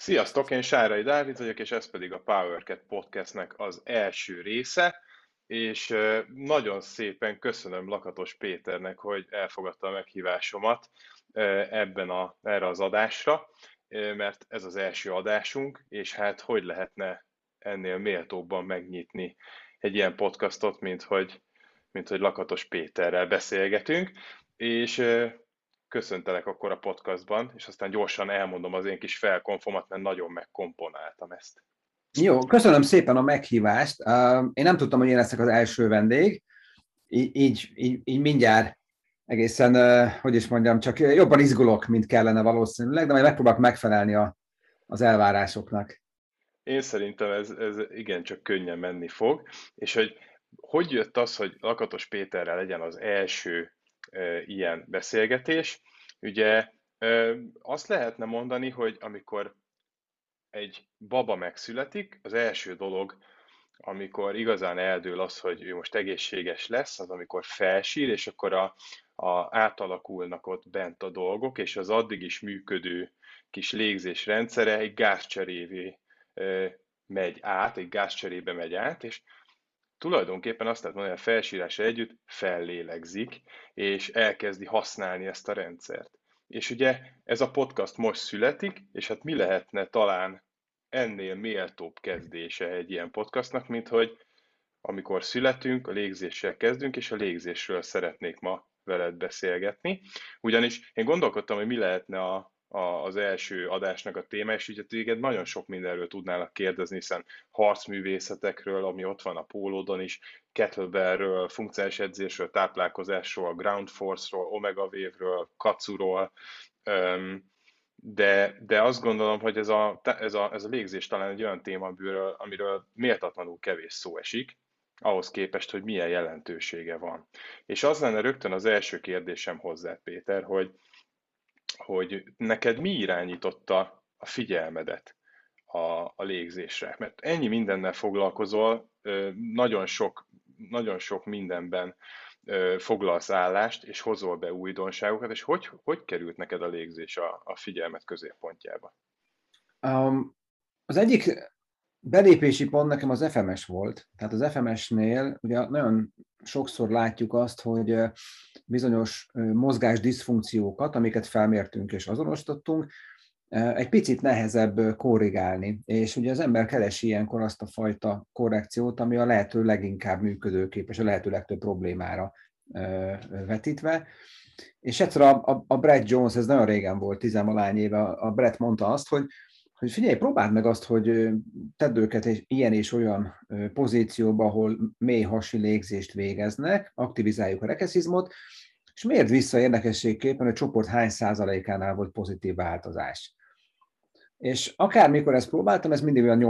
Sziasztok, én Sárai Dávid vagyok, és ez pedig a PowerCat Podcastnek az első része, és nagyon szépen köszönöm Lakatos Péternek, hogy elfogadta a meghívásomat erre az adásra, mert ez az első adásunk, és hát hogy lehetne ennél méltóbban megnyitni egy ilyen podcastot, mint hogy Lakatos Péterrel beszélgetünk, és köszöntelek akkor a podcastban, és aztán gyorsan elmondom az én kis felkonfomat, mert nagyon megkomponáltam ezt. Jó, köszönöm szépen a meghívást. Én nem tudtam, hogy én leszek az első vendég, így mindjárt egészen, hogy is mondjam, csak jobban izgulok, mint kellene valószínűleg, de majd megpróbálok megfelelni az elvárásoknak. Én szerintem ez igencsak könnyen menni fog, és hogy jött az, hogy Lakatos Péterrel legyen az első ilyen beszélgetés? Ugye azt lehetne mondani, hogy amikor egy baba megszületik, az első dolog, amikor igazán eldől az, hogy ő most egészséges lesz, az amikor felsír, és akkor átalakulnak ott bent a dolgok, és az addig is működő kis légzésrendszere egy gázcserévé megy át, egy gázcserébe megy át, és tulajdonképpen azt lehet mondani, hogy a felsírása együtt fellélegzik, és elkezdi használni ezt a rendszert. És ugye ez a podcast most születik, és hát mi lehetne talán ennél méltóbb kezdése egy ilyen podcastnak, mint hogy amikor születünk, a légzéssel kezdünk, és a légzésről szeretnék ma veled beszélgetni. Ugyanis én gondolkodtam, hogy mi lehetne az első adásnak a téma, és ugye téged nagyon sok mindenről tudnálak kérdezni, hiszen harcművészetekről, ami ott van a pólódon is, kettlebellről, funkcionális edzésről, táplálkozásról, ground force-ról, omega wave-ről, kacuról, de azt gondolom, hogy ez a légzés talán egy olyan téma, amiről méltatlanul kevés szó esik, ahhoz képest, hogy milyen jelentősége van. És az lenne rögtön az első kérdésem hozzá, Péter, hogy neked mi irányította a figyelmedet a légzésre? Mert ennyi mindennel foglalkozol, nagyon sok mindenben foglalsz állást, és hozol be újdonságokat, és hogy került neked a légzés a figyelmet középpontjába? Az egyik belépési pont nekem az FMS volt. Tehát az FMS-nél ugye nagyon sokszor látjuk azt, hogy bizonyos mozgás diszfunkciókat, amiket felmértünk és azonosítottunk, egy picit nehezebb korrigálni. És ugye az ember keresi ilyenkor azt a fajta korrekciót, ami a lehető leginkább működőképes, a lehető legtöbb problémára vetítve. És egyszer a Brett Jones, ez nagyon régen volt, 10-valány éve, a Brett mondta azt, hogy figyelj, próbáld meg azt, hogy tedd őket egy ilyen és olyan pozícióba, ahol mély hasi légzést végeznek, aktivizáljuk a rekeszizmot, és mérd vissza érdekességképpen, hogy a csoport hány százalékánál volt pozitív változás. És akármikor ezt próbáltam, ez mindig olyan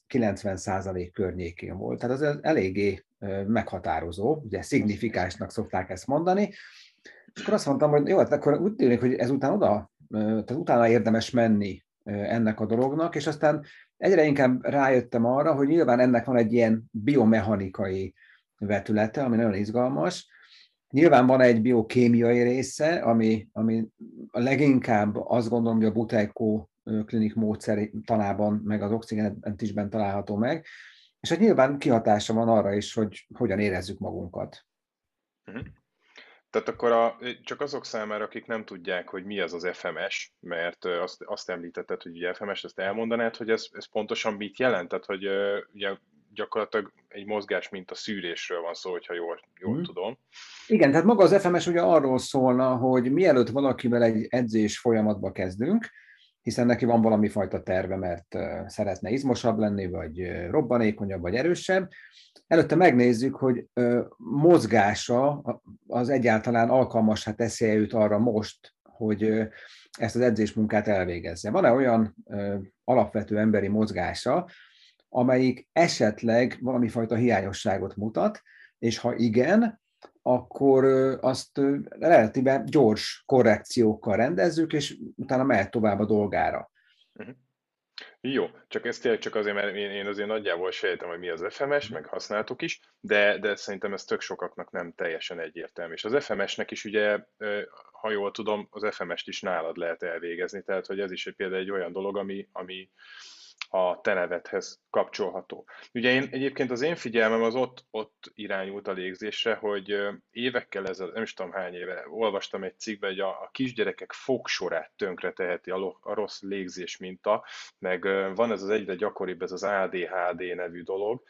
80-90% környékén volt. Tehát az eléggé meghatározó, ugye szignifikánsnak szokták ezt mondani. És akkor azt mondtam, hogy jó, hát akkor úgy tűnik, hogy ezután tehát utána érdemes menni ennek a dolognak, és aztán egyre inkább rájöttem arra, hogy nyilván ennek van egy ilyen biomechanikai vetülete, ami nagyon izgalmas. Nyilván van egy biokémiai része, ami a leginkább azt gondolom, hogy a Buteyko klinik módszertanában, meg az oxigénentisben található meg, és hát nyilván kihatása van arra is, hogy hogyan érezzük magunkat. Uh-huh. Tehát akkor csak azok számára, akik nem tudják, hogy mi az FMS, mert azt említetted, hogy ugye FMS, ezt elmondanád, hogy ez pontosan mit jelent? Tehát, hogy ugye gyakorlatilag egy mozgás, mint a szűrésről van szó, hogyha jól tudom. Igen, tehát maga az FMS ugye arról szólna, hogy mielőtt valakivel egy edzés folyamatba kezdünk, hiszen neki van valami fajta terve, mert szeretne izmosabb lenni, vagy robbanékonyabb, vagy erősebb. Előtte megnézzük, hogy mozgása az egyáltalán alkalmassá teszi őt arra most, hogy ezt az edzésmunkát elvégezze. Van-e olyan alapvető emberi mozgása, amelyik esetleg valami fajta hiányosságot mutat, és ha igen, akkor azt relatíve gyors korrekciókkal rendezzük, és utána mehet tovább a dolgára. Uh-huh. Jó, csak ez tényleg csak azért, mert én azért nagyjából sejtem, hogy mi az FMS, meg használtuk is, de szerintem ez tök sokaknak nem teljesen egyértelmű. És az FMS-nek is ugye, ha jól tudom, az FMS-t is nálad lehet elvégezni, tehát hogy ez is például egy olyan dolog, ami a te nevedhez kapcsolható. Ugye egyébként az én figyelmem az ott irányult a légzésre, hogy évekkel ezelőtt, nem is tudom hány éve, olvastam egy cikkben, hogy a kisgyerekek fogsorát tönkre teheti a rossz légzés minta, meg van ez az egyre gyakoribb, ez az ADHD nevű dolog,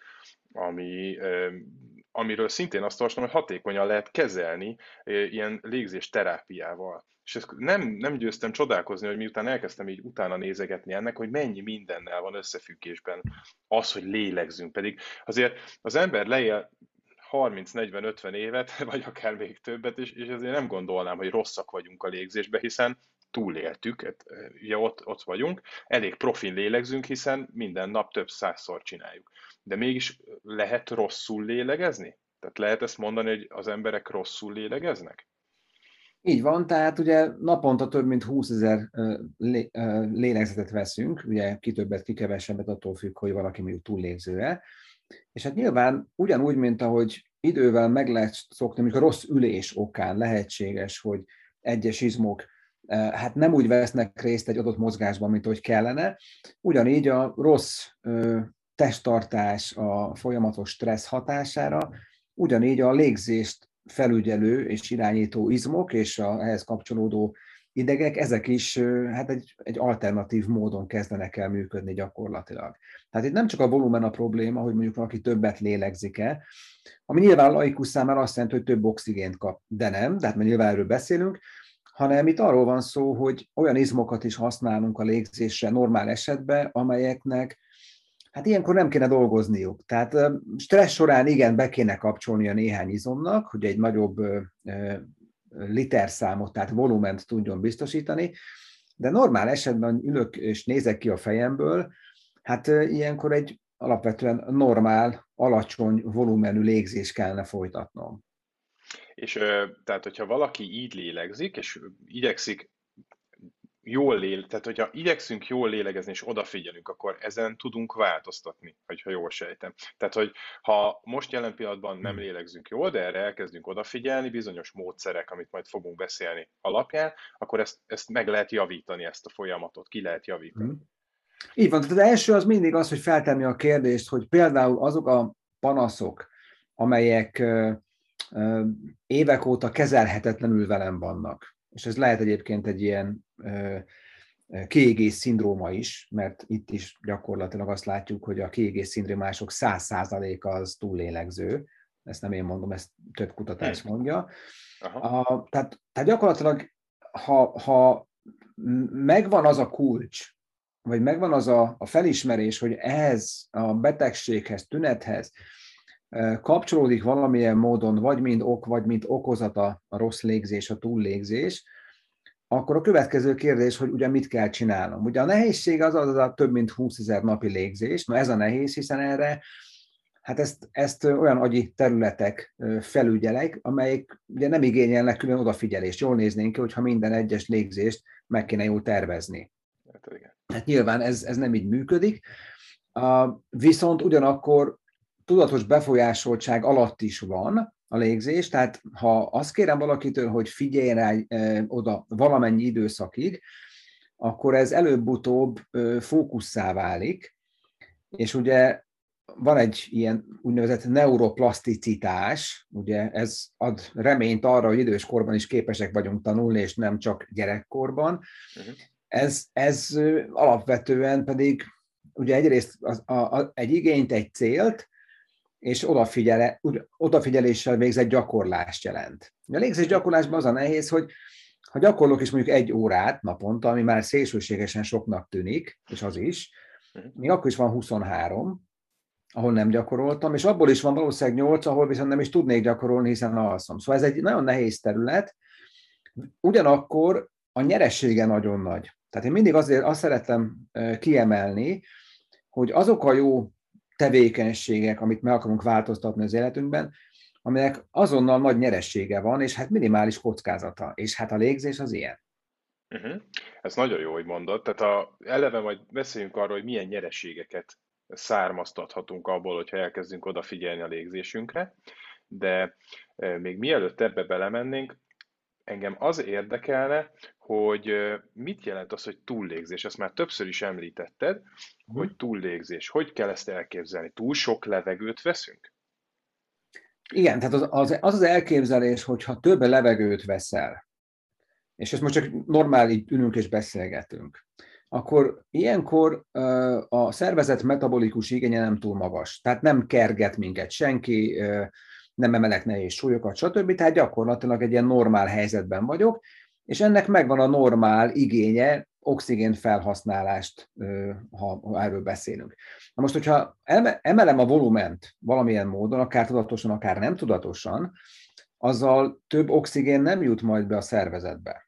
amiről szintén azt olvastam, hogy hatékonyan lehet kezelni ilyen légzés terápiával. És ezt nem győztem csodálkozni, hogy miután elkezdtem így utána nézegetni ennek, hogy mennyi mindennel van összefüggésben az, hogy lélegzünk. Pedig azért az ember leél 30-40-50 évet, vagy akár még többet, és azért nem gondolnám, hogy rosszak vagyunk a légzésbe, hiszen túléltük, hát, ugye ott vagyunk, elég profin lélegzünk, hiszen minden nap több százszor csináljuk. De mégis lehet rosszul lélegezni? Tehát lehet ezt mondani, hogy az emberek rosszul lélegeznek? Így van, tehát ugye naponta több mint 20 000 lélegzetet veszünk, ugye ki többet, ki kevesebbet, attól függ, hogy valaki mondjuk túllégző-e. És hát nyilván ugyanúgy, mint ahogy idővel meg lehet szokni, amikor a rossz ülés okán lehetséges, hogy egyes izmok hát nem úgy vesznek részt egy adott mozgásban, mint ahogy kellene, ugyanígy a rossz testtartás, a folyamatos stressz hatására, ugyanígy a légzést felügyelő és irányító izmok és ehhez kapcsolódó idegek, ezek is hát egy alternatív módon kezdenek el működni gyakorlatilag. Tehát itt nem csak a volumen a probléma, hogy mondjuk valaki többet lélegzik-e, ami nyilván laikus számára azt jelenti, hogy több oxigént kap, de nem, de hát mert nyilván erről beszélünk, hanem itt arról van szó, hogy olyan izmokat is használunk a légzésre normál esetben, amelyeknek hát ilyenkor nem kéne dolgozniuk. Tehát stressz során igen, be kéne kapcsolni a néhány izomnak, hogy egy nagyobb literszámot, tehát volument tudjon biztosítani, de normál esetben ülök és nézek ki a fejemből, hát ilyenkor egy alapvetően normál, alacsony volumenű légzés kellene folytatnom. És tehát, hogyha valaki így lélegzik, és igyekszik tehát hogyha igyekszünk jól lélegezni és odafigyelünk, akkor ezen tudunk változtatni, ha jól sejtem. Tehát, hogy ha most jelen pillanatban nem lélegzünk jól, de erre elkezdünk odafigyelni, bizonyos módszerek, amit majd fogunk beszélni alapján, akkor ezt meg lehet javítani, ezt a folyamatot, ki lehet javítani. Így van, tehát az első az mindig az, hogy feltenni a kérdést, hogy például azok a panaszok, amelyek évek óta kezelhetetlenül velem vannak, és ez lehet egyébként egy ilyen kiégés szindróma is, mert itt is gyakorlatilag azt látjuk, hogy a kiégés szindrómások 100%-a az túllélegző. Ezt nem én mondom, ezt több kutatás mondja. Tehát gyakorlatilag, ha megvan az a kulcs, vagy megvan az a felismerés, hogy ehhez a betegséghez, tünethez kapcsolódik valamilyen módon, vagy mind ok, vagy mind okozat a rossz légzés, a túllégzés, akkor a következő kérdés, hogy ugye mit kell csinálnom. Ugye a nehézség az a több mint 20 000 napi légzés. Na ez a nehéz, hiszen erre hát ezt olyan agyi területek felügyelek, amelyek ugye nem igényelnek külön odafigyelést. Jól néznénk ki, hogyha minden egyes légzést meg kéne jól tervezni. Hát nyilván ez nem így működik, viszont ugyanakkor tudatos befolyásoltság alatt is van a légzés, tehát ha azt kérem valakitől, hogy figyeljen rá oda valamennyi időszakig, akkor ez előbb-utóbb fókusszá válik, és ugye van egy ilyen úgynevezett neuroplaszticitás, ugye ez ad reményt arra, hogy időskorban is képesek vagyunk tanulni, és nem csak gyerekkorban. Ez alapvetően pedig ugye egyrészt egy igényt, egy célt, és odafigyeléssel végzett gyakorlást jelent. A légzés gyakorlásban az a nehéz, hogy ha gyakorlok is mondjuk 1 órát naponta, ami már szélsőségesen soknak tűnik, és az is, még akkor is van 23, ahol nem gyakoroltam, és abból is van valószínűleg 8, ahol viszont nem is tudnék gyakorolni, hiszen alszom. Szóval ez egy nagyon nehéz terület, ugyanakkor a nyeressége nagyon nagy. Tehát én mindig azért azt szeretem kiemelni, hogy azok a jó tevékenységek, amit meg akarunk változtatni az életünkben, aminek azonnal nagy nyeressége van, és hát minimális kockázata. És hát a légzés az ilyen. Ez nagyon jó, hogy mondod. Tehát eleve majd beszéljünk arról, hogy milyen nyereségeket származtathatunk abból, hogyha elkezdünk odafigyelni a légzésünkre, de még mielőtt ebbe belemennénk, engem az érdekelne, hogy mit jelent az, hogy túllégzés. Ezt már többször is említetted, hogy túllégzés. Hogy kell ezt elképzelni? Túl sok levegőt veszünk? Igen, tehát az elképzelés, hogy ha több levegőt veszel, és ezt most csak normál így ülünk és beszélgetünk, akkor ilyenkor a szervezet metabolikus igénye nem túl magas. Tehát nem kerget minket senki, nem emelek nehéz súlyokat, stb. Tehát gyakorlatilag egy ilyen normál helyzetben vagyok, és ennek megvan a normál igénye, oxigén felhasználást, ha erről beszélünk. Na most, hogyha emelem a volument valamilyen módon, akár tudatosan, akár nem tudatosan, azzal több oxigén nem jut majd be a szervezetbe.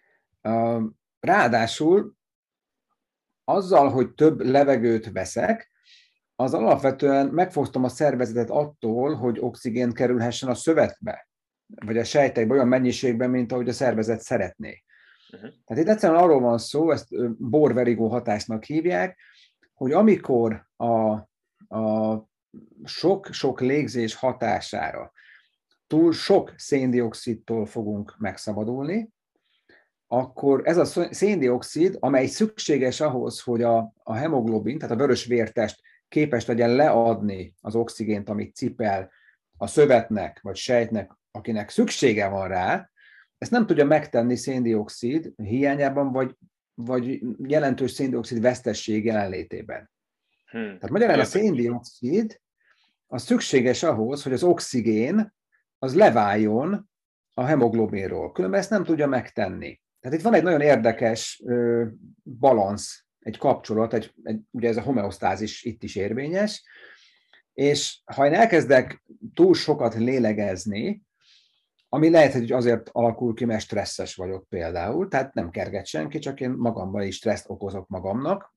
Ráadásul azzal, hogy több levegőt veszek, az alapvetően megfosztom a szervezetet attól, hogy oxigén kerülhessen a szövetbe, vagy a sejtekbe olyan mennyiségben, mint ahogy a szervezet szeretné. Tehát itt egyszerűen arról van szó, ezt Bohr-Verigó hatásnak hívják, hogy amikor a sok-sok légzés hatására túl sok széndioxidtól fogunk megszabadulni, akkor ez a széndioxid, amely szükséges ahhoz, hogy a hemoglobin, tehát a vörös vértest képes legyen leadni az oxigént, amit cipel a szövetnek vagy sejtnek, akinek szüksége van rá, ezt nem tudja megtenni széndioxid hiányában, vagy jelentős széndioxid vesztesség jelenlétében. Tehát magyarán a széndioxid az szükséges ahhoz, hogy az oxigén az leváljon a hemoglobinról. Különben ezt nem tudja megtenni. Tehát itt van egy nagyon érdekes balansz, egy kapcsolat, ugye ez a homeosztázis itt is érvényes, és ha én elkezdek túl sokat lélegezni, ami lehet, hogy azért alakul ki, mert stresszes vagyok például, tehát nem kerget senki, csak én magamban is stresszt okozok magamnak,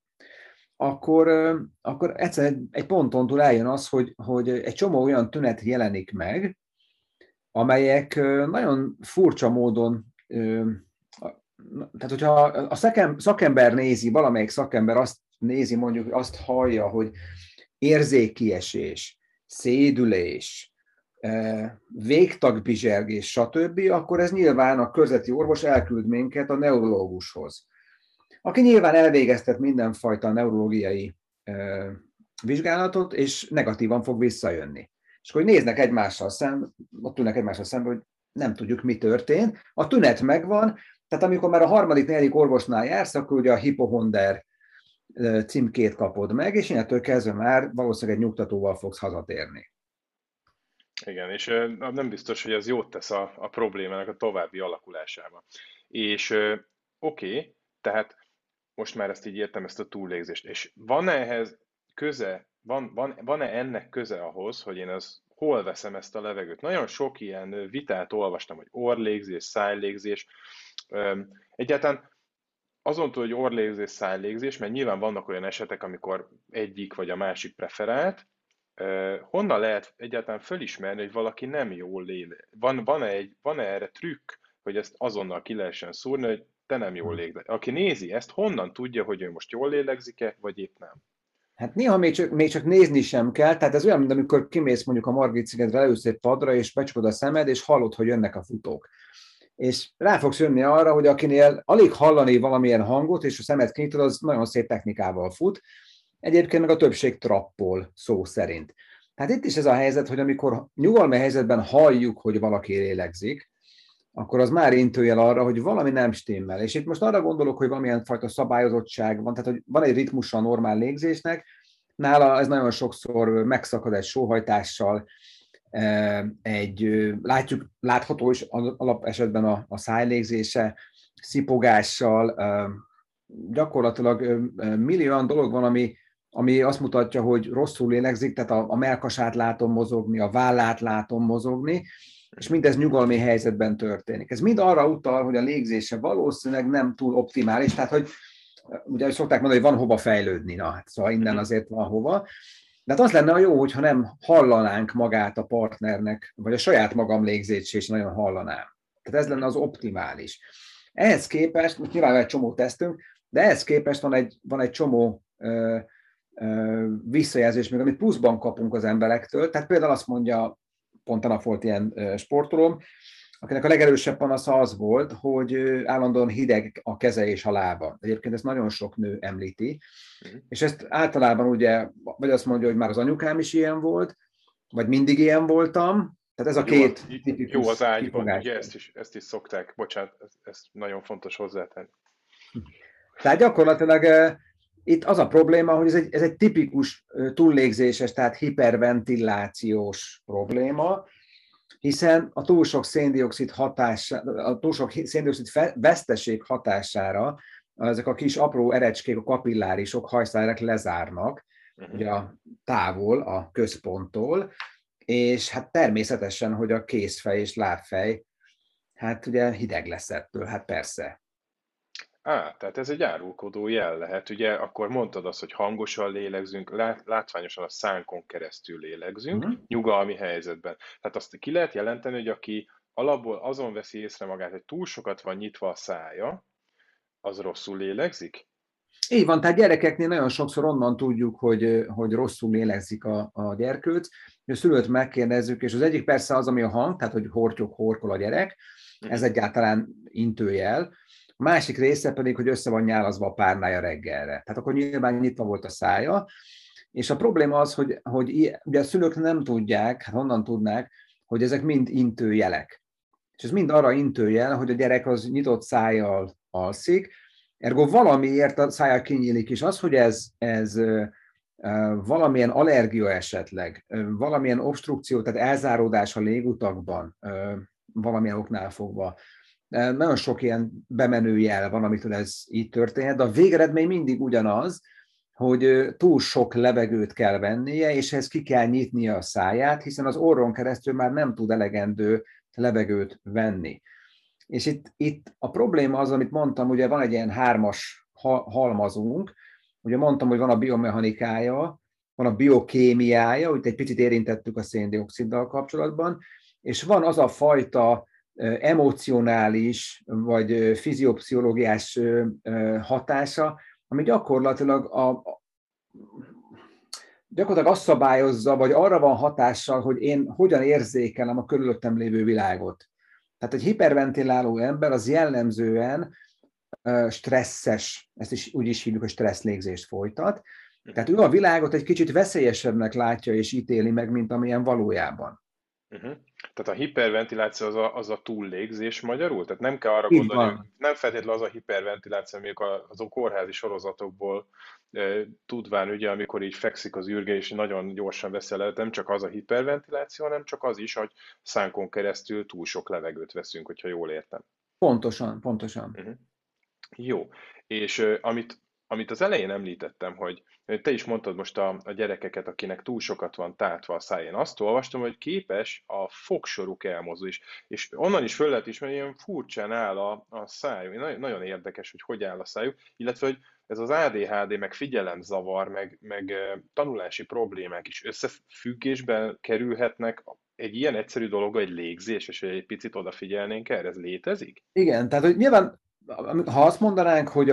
akkor egyszerűen egy ponton túl eljön az, hogy egy csomó olyan tünet jelenik meg, amelyek nagyon furcsa módon, tehát hogyha a szakember nézi, valamelyik szakember azt nézi, mondjuk azt hallja, hogy érzékkiesés, szédülés, végtagbizsergés, stb., akkor ez nyilván a körzeti orvos elküld minket a neurológushoz, aki nyilván elvégeztet mindenfajta neurológiai vizsgálatot, és negatívan fog visszajönni. És akkor néznek egymással szembe, ott ülnek egymással szembe, hogy nem tudjuk, mi történt. A tünet megvan, tehát amikor már a harmadik, negyedik orvosnál jársz, akkor ugye a hipohonder címkét kapod meg, és innentől kezdve már valószínűleg egy nyugtatóval fogsz hazatérni. Igen, és nem biztos, hogy ez jót tesz a problémának a további alakulásába. És oké, tehát most már ezt így értem, ezt a túllégzést. És van-e ehhez köze, van-e ennek köze ahhoz, hogy én hol veszem ezt a levegőt? Nagyon sok ilyen vitát olvastam, hogy orrlégzés, szájlégzés. Egyáltalán azon túl, hogy orrlégzés, szájlégzés, mert nyilván vannak olyan esetek, amikor egyik vagy a másik preferált, honnan lehet egyáltalán fölismerni, hogy valaki nem jól lélegzik? Van-e erre trükk, hogy ezt azonnal ki lehessen szúrni, hogy te nem jól lélegzel? Aki nézi ezt, honnan tudja, hogy ő most jól lélegzik-e, vagy épp nem? Hát néha még csak nézni sem kell, tehát ez olyan, mint amikor kimész mondjuk a Margit-szigetre, leülsz egy padra, és becsukod a szemed, és hallod, hogy jönnek a futók. És rá fogsz jönni arra, hogy akinél alig hallani valamilyen hangot, és a szemed kinyitod, az nagyon szép technikával fut. Egyébként meg a többség trappol, szó szerint. Tehát itt is ez a helyzet, hogy amikor nyugalmi helyzetben halljuk, hogy valaki lélegzik, akkor az már intőjel arra, hogy valami nem stimmel. És itt most arra gondolok, hogy valamilyen fajta szabályozottság van, tehát hogy van egy ritmusa a normál légzésnek, nála ez nagyon sokszor megszakad egy sóhajtással, látható is alapesetben a szájlégzése, szipogással, gyakorlatilag millió olyan dolog van, ami azt mutatja, hogy rosszul lélegzik, tehát a mellkasát látom mozogni, a vállát látom mozogni, és mindez nyugalmi helyzetben történik. Ez mind arra utal, hogy a légzése valószínűleg nem túl optimális, tehát hogy ugye szokták mondani, hogy van hova fejlődni, szóval innen azért van hova. De hát az lenne a jó, hogyha nem hallanánk magát a partnernek, vagy a saját magam légzését is nagyon hallanám. Tehát ez lenne az optimális. Ehhez képest, most nyilván egy csomó tesztünk, de ehhez képest van egy csomó visszajelzés még, amit pluszban kapunk az emberektől. Tehát például azt mondja, pont a nap volt ilyen sportolóm, akinek a legerősebb panasza az volt, hogy állandóan hideg a keze és a lába. Egyébként ezt nagyon sok nő említi, és ezt általában ugye, vagy azt mondja, hogy már az anyukám is ilyen volt, vagy mindig ilyen voltam, tehát ez a két Jó az tipikus ágyban, kifogás. ugye ezt is szokták, bocsánat, ez nagyon fontos hozzátenni. Tehát gyakorlatilag itt az a probléma, hogy ez egy tipikus túllégzéses, tehát hiperventilációs probléma, hiszen a túl sok széndioxid veszteség hatására ezek a kis apró erecskék, a kapillárisok, hajszálak lezárnak, ugye távol a központtól, és hát természetesen, hogy a kézfej és lábfej, hát ugye hideg lesz ettől, hát persze. Tehát ez egy árulkodó jel lehet. Ugye akkor mondtad azt, hogy hangosan lélegzünk, látványosan a szánkon keresztül lélegzünk, nyugalmi helyzetben. Tehát azt ki lehet jelenteni, hogy aki alapból azon veszi észre magát, hogy túl sokat van nyitva a szája, az rosszul lélegzik? Így van, tehát gyerekeknél nagyon sokszor onnan tudjuk, hogy rosszul lélegzik a gyerkőc, a szülőt megkérdezzük, és az egyik persze az, ami a hang, tehát hogy hortyog, horkol a gyerek, ez egyáltalán intőjel. A másik része pedig, hogy össze van nyálazva a párnája reggelre. Tehát akkor nyilván nyitva volt a szája, és a probléma az, hogy ugye a szülők nem tudják, hát honnan tudnák, hogy ezek mind intőjelek. És ez mind arra intőjel, hogy a gyerek az nyitott szájjal alszik, ergo valamiért a szája kinyílik, és az, hogy ez valamilyen allergia esetleg, valamilyen obstrukció, tehát elzáródás a légutakban, valamilyen oknál fogva, nagyon sok ilyen bemenő jel van, amitől ez így történhet, de a végeredmény mindig ugyanaz, hogy túl sok levegőt kell vennie, és ehhez ki kell nyitnia a száját, hiszen az orron keresztül már nem tud elegendő levegőt venni. És itt a probléma az, amit mondtam, ugye van egy ilyen hármas halmazunk, ugye mondtam, hogy van a biomechanikája, van a biokémiája, úgy egy picit érintettük a széndioxiddal kapcsolatban, és van az a fajta emocionális vagy fiziopszichológiás hatása, ami gyakorlatilag azt szabályozza, vagy arra van hatással, hogy én hogyan érzékelem a körülöttem lévő világot. Tehát egy hiperventiláló ember az jellemzően stresszes, ezt is úgy is hívjuk, hogy stresszlégzést folytat. Tehát ő a világot egy kicsit veszélyesebbnek látja és ítéli meg, mint amilyen valójában. Tehát a hiperventiláció az a túllégzés magyarul? Tehát nem kell arra Így gondolni, van. hogy nem feltétlenül az a hiperventiláció, amik az a kórházi sorozatokból tudván, ugye, amikor így fekszik az űrge, és nagyon gyorsan veszi el, nem csak az a hiperventiláció, hanem csak az is, hogy szánkon keresztül túl sok levegőt veszünk, hogyha jól értem. Pontosan. Jó. És amit az elején említettem, hogy te is mondtad most a gyerekeket, akinek túl sokat van tátva a száj. Én azt olvastam, hogy képes a fogsoruk elmozdulni, és onnan is föl lehet ismerni, hogy ilyen furcsán áll a szájuk. Nagyon érdekes, hogy áll a szájuk, illetve, hogy ez az ADHD, meg figyelemzavar, meg tanulási problémák is összefüggésben kerülhetnek egy ilyen egyszerű dolog, egy légzés, és egy picit odafigyelnénk erre, ez létezik? Igen, tehát hogy nyilván, ha azt mondanánk, hogy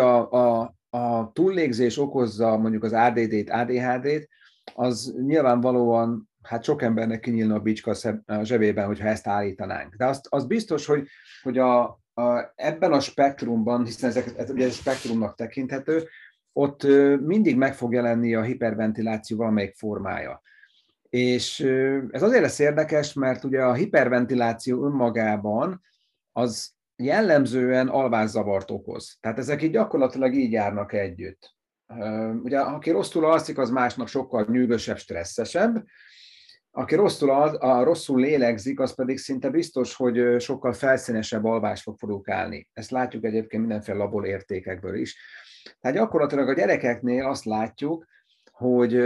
a túllégzés okozza mondjuk az ADD-t, ADHD-t, az nyilvánvalóan, hát sok embernek kinyílna a bicska a zsebében, hogyha ezt állítanánk. De az biztos, hogy ebben a spektrumban, hiszen ez ugye spektrumnak tekinthető, ott mindig meg fog jelenni a hiperventiláció valamelyik formája. És ez azért lesz érdekes, mert ugye a hiperventiláció önmagában az jellemzően alvászavart okoz. Tehát ezek így gyakorlatilag így járnak együtt. Ugye, aki rosszul alszik, az másnap sokkal nyűgösebb, stresszesebb. Aki rosszul lélegzik, az pedig szinte biztos, hogy sokkal felszínesebb alvást fog produkálni. Ezt látjuk egyébként mindenféle laborértékekből is. Tehát gyakorlatilag a gyerekeknél azt látjuk, hogy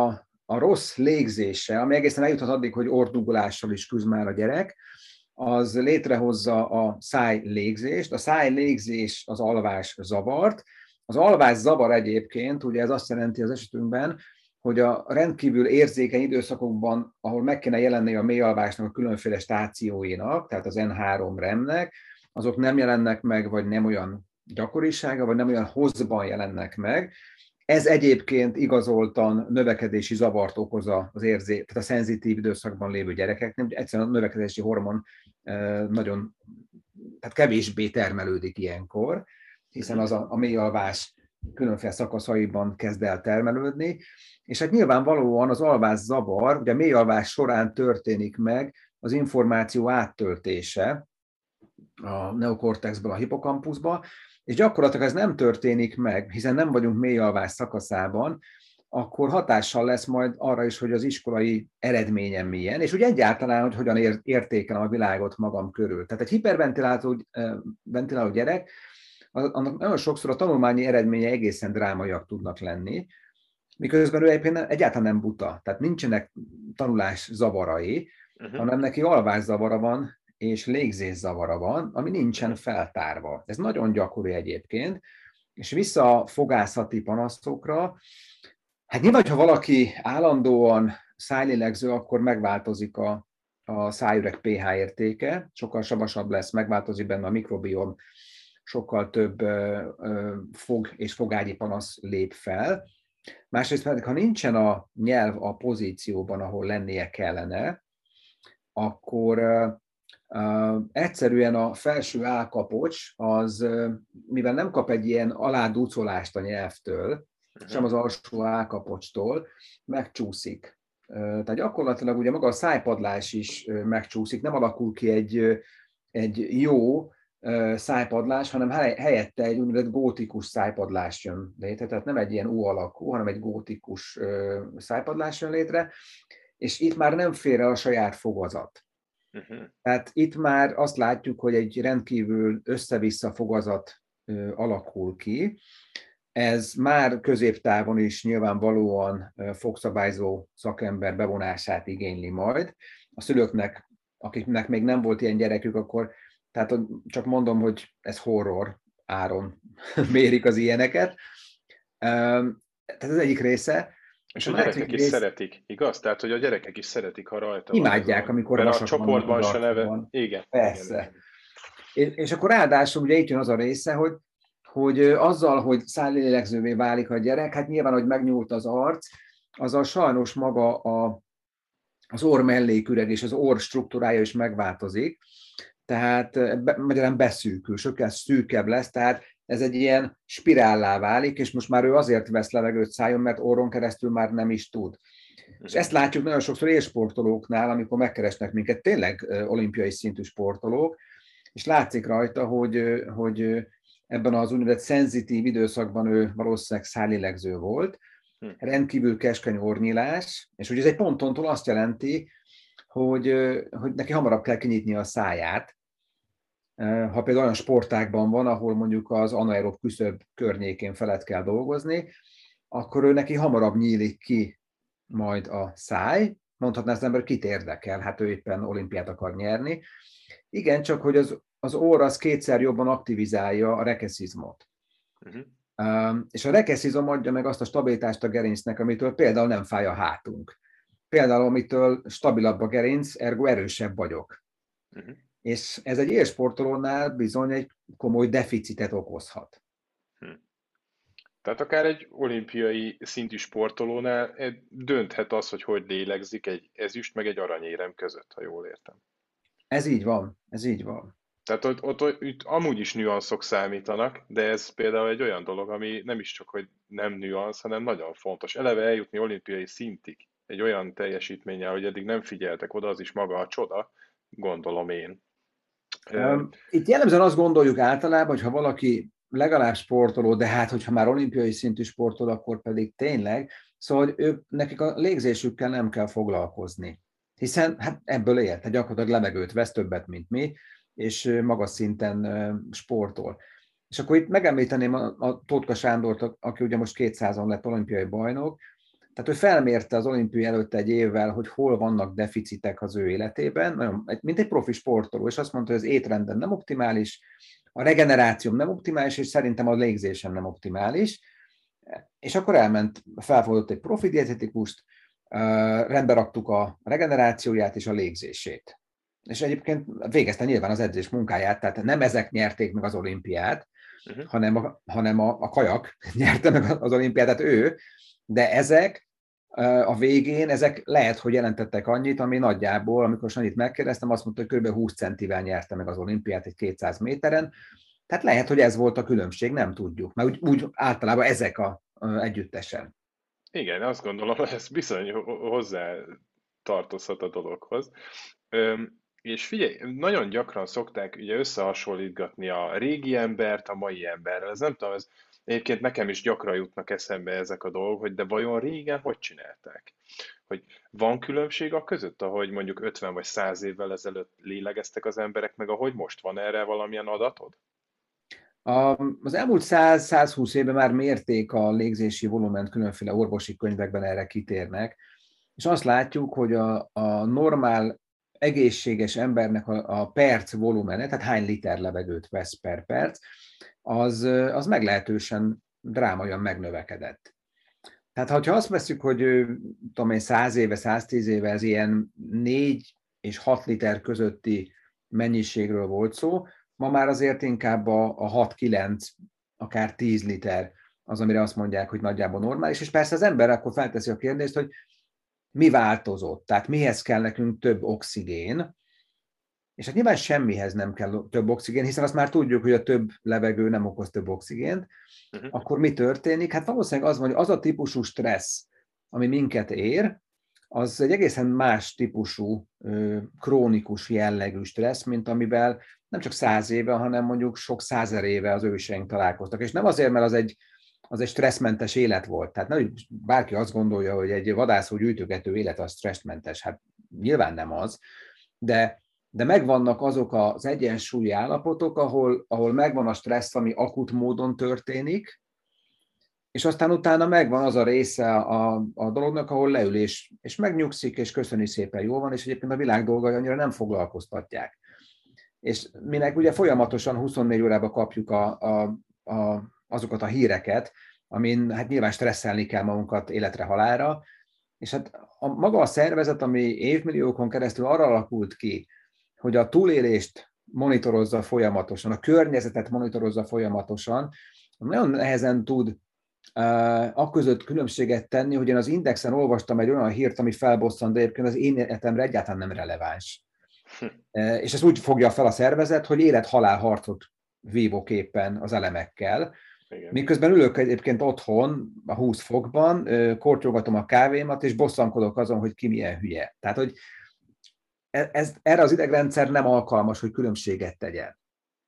a rossz légzése, ami egészen eljuthat addig, hogy orrdugolással is küzd már a gyerek, az létrehozza a szájlégzést. A szájlégzés az alvás zavart. Az alvás zavar egyébként, ugye ez azt jelenti az esetünkben, hogy a rendkívül érzékeny időszakokban, ahol meg kéne jelenni a mélyalvásnak a különféle stációinak, tehát az N3 REM-nek, azok nem jelennek meg, vagy nem olyan gyakorisága, vagy nem olyan hosszban jelennek meg, Ez egyébként igazoltan növekedési zavart okoz tehát a szenzitív időszakban lévő gyerekeknél. Egyszerűen a növekedési hormon nagyon, tehát kevésbé termelődik ilyenkor, hiszen az a mélyalvás különféle szakaszaiban kezd el termelődni, és hát nyilvánvalóan az alvászavar, ugye a mélyalvás során történik meg az információ áttöltése a neokortexből a hippokampuszba, és gyakorlatilag ez nem történik meg, hiszen nem vagyunk mélyalvás szakaszában, akkor hatással lesz majd arra is, hogy az iskolai eredményem milyen, és úgy egyáltalán, hogy hogyan értékelem a világot magam körül. Tehát egy hiperventiláló gyerek, annak nagyon sokszor a tanulmányi eredménye egészen drámaiak tudnak lenni, miközben ő egyáltalán nem buta, tehát nincsenek tanulás zavarai, hanem neki alvászavara van, és légzészavara van, ami nincsen feltárva. Ez nagyon gyakori egyébként, és visszafogászati panaszokra, hát nyilván, ha valaki állandóan szájlélegző, akkor megváltozik a szájüreg pH értéke, sokkal savasabb lesz, megváltozik benne a mikrobiom, sokkal több fog és fogágyi panasz lép fel. Másrészt pedig, ha nincsen a nyelv a pozícióban, ahol lennie kellene, akkor egyszerűen a felső állkapocs az, mivel nem kap egy ilyen aládúcolást a nyelvtől, sem az alsó állkapocstól, megcsúszik. Tehát gyakorlatilag ugye maga a szájpadlás is megcsúszik, nem alakul ki egy jó szájpadlás, hanem helyette egy úgynevezett gótikus szájpadlás jön létre, tehát nem egy ilyen U alakú, hanem egy gótikus szájpadlás jön létre, és itt már nem fér el a saját fogazat. Tehát itt már azt látjuk, hogy egy rendkívül össze-vissza fogazat alakul ki. Ez már középtávon is nyilvánvalóan fogszabályzó szakember bevonását igényli majd. A szülőknek, akiknek még nem volt ilyen gyerekük, akkor tehát csak mondom, hogy ez horror áron mérik az ilyeneket. Tehát az egyik része. És a gyerekek is szeretik, igaz? Tehát, hogy a gyerekek is szeretik, ha rajta imádják, van. amikor a csoportban se neve. Igen. Persze. Igen. És akkor ráadásul ugye itt jön az a része, hogy azzal, hogy szájlélegzővé válik a gyerek, hát nyilván, hogy megnyúlt az arc, azzal sajnos maga az orr melléküreg és az orr struktúrája is megváltozik, tehát magyarán beszűkül, sokkal szűkebb lesz, tehát ez egy ilyen spirállá válik, és most már ő azért vesz levegőt szájon, mert orron keresztül már nem is tud. És ezt látjuk nagyon sokszor élsportolóknál, amikor megkeresnek minket, tényleg olimpiai szintű sportolók, és látszik rajta, hogy ebben az úgynevezett szenzitív időszakban ő valószínűleg szájlélegző volt, rendkívül keskeny orrnyílás, és hogy ez egy pontontól azt jelenti, hogy neki hamarabb kell kinyitni a száját. Ha például olyan sportákban van, ahol mondjuk az anaerob küszöb környékén felett kell dolgozni, akkor ő neki hamarabb nyílik ki majd a száj. Mondhatná az ember, kit érdekel, hát ő éppen olimpiát akar nyerni. Igen, csak hogy az orr az kétszer jobban aktivizálja a rekeszizmot. És a rekeszizom adja meg azt a stabilitást a gerincnek, amitől például nem fáj a hátunk. Például amitől stabilabb a gerinc, ergo erősebb vagyok. És ez egy élsportolónál bizony egy komoly deficitet okozhat. Tehát akár egy olimpiai szintű sportolónál dönthet az, hogy lélegzik egy ezüst meg egy aranyérem között, ha jól értem. Ez így van, ez így van. Tehát ott amúgy is nüanszok számítanak, de ez például egy olyan dolog, ami nem is csak, hogy nem nüansz, hanem nagyon fontos. Eleve eljutni olimpiai szintig egy olyan teljesítménnyel, hogy eddig nem figyeltek oda, az is maga a csoda, gondolom én. Itt jellemzően azt gondoljuk általában, hogy ha valaki legalább sportoló, de hát, hogyha már olimpiai szintű sportoló, akkor pedig tényleg, szóval hogy nekik a légzésükkel nem kell foglalkozni. Hiszen hát ebből él, tehát gyakorlatilag levegőt vesz többet, mint mi, és magas szinten sportol. És akkor itt megemlíteném a Tótka Sándort, aki ugye most 200-on lett olimpiai bajnok, tehát ő felmérte az olimpia előtt egy évvel, hogy hol vannak deficitek az ő életében, mint egy profi sportoló, és azt mondta, hogy az étrendem nem optimális, a regenerációm nem optimális, és szerintem a légzésem nem optimális. És akkor elment, felfogott egy profi dietetikust, rendbe raktuk a regenerációját és a légzését. És egyébként végezte nyilván az edzés munkáját, tehát nem ezek nyerték meg az olimpiát, Uh-huh. hanem a kajak nyerte meg az olimpiát, ő, de ezek a végén, ezek lehet, hogy jelentettek annyit, ami nagyjából, amikor Sanyit megkérdeztem, azt mondta, hogy kb. 20 centivel nyerte meg az olimpiát egy 200 méteren, tehát lehet, hogy ez volt a különbség, nem tudjuk, mert úgy általában ezek együttesen. Igen, azt gondolom, hogy ez bizony hozzá tartozhat a dologhoz. És figyelj, nagyon gyakran szokták ugye összehasonlítgatni a régi embert a mai emberrel. Ez nem tudom, ez egyébként nekem is gyakran jutnak eszembe ezek a dolgok, hogy de vajon régen hogy csinálták? Hogy van különbség a között, ahogy mondjuk 50 vagy 100 évvel ezelőtt lélegeztek az emberek, meg ahogy most van erre valamilyen adatod? Az elmúlt 100-120 évben már mérték a légzési volument, különféle orvosi könyvekben erre kitérnek, és azt látjuk, hogy a normál egészséges embernek a perc volumene, tehát hány liter levegőt vesz per perc, az meglehetősen drámaian megnövekedett. Tehát ha azt veszük, hogy tudom én, 100 éve, 110 éve ez ilyen 4 és 6 liter közötti mennyiségről volt szó, ma már azért inkább a 6-9, akár 10 liter az, amire azt mondják, hogy nagyjából normális, és persze az ember akkor felteszi a kérdést, hogy mi változott, tehát mihez kell nekünk több oxigén, és hát nyilván semmihez nem kell több oxigén, hiszen azt már tudjuk, hogy a több levegő nem okoz több oxigént. Akkor mi történik? Hát valószínűleg az van, hogy az a típusú stressz, ami minket ér, az egy egészen más típusú, krónikus jellegű stressz, mint amivel nem csak 100 éve, hanem mondjuk sok százer éve az őseink találkoztak. És nem azért, mert az egy stresszmentes élet volt. Tehát nem, bárki azt gondolja, hogy egy vadászó gyűjtögető élet az stresszmentes. Hát nyilván nem az, de megvannak azok az egyensúlyi állapotok, ahol megvan a stressz, ami akut módon történik, és aztán utána megvan az a része a dolognak, ahol leül és megnyugszik, és köszöni szépen, jól van, és egyébként a világ dolgai annyira nem foglalkoztatják. És minek ugye folyamatosan 24 órában kapjuk azokat a híreket, amin hát nyilván stresszelni kell magunkat életre halálra, és hát maga a szervezet, ami évmilliókon keresztül arra alakult ki, hogy a túlélést monitorozza folyamatosan, a környezetet monitorozza folyamatosan, nagyon nehezen tud akközött különbséget tenni, hogy én az Indexen olvastam egy olyan hírt, ami felbosszant, de egyébként az én életemre egyáltalán nem releváns. És ezt úgy fogja fel a szervezet, hogy élet-halál harcot vívok éppen az elemekkel. Igen. Miközben ülök egyébként otthon a 20 fokban, kortyogatom a kávémat, és bosszankodok azon, hogy ki milyen hülye. Tehát, hogy erre az idegrendszer nem alkalmas, hogy különbséget tegyen.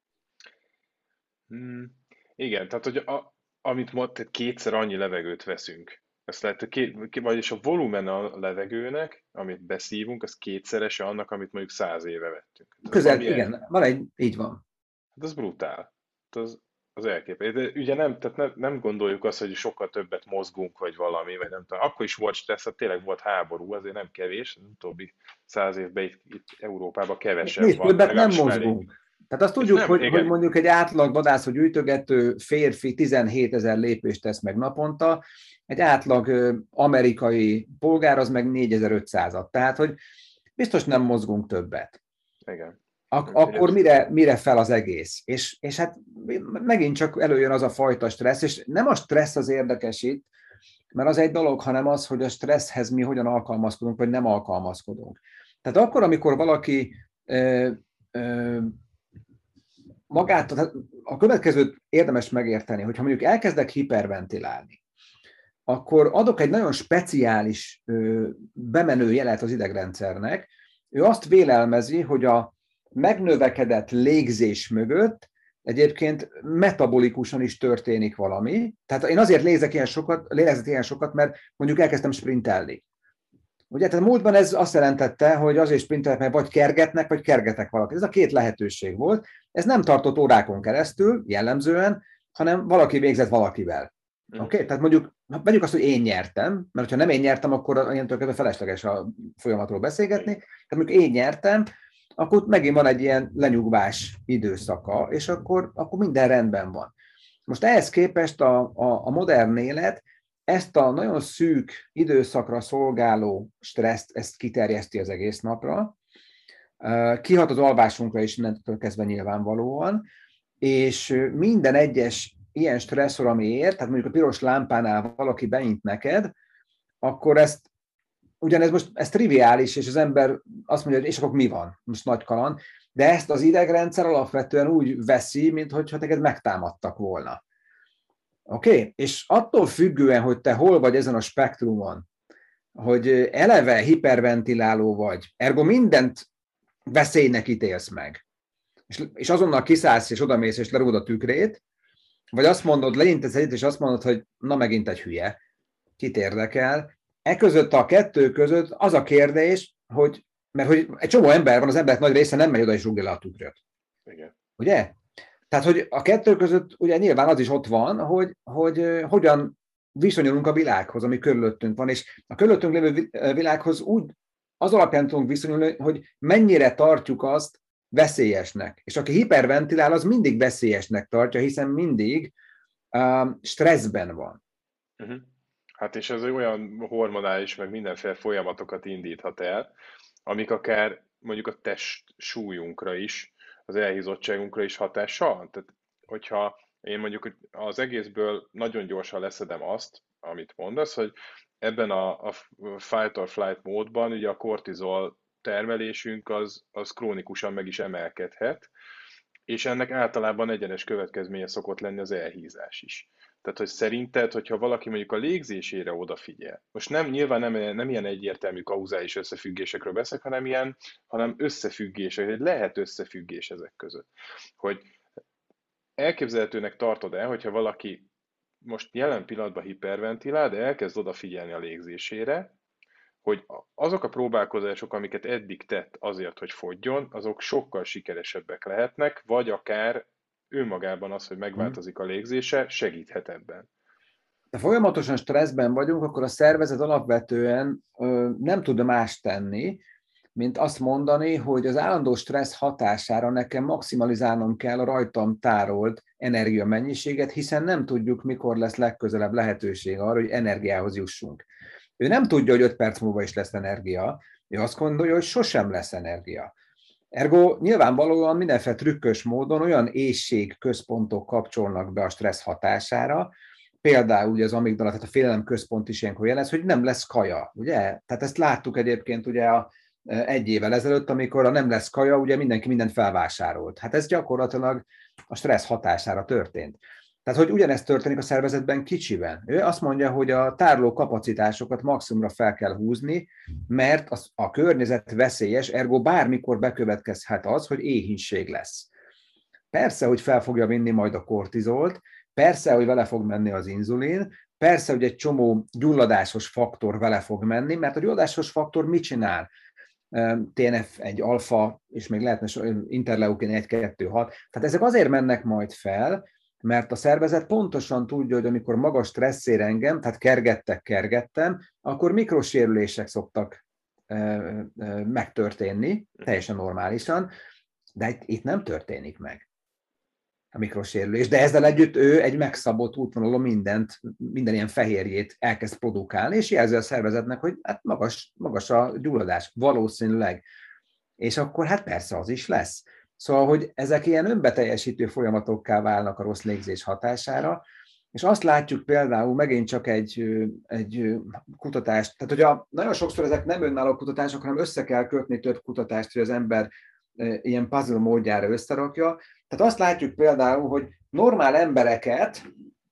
Igen, tehát, hogy amit mondtad, kétszer annyi levegőt veszünk. Ezt lehet, vagyis a volumen a levegőnek, amit beszívunk, az kétszerese annak, amit mondjuk 100 éve vettünk. Közel, igen, így van. Hát az brutál. Az elképesztő. De ugye nem gondoljuk azt, hogy sokkal többet mozgunk, vagy valami, vagy nem tudom. Akkor is volt stressz, hát tényleg volt háború, azért nem kevés, az utóbbi 100 évben itt Európában kevesebb van. Többet nem mozgunk. Tehát azt tudjuk, hogy mondjuk egy átlag vadászó gyűjtögető férfi 17 000 lépést tesz meg naponta, egy átlag amerikai polgár az meg 4500-at. Tehát, hogy biztos nem mozgunk többet. Igen. Akkor mire fel az egész? És hát megint csak előjön az a fajta stressz, és nem a stressz az érdekes itt, mert az egy dolog, hanem az, hogy a stresszhez mi hogyan alkalmazkodunk, vagy nem alkalmazkodunk. Tehát akkor, amikor valaki magát, a következőt érdemes megérteni, hogyha mondjuk elkezdek hiperventilálni, akkor adok egy nagyon speciális bemenő jelet az idegrendszernek, ő azt vélelmezi, hogy a megnövekedett légzés mögött egyébként metabolikusan is történik valami. Tehát én azért lélegzek ilyen sokat, mert mondjuk elkezdtem sprintelni. Ugye, tehát múltban ez azt jelentette, hogy azért sprintelek, mert vagy kergetnek, vagy kergetek valakit. Ez a két lehetőség volt. Ez nem tartott órákon keresztül, jellemzően, hanem valaki végzett valakivel. Oké? Tehát mondjuk, vegyük azt, hogy én nyertem, mert ha nem én nyertem, akkor ilyentől kezdve felesleges a folyamatról beszélgetni. Tehát mondjuk én nyertem, akkor megint van egy ilyen lenyugvás időszaka, és akkor minden rendben van. Most ehhez képest a modern élet ezt a nagyon szűk időszakra szolgáló stresszt, ezt kiterjeszti az egész napra, kihat az alvásunkra is innentől kezdve nyilvánvalóan, és minden egyes ilyen stresszor, ami ér, tehát mondjuk a piros lámpánál valaki beint neked, akkor ugyanez most ez triviális, és az ember azt mondja, hogy és akkor mi van? Most nagy kaland. De ezt az idegrendszer alapvetően úgy veszi, mintha neked megtámadtak volna. Oké? És attól függően, hogy te hol vagy ezen a spektrumon, hogy eleve hiperventiláló vagy, ergo mindent veszélynek ítélsz meg, és azonnal kiszállsz, és odamész, és lerúgod a tükrét, vagy azt mondod, leintesz egyet, és azt mondod, hogy na megint egy hülye, kit érdekel. Között a kettő között az a kérdés, mert hogy egy csomó ember van, az emberek nagy része nem megy oda és rúgja le a tükröt. Igen. Ugye? Tehát, hogy a kettő között ugye nyilván az is ott van, hogy hogyan viszonyulunk a világhoz, ami körülöttünk van, és a körülöttünk lévő világhoz úgy az alapján tudunk viszonyulni, hogy mennyire tartjuk azt veszélyesnek. És aki hiperventilál, az mindig veszélyesnek tartja, hiszen mindig stresszben van. Uh-huh. Hát és ez olyan hormonális, meg mindenféle folyamatokat indíthat el, amik akár mondjuk a test súlyunkra is, az elhízottságunkra is hatással van. Tehát, hogyha én mondjuk az egészből nagyon gyorsan leszedem azt, amit mondasz, hogy ebben a fight or flight módban ugye a kortizol termelésünk az krónikusan meg is emelkedhet, és ennek általában egyenes következménye szokott lenni az elhízás is. Tehát, hogy szerinted, hogyha valaki mondjuk a légzésére odafigyel, most nyilván nem ilyen egyértelmű kauzális összefüggésekről beszélek, hanem összefüggések, egy lehet összefüggés ezek között. Hogy elképzelhetőnek tartod-e, hogyha valaki most jelen pillanatban hiperventilál, de elkezd odafigyelni a légzésére, hogy azok a próbálkozások, amiket eddig tett azért, hogy fogjon, azok sokkal sikeresebbek lehetnek, vagy akár önmagában az, hogy megváltozik a légzése, segíthet ebben. Ha folyamatosan stresszben vagyunk, akkor a szervezet alapvetően nem tud más tenni, mint azt mondani, hogy az állandó stressz hatására nekem maximalizálnom kell a rajtam tárolt energiamennyiséget, hiszen nem tudjuk, mikor lesz legközelebb lehetőség arra, hogy energiához jussunk. Ő nem tudja, hogy 5 perc múlva is lesz energia, ő azt gondolja, hogy sosem lesz energia. Ergo nyilvánvalóan mindenféle trükkös módon olyan éhségközpontok kapcsolnak be a stressz hatására, például ugye az amigdala, tehát a félelem központ is ilyenkor jelez, hogy nem lesz kaja, ugye? Tehát ezt láttuk egyébként ugye egy évvel ezelőtt, amikor a nem lesz kaja, ugye mindenki mindent felvásárolt. Hát ez gyakorlatilag a stressz hatására történt. Tehát, hogy ugyanezt történik a szervezetben kicsiben. Ő azt mondja, hogy a tároló kapacitásokat maximumra fel kell húzni, mert a környezet veszélyes, ergo bármikor bekövetkezhet az, hogy éhínség lesz. Persze, hogy fel fogja vinni majd a kortizolt, persze, hogy vele fog menni az inzulin, persze, hogy egy csomó gyulladásos faktor vele fog menni, mert a gyulladásos faktor mit csinál? TNF1 alfa, és még lehetne interleukin 1-2-6. Tehát ezek azért mennek majd fel, mert a szervezet pontosan tudja, hogy amikor magas stressz ér engem, tehát kergettem, akkor mikrosérülések szoktak megtörténni, teljesen normálisan, de itt nem történik meg a mikrosérülés, de ezzel együtt ő egy megszabott útvonalon minden ilyen fehérjét elkezd produkálni, és jelzi a szervezetnek, hogy hát magas a gyulladás, valószínűleg. És akkor hát persze az is lesz. Szóval, hogy ezek ilyen önbeteljesítő folyamatokká válnak a rossz légzés hatására, és azt látjuk például megint csak egy kutatást, tehát hogy nagyon sokszor ezek nem önálló kutatások, hanem össze kell kötni több kutatást, hogy az ember ilyen puzzle módjára összerakja. Tehát azt látjuk például, hogy normál embereket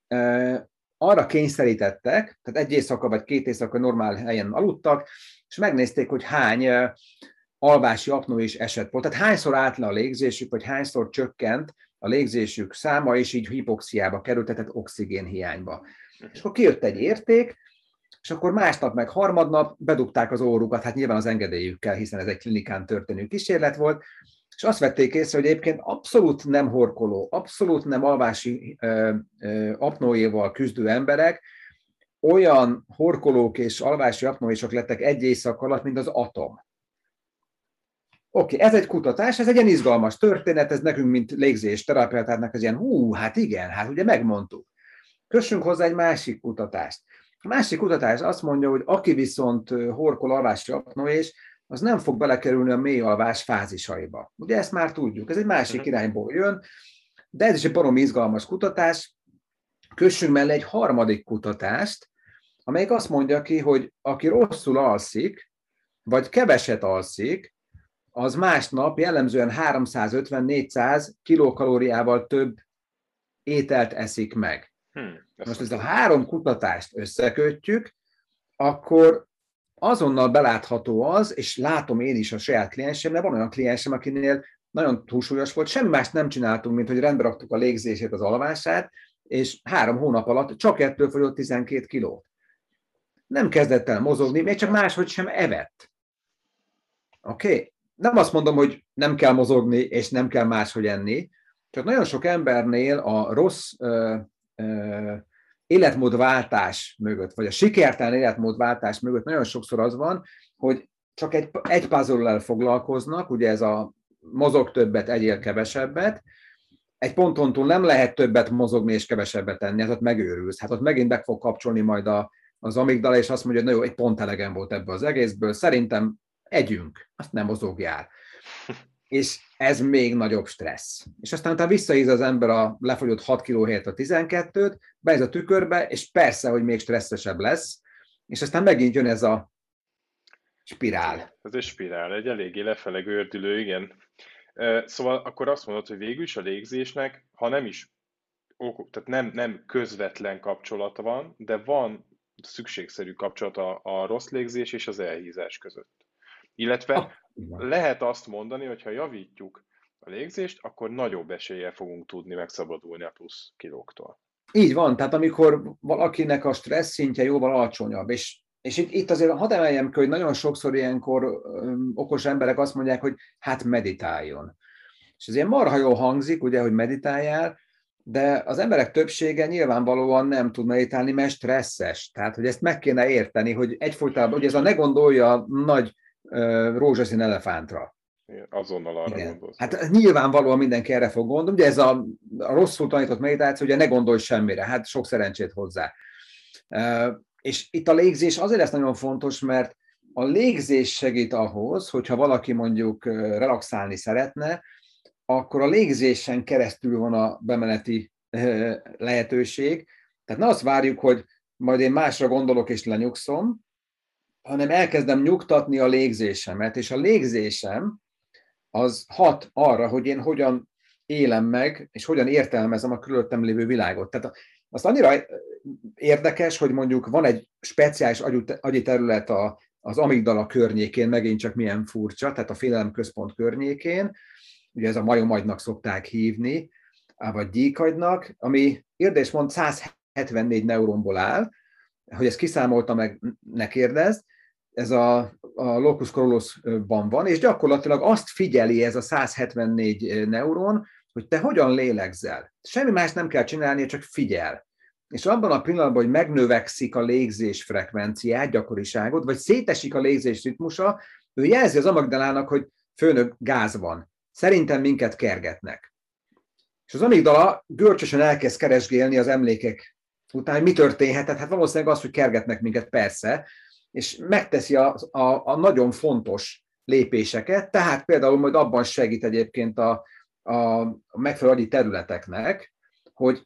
arra kényszerítettek, tehát egy éjszaka vagy 2 éjszaka normál helyen aludtak, és megnézték, hogy hány alvási apnoé is esett volt. Tehát hányszor állt le a légzésük, vagy hányszor csökkent a légzésük száma, és így hipoxiába került, tehát oxigénhiányba. És akkor kijött egy érték, és akkor másnap meg harmadnap bedugták az órukat, hát nyilván az engedélyükkel, hiszen ez egy klinikán történő kísérlet volt, és azt vették észre, hogy egyébként abszolút nem horkoló, abszolút nem alvási apnoéval küzdő emberek olyan horkolók és alvási apnoésok lettek egy éjszak alatt, mint az atom. Oké, ez egy kutatás, ez egy ilyen izgalmas történet, ez nekünk, mint légzés terapeutáknak ez ilyen, hát igen, hát ugye megmondtuk. Kössünk hozzá egy másik kutatást. A másik kutatás azt mondja, hogy aki viszont horkol alvási apnoés, az nem fog belekerülni a mély alvás fázisaiba. Ugye ezt már tudjuk, ez egy másik irányból jön, De ez is egy baromi izgalmas kutatás. Kössünk mellé egy harmadik kutatást, amelyik azt mondja ki, hogy aki rosszul alszik, vagy keveset alszik, az másnap jellemzően 350-400 kilokalóriával több ételt eszik meg. Most ezt a három kutatást összekötjük, akkor azonnal belátható az, és látom én is a saját kliensemnél, van olyan kliensem, akinél nagyon túlsúlyos volt, semmi más nem csináltunk, mint hogy rendbe raktuk a légzését, az alvását, és 3 hónap alatt csak ettől fogyott 12 kilót. Nem kezdett el mozogni, még csak máshogy sem evett. Oké? Nem azt mondom, hogy nem kell mozogni, és nem kell máshogy enni, csak nagyon sok embernél a rossz életmódváltás mögött, vagy a sikertelen életmódváltás mögött nagyon sokszor az van, hogy csak egy puzzle-lel foglalkoznak, ugye ez a mozog többet, egyél kevesebbet, egy ponton túl nem lehet többet mozogni és kevesebbet enni, hát ott megőrülsz. Hát ott megint be fog kapcsolni majd az amigdala, és azt mondja, hogy na jó, egy pont elegem volt ebből az egészből, szerintem együnk, azt nem mozogjál. És ez még nagyobb stressz. És aztán utána visszahíz az ember a lefogyott 6 kiló helyett a 12-t, behez a tükörbe, és persze, hogy még stresszesebb lesz, és aztán megint jön ez a spirál. Ez egy spirál, egy eléggé lefele gördülő, igen. Szóval akkor azt mondod, hogy végül is a légzésnek, ha nem is, tehát nem közvetlen kapcsolata van, de van szükségszerű kapcsolata a rossz légzés és az elhízás között. Illetve lehet azt mondani, hogy ha javítjuk a légzést, akkor nagyobb eséllyel fogunk tudni megszabadulni a plusz kilóktól. Így van, tehát amikor valakinek a stressz szintje jóval alacsonyabb, és itt azért hadd emeljem ki, hogy nagyon sokszor ilyenkor okos emberek azt mondják, hogy hát meditáljon. És ez ilyen marha jól hangzik, ugye, hogy meditáljál, de az emberek többsége nyilvánvalóan nem tud meditálni, mert stresszes. Tehát, hogy ezt meg kéne érteni, hogy egyfolytában, hogy ez a ne gondolja a nagy rózsaszín elefántra. Azonnal arra igen. gondolsz. Hát nyilvánvalóan mindenki erre fog gondolni, ugye ez a rosszul tanított meditáció, ugye ne gondolj semmire, hát sok szerencsét hozzá. És itt a légzés azért lesz nagyon fontos, mert a légzés segít ahhoz, hogyha valaki mondjuk relaxálni szeretne, akkor a légzésen keresztül van a bemeneti lehetőség. Tehát ne azt várjuk, hogy majd én másra gondolok és lenyugszom, hanem elkezdem nyugtatni a légzésemet, és a légzésem az hat arra, hogy én hogyan élem meg, és hogyan értelmezem a körülöttem lévő világot. Tehát azt annyira érdekes, hogy mondjuk van egy speciális agyi terület az amigdala környékén, megint csak milyen furcsa, tehát a félelemközpont környékén, ugye ez a majomagynak szokták hívni, vagy gyíkagynak, ami érdekes mond 174 neuronból áll, hogy ezt kiszámolta meg, ne kérdezd, ez a locus coeruleusban van, és gyakorlatilag azt figyeli ez a 174 neuron, hogy te hogyan lélegzel. Semmi más nem kell csinálni, csak figyel. És abban a pillanatban, hogy megnövekszik a légzés frekvenciát, gyakoriságot, vagy szétesik a légzés ritmusa, ő jelzi az amigdalának, hogy főnök, gáz van. Szerintem minket kergetnek. És az amigdala görcsösen elkezd keresgélni az emlékek után, hogy mi történhetett. Hát valószínűleg az, hogy kergetnek minket, persze, és megteszi a nagyon fontos lépéseket, tehát például majd abban segít egyébként a megfelelő agyi területeknek, hogy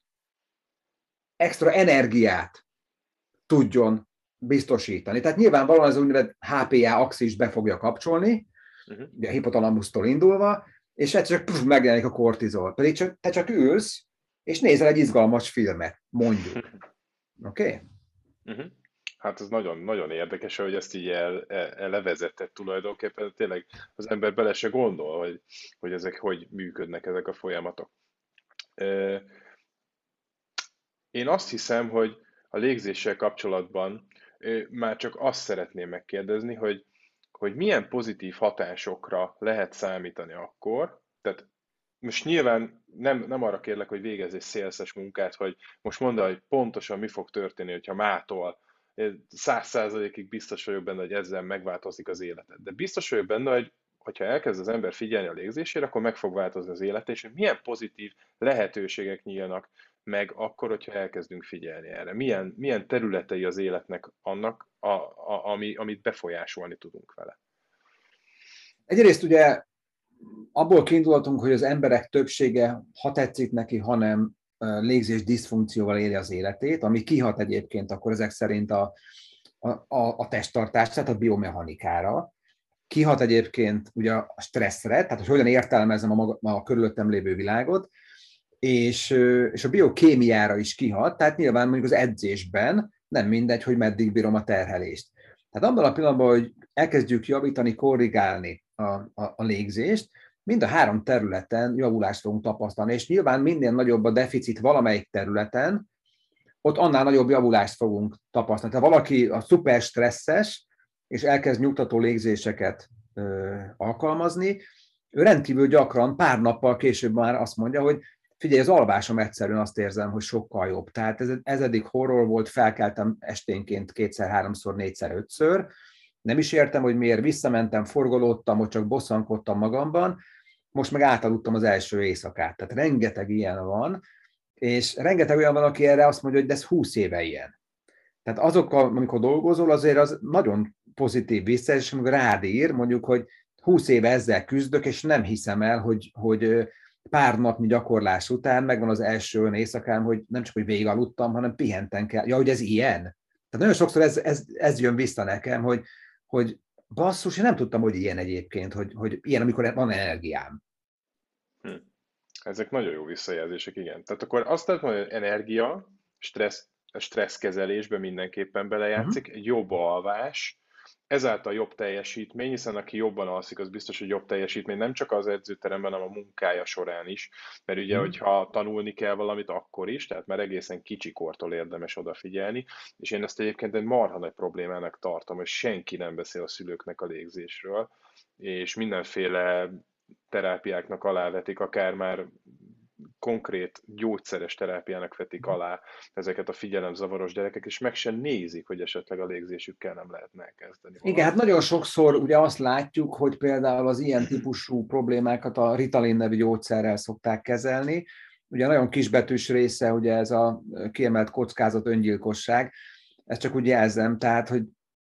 extra energiát tudjon biztosítani. Tehát nyilvánvalóan az úgynevezett HPA axis be fogja kapcsolni, ugye a hipotalamusztól indulva, és egyszer csak megjelenik a kortizol. Pedig te csak ülsz, és nézel egy izgalmas filmet, mondjuk. Oké? Okay? Hát ez nagyon, nagyon érdekes, hogy ezt így levezetett tulajdonképpen. Tényleg az ember bele se gondol, hogy ezek hogy működnek, ezek a folyamatok. Én azt hiszem, hogy a légzéssel kapcsolatban már csak azt szeretném megkérdezni, hogy milyen pozitív hatásokra lehet számítani akkor. Tehát most nyilván nem arra kérlek, hogy végezz egy szélszes munkát, hogy most mondd el, hogy pontosan mi fog történni, hogyha mától 100%-ig biztos vagyok benne, hogy ezzel megváltozik az életed. De biztos vagyok benne, hogy hogyha elkezd az ember figyelni a légzésére, akkor meg fog változni az élete, és hogy milyen pozitív lehetőségek nyílnak meg akkor, hogyha elkezdünk figyelni erre. Milyen területei az életnek annak, amit befolyásolni tudunk vele. Egyrészt ugye abból kiindultunk, hogy az emberek többsége, ha tetszik neki, hanem légzés diszfunkcióval éli az életét, ami kihat egyébként akkor ezek szerint a testtartásra, tehát a biomechanikára. Kihat egyébként ugye a stresszre, tehát hogy hogyan értelmezem a körülöttem lévő világot, és a biokémiára is kihat, tehát nyilván mondjuk az edzésben nem mindegy, hogy meddig bírom a terhelést. Tehát abban a pillanatban, hogy elkezdjük javítani, korrigálni a légzést, mind a három területen javulást fogunk tapasztalni, és nyilván minél nagyobb a deficit valamelyik területen, ott annál nagyobb javulást fogunk tapasztalni. Tehát valaki a szuper stresszes, és elkezd nyugtató légzéseket alkalmazni, ő rendkívül gyakran, pár nappal később már azt mondja, hogy figyelj, az alvásom egyszerűen azt érzem, hogy sokkal jobb. Tehát ez eddig horror volt, felkeltem esténként kétszer, háromszor, négyszer, ötször, nem is értem, hogy miért visszamentem, forgolódtam, hogy csak bosszankodtam magamban, most meg átaludtam az első éjszakát. Tehát rengeteg ilyen van, és rengeteg olyan van, aki erre azt mondja, hogy de ez 20 éve ilyen. Tehát azokkal, amikor dolgozol, azért az nagyon pozitív visszajelzés, amikor rád ír, mondjuk, hogy 20 éve ezzel küzdök, és nem hiszem el, hogy pár napnyi gyakorlás után megvan az első olyan éjszakám, hogy nem csak, hogy végigaludtam, hanem pihenten kell. Ja, hogy ez ilyen? Tehát nagyon sokszor ez jön vissza nekem, hogy basszus, én nem tudtam, hogy ilyen egyébként, hogy ilyen, amikor van energiám. Hm. Ezek nagyon jó visszajelzések, igen. Tehát akkor azt lehet mondani, hogy energia, a stresszkezelésben mindenképpen Uh-huh. belejátszik, egy jobb alvás, ezáltal jobb teljesítmény, hiszen aki jobban alszik, az biztos, hogy jobb teljesítmény nem csak az edzőteremben, hanem a munkája során is. Mert ugye, Uh-huh. hogyha tanulni kell valamit, akkor is, tehát már egészen kicsikortól érdemes odafigyelni, és én ezt egyébként egy marha nagy problémának tartom, hogy senki nem beszél a szülőknek a légzésről, és mindenféle terápiáknak alávetik, akár már konkrét gyógyszeres terápiának vetik alá ezeket a figyelemzavaros gyerekek, és meg sem nézik, hogy esetleg a légzésükkel nem lehetne elkezdeni Igen, hát valamit. nagyon sokszor ugye azt látjuk, hogy például az ilyen típusú problémákat a Ritalin nevű gyógyszerrel szokták kezelni. Ugye nagyon kisbetűs része, ugye ez a kiemelt kockázat, öngyilkosság, ezt csak úgy jelzem, tehát, hogy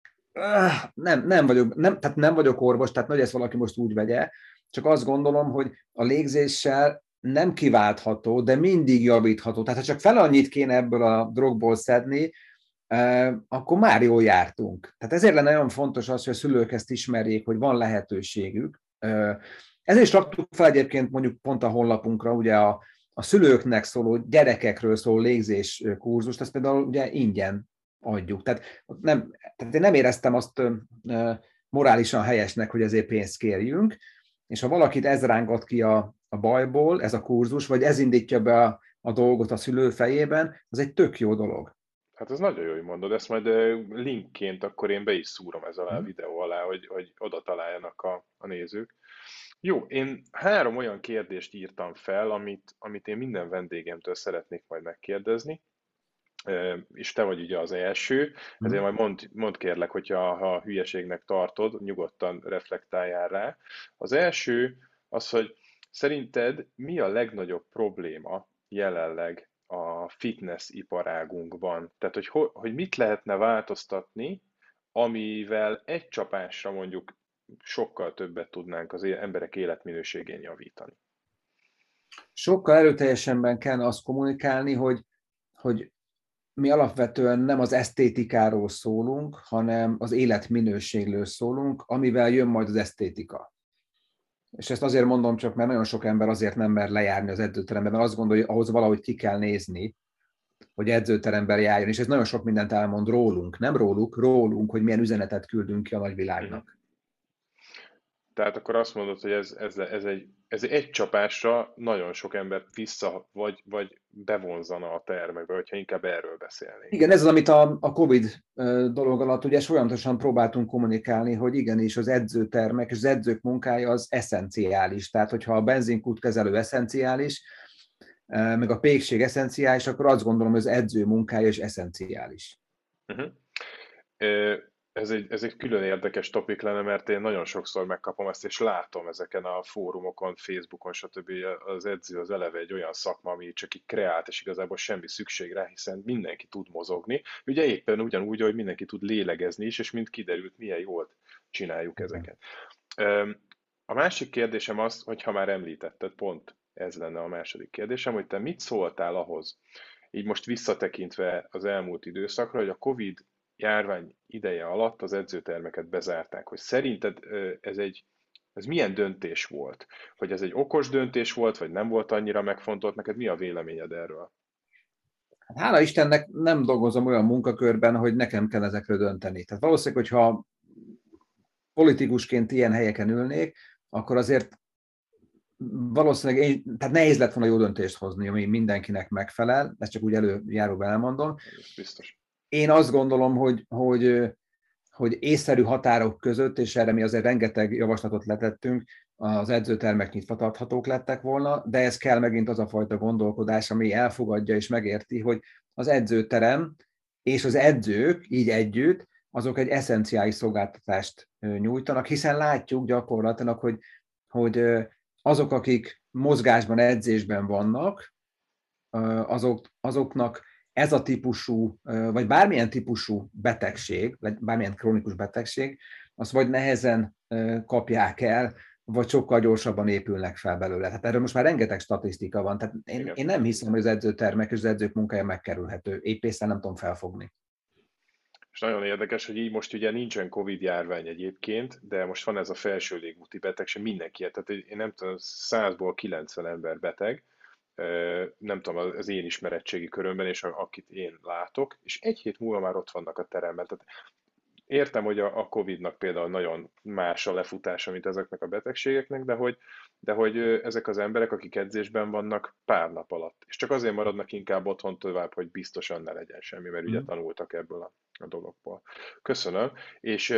nem vagyok orvos, tehát hogy ezt valaki most úgy vegye, csak azt gondolom, hogy a légzéssel nem kiváltható, de mindig javítható. Tehát ha csak fel annyit kéne ebből a drogból szedni, akkor már jól jártunk. Tehát ezért lenne nagyon fontos az, hogy a szülők ezt ismerjék, hogy van lehetőségük. Ezért is raktuk fel egyébként mondjuk pont a honlapunkra ugye a szülőknek szóló, gyerekekről szóló légzés kurzust, ezt például ugye ingyen adjuk. Tehát én nem éreztem azt morálisan helyesnek, hogy ezért pénzt kérjünk, és ha valakit ez rángat ki a bajból, ez a kurzus, vagy ez indítja be a dolgot a szülő fejében, az egy tök jó dolog. Hát ez nagyon jó, hogy mondod, ezt majd linkként akkor én be is szúrom ez alá a videó alá, hogy oda találjanak a nézők. Jó, én 3 olyan kérdést írtam fel, amit én minden vendégemtől szeretnék majd megkérdezni, és te vagy ugye az első, ezért majd mondd kérlek, hogyha ha hülyeségnek tartod, nyugodtan reflektáljál rá. Az első az, hogy szerinted mi a legnagyobb probléma jelenleg a fitness iparágunkban? Tehát, hogy mit lehetne változtatni, amivel egy csapásra mondjuk sokkal többet tudnánk az emberek életminőségén javítani. Sokkal erőteljesebben kellene azt kommunikálni, hogy mi alapvetően nem az esztétikáról szólunk, hanem az életminőségről szólunk, amivel jön majd az esztétika. És ezt azért mondom csak, mert nagyon sok ember azért nem mer lejárni az edzőterembe, mert azt gondolja, hogy ahhoz valahogy ki kell nézni, hogy edzőteremben járjon, és ez nagyon sok mindent elmond rólunk, nem rólunk, hogy milyen üzenetet küldünk ki a Uh-huh. nagyvilágnak. Tehát akkor azt mondod, hogy ez egy csapásra nagyon sok embert vissza, vagy bevonzana a termekbe, hogyha inkább erről beszélnénk. Igen, ez az, amit a COVID dolog alatt ugye folyamatosan próbáltunk kommunikálni, hogy igenis az edzőtermek és az edzők munkája az eszenciális. Tehát, hogyha a benzinkútkezelő eszenciális, meg a pékség eszenciális, akkor azt gondolom, hogy az edző munkája is eszenciális. Uh-huh. Ez egy külön érdekes topik lenne, mert én nagyon sokszor megkapom ezt, és látom ezeken a fórumokon, Facebookon, stb. Az edző az eleve egy olyan szakma, ami csak így kreált, és igazából semmi szükség rá, hiszen mindenki tud mozogni. Ugye éppen ugyanúgy, hogy mindenki tud lélegezni is, és mint kiderült, milyen jól csináljuk ezeket. A másik kérdésem az, hogyha már említetted, pont ez lenne a második kérdésem, hogy te mit szóltál ahhoz, így most visszatekintve az elmúlt időszakra, hogy a Covid járvány ideje alatt az edzőtermeket bezárták, hogy szerinted ez milyen döntés volt? Hogy ez egy okos döntés volt, vagy nem volt annyira megfontolt? Neked mi a véleményed erről? Hát hála Istennek nem dolgozom olyan munkakörben, hogy nekem kell ezekről dönteni. Tehát valószínűleg, hogyha politikusként ilyen helyeken ülnék, akkor azért valószínűleg tehát nehéz lett volna jó döntést hozni, ami mindenkinek megfelel, ezt csak úgy előjáróban elmondom. Ez biztos. Én azt gondolom, hogy észszerű határok között, és erre mi azért rengeteg javaslatot letettünk, az edzőtermek nyitva tarthatók lettek volna, de ez kell megint az a fajta gondolkodás, ami elfogadja és megérti, hogy az edzőterem és az edzők így együtt, azok egy eszenciális szolgáltatást nyújtanak, hiszen látjuk gyakorlatilag, hogy azok, akik mozgásban, edzésben vannak, azoknak ez a típusú, vagy bármilyen típusú betegség, vagy bármilyen krónikus betegség, azt vagy nehezen kapják el, vagy sokkal gyorsabban épülnek fel belőle. Tehát erről most már rengeteg statisztika van. Tehát én nem hiszem, hogy az edzőtermek és az edzők munkája megkerülhető. Épp észre nem tudom felfogni. És nagyon érdekes, hogy így most ugye nincsen Covid járvány egyébként, de most van ez a felső légúti betegség, mindenki, tehát én nem tudom, 100-ból 90 ember beteg, nem tudom, az én ismeretségi körömben, és akit én látok, és egy hét múlva már ott vannak a teremben. Tehát értem, hogy a Covid-nak például nagyon más a lefutása, mint ezeknek a betegségeknek, de hogy ezek az emberek, akik edzésben vannak pár nap alatt, és csak azért maradnak inkább otthon tovább, hogy biztosan ne legyen semmi, mert ugye tanultak ebből a dologból. Köszönöm, és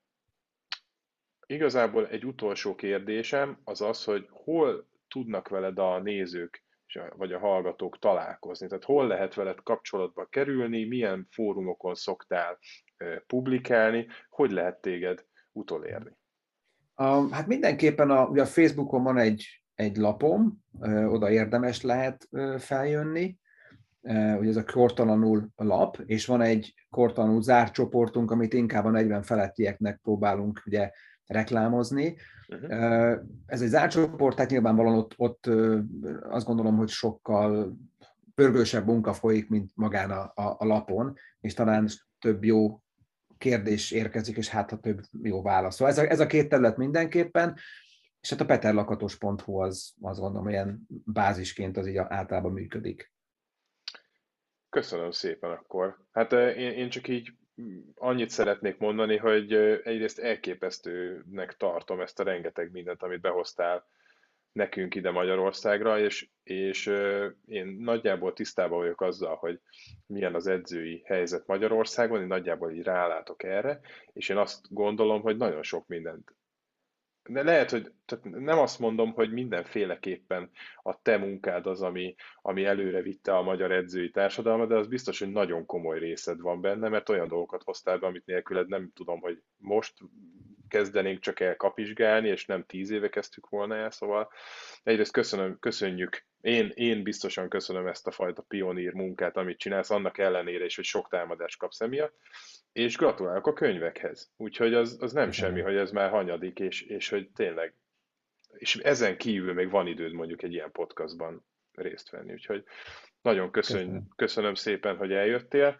igazából egy utolsó kérdésem az az, hogy hol tudnak veled a nézők vagy a hallgatók találkozni? Tehát hol lehet veled kapcsolatba kerülni, milyen fórumokon szoktál publikálni, hogy lehet téged utolérni? Hát mindenképpen ugye a Facebookon van egy lapom, oda érdemes lehet feljönni, ugye ez a Kortalanul lap, és van egy kortalanul zárt csoportunk, amit inkább a 40 felettieknek próbálunk ugye reklámozni. Ez egy zárt csoport, tehát nyilvánvalóan ott azt gondolom, hogy sokkal pörgősebb munka folyik, mint magán a lapon, és talán több jó kérdés érkezik, és hát ha több jó válasz. Szóval ez a két terület mindenképpen, és hát a peterlakatos.hu az azt gondolom, ilyen bázisként az így általában működik. Köszönöm szépen akkor. Hát én csak így annyit szeretnék mondani, hogy egyrészt elképesztőnek tartom ezt a rengeteg mindent, amit behoztál nekünk ide Magyarországra, és én nagyjából tisztában vagyok azzal, hogy milyen az edzői helyzet Magyarországon, én nagyjából így rálátok erre, és én azt gondolom, hogy nagyon sok mindent. De lehet, hogy tehát nem azt mondom, hogy mindenféleképpen a te munkád az, ami előre vitte a magyar edzői társadalmat, de az biztos, hogy nagyon komoly részed van benne, mert olyan dolgokat hoztál be, amit nélküled nem tudom, hogy most kezdenénk csak el kapizsgálni, és nem 10 éve kezdtük volna el, szóval egyrészt köszönjük, én biztosan köszönöm ezt a fajta pionír munkát, amit csinálsz, annak ellenére is, hogy sok támadást kapsz emiatt, és gratulálok a könyvekhez. Úgyhogy az nem semmi, hogy ez már hanyadik, és hogy tényleg, és ezen kívül még van időd mondjuk egy ilyen podcastban részt venni. Úgyhogy nagyon köszönöm szépen, hogy eljöttél,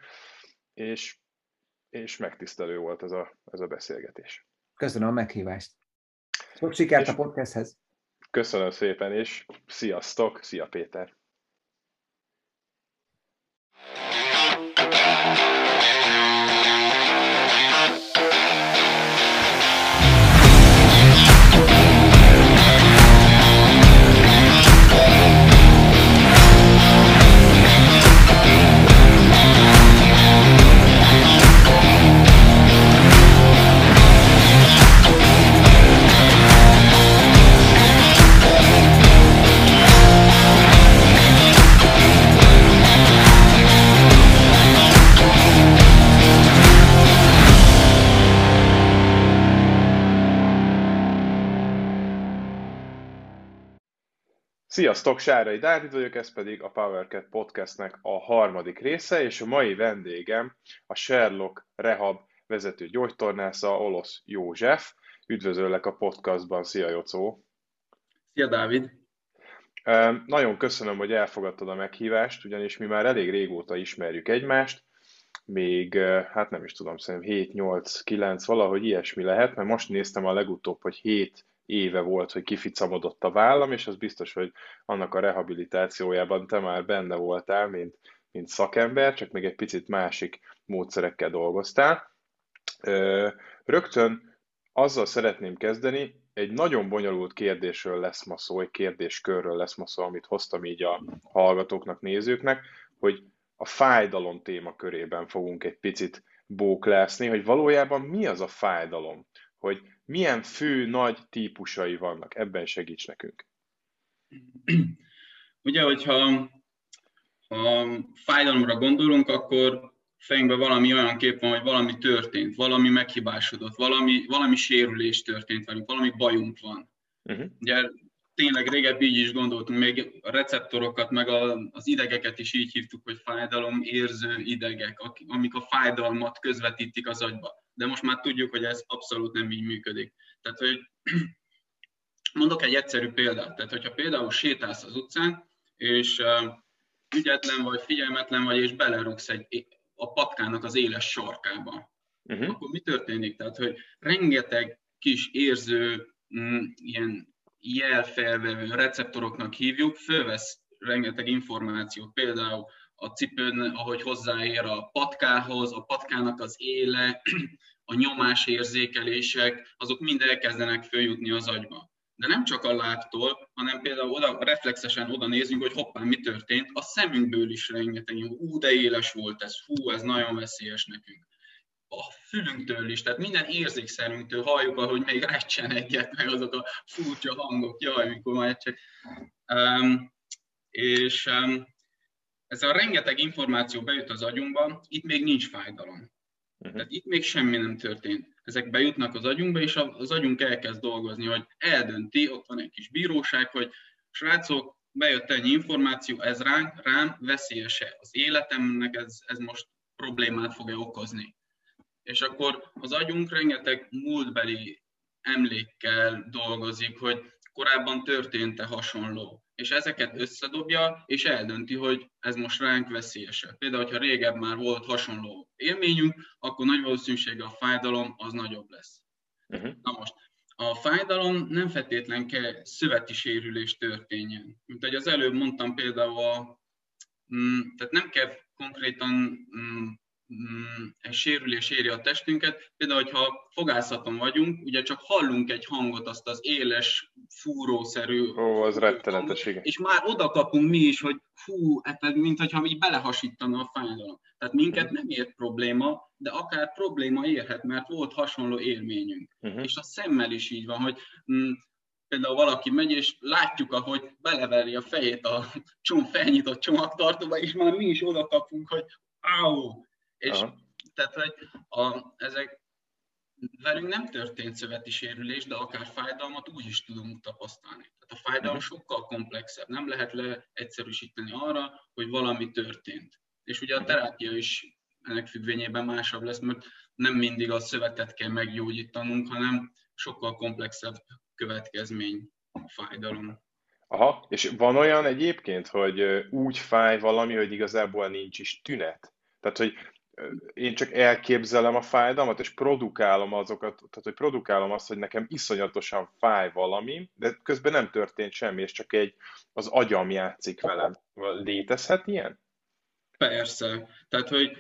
és megtisztelő volt ez a beszélgetés. Köszönöm a meghívást. Sok sikert a podcasthez. Köszönöm szépen, és sziasztok! Szia Péter! Sziasztok, Sárai Dávid vagyok, ez pedig a PowerCat podcastnek a harmadik része, és a mai vendégem a Sherlock Rehab vezető gyógytornásza, Olosz József, Üdvözöllek a podcastban, szia Jocó! Szia, Dávid! Nagyon köszönöm, hogy elfogadtad a meghívást, ugyanis mi már elég régóta ismerjük egymást, még, hát nem is tudom, szerintem 7-8-9, valahogy ilyesmi lehet, mert most néztem a legutóbb, hogy 7 éve volt, hogy kificamodott a vállam, és az biztos, hogy annak a rehabilitációjában te már benne voltál, mint szakember, csak még egy picit másik módszerekkel dolgoztál. Rögtön azzal szeretném kezdeni, egy nagyon bonyolult kérdésről lesz ma szó, egy kérdéskörről lesz ma szó, amit hoztam így a hallgatóknak, nézőknek, hogy a fájdalom témakörében fogunk egy picit bóklászni, hogy valójában mi az a fájdalom, hogy milyen fő nagy típusai vannak, ebben segíts nekünk. Ugye, hogyha fájdalomra gondolunk, akkor fejünkben valami olyan kép van, hogy valami történt, valami meghibásodott, valami sérülés történt velünk, valami bajunk van. Ugye tényleg régebbi így is gondoltunk, még a receptorokat, meg az idegeket is így hívtuk, hogy fájdalomérző idegek, amik a fájdalmat közvetítik az agyba. De most már tudjuk, hogy ez abszolút nem így működik. Tehát, hogy mondok egy egyszerű példát. Tehát, hogyha például sétálsz az utcán, és ügyetlen vagy, figyelmetlen vagy, és belerúgsz a patkának az éles sarkába, akkor mi történik? Tehát, hogy rengeteg kis érző, ilyen jelfelvevő receptoroknak hívjuk, fölvesz rengeteg információt, például a cipőn, ahogy hozzáér a patkához, a patkának az éle, a nyomásérzékelések, azok mind elkezdenek följutni az agyba. De nem csak a lábtól, hanem például reflexesen oda nézünk, hogy hoppá, mi történt, a szemünkből is rengeteg, de éles volt ez, ez nagyon veszélyes nekünk. A fülünktől is, tehát minden érzékszerünktől halljuk, ahogy még recsen egyet, meg azok a furcsa hangok, jaj, mikor már csak. Ez a rengeteg információ bejut az agyunkba, itt még nincs fájdalom. Tehát itt még semmi nem történt. Ezek bejutnak az agyunkba, és az agyunk elkezd dolgozni, hogy eldönti, ott van egy kis bíróság, hogy srácok, bejött ennyi információ, ez rám veszélyes-e? Az életemnek ez most problémát fog-e okozni? És akkor az agyunk rengeteg múltbeli emlékkel dolgozik, hogy korábban történt-e hasonló. És ezeket összedobja, és eldönti, hogy ez most ránk veszélyesebb. Például, ha régebb már volt hasonló élményünk, akkor nagy valószínűséggel a fájdalom az nagyobb lesz. Na most, a fájdalom nem feltétlen kell szöveti sérülés történjen. Mint ahogy az előbb mondtam például, tehát nem kell konkrétan egy sérülés éri a testünket. Például, hogyha fogászaton vagyunk, ugye csak hallunk egy hangot, azt az éles, fúrószerű az rettenetes, igen. És már oda kapunk mi is, hogy mintha így belehasítana a fájdalom. Tehát minket nem ért probléma, de akár probléma érhet, mert volt hasonló élményünk. És a szemmel is így van, hogy például valaki megy, és látjuk, ahogy beleveri a fejét a felnyitott csomagtartóba, és már mi is oda kapunk, hogy áú! És tehát, hogy ezek velünk nem történt szöveti sérülés, de akár fájdalmat úgy is tudunk tapasztalni. Tehát a fájdalom sokkal komplexebb. Nem lehet leegyszerűsíteni arra, hogy valami történt. És ugye a terápia is ennek függvényében másabb lesz, mert nem mindig a szövetet kell meggyógyítanunk, hanem sokkal komplexebb következmény a fájdalom. Aha, és van olyan egyébként, hogy úgy fáj valami, hogy igazából nincs is tünet? Tehát, hogy én csak elképzelem a fájdalmat, és produkálom azokat, tehát hogy produkálom azt, hogy nekem iszonyatosan fáj valami, de közben nem történt semmi, és csak az agyam játszik velem. Létezhet ilyen? Persze. Tehát, hogy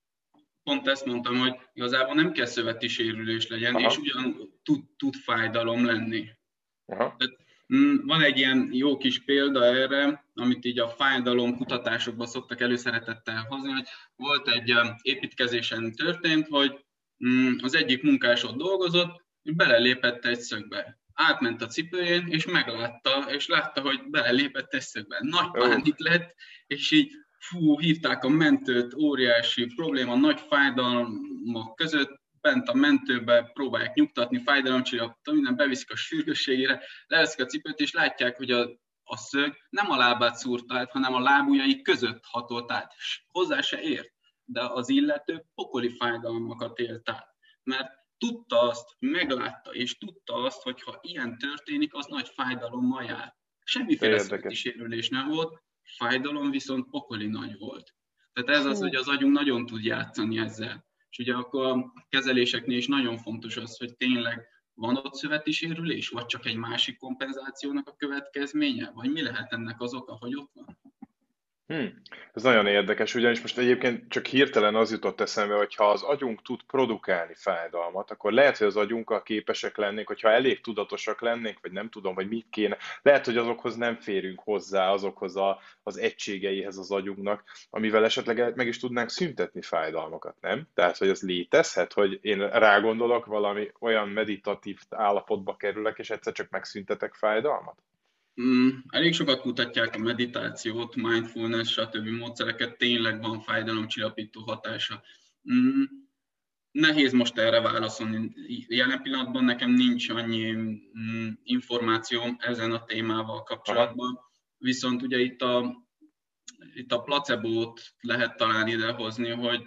pont ezt mondtam, hogy igazából nem kell szöveti sérülés legyen, és ugyan tud fájdalom lenni. Tehát, van egy ilyen jó kis példa erre, amit így a fájdalom kutatásokban szoktak előszeretettel hozni, hogy volt egy építkezésen történt, hogy az egyik munkás ott dolgozott, és belelépett egy szögbe. Átment a cipőjén, és meglátta, és látta, hogy belelépett egy szögbe. Nagy pánik lett, és így hívták a mentőt, óriási probléma, nagy fájdalmak között, bent a mentőbe próbálják nyugtatni, fájdalomcsillapítót, minden beviszik a sürgősségére, leveszik a cipőt, és látják, hogy a szög nem a lábát szúrta át, hanem a lábujjai között hatolt át. Hozzá se ért, de az illető pokoli fájdalmakat élt át. Mert tudta azt, meglátta, és tudta azt, hogy ha ilyen történik, az nagy fájdalommal jár. Semmiféle szöveti sérülés nem volt, fájdalom viszont pokoli nagy volt. Tehát ez az, hogy az agyunk nagyon tud játszani ezzel. És ugye akkor a kezeléseknél is nagyon fontos az, hogy tényleg van ott szöveti sérülés, vagy csak egy másik kompenzációnak a következménye? Vagy mi lehet ennek az oka, hogy ott van? Ez nagyon érdekes, ugyanis most egyébként csak hirtelen az jutott eszembe, hogy ha az agyunk tud produkálni fájdalmat, akkor lehet, hogy az agyunkkal képesek lennénk, hogyha elég tudatosak lennénk, vagy nem tudom, hogy mit kéne, lehet, hogy azokhoz nem férünk hozzá, azokhoz az egységeihez az agyunknak, amivel esetleg meg is tudnánk szüntetni fájdalmakat, nem? Tehát, hogy az létezhet, hogy én rágondolok, valami olyan meditatív állapotba kerülök, és egyszer csak megszüntetek fájdalmat? Elég sokat kutatják a meditációt, mindfulness, stb. Módszereket, tényleg van fájdalomcsillapító hatása. Nehéz most erre válaszolni. Jelen pillanatban nekem nincs annyi információm ezen a témával kapcsolatban, viszont ugye itt a placebót lehet talán idehozni,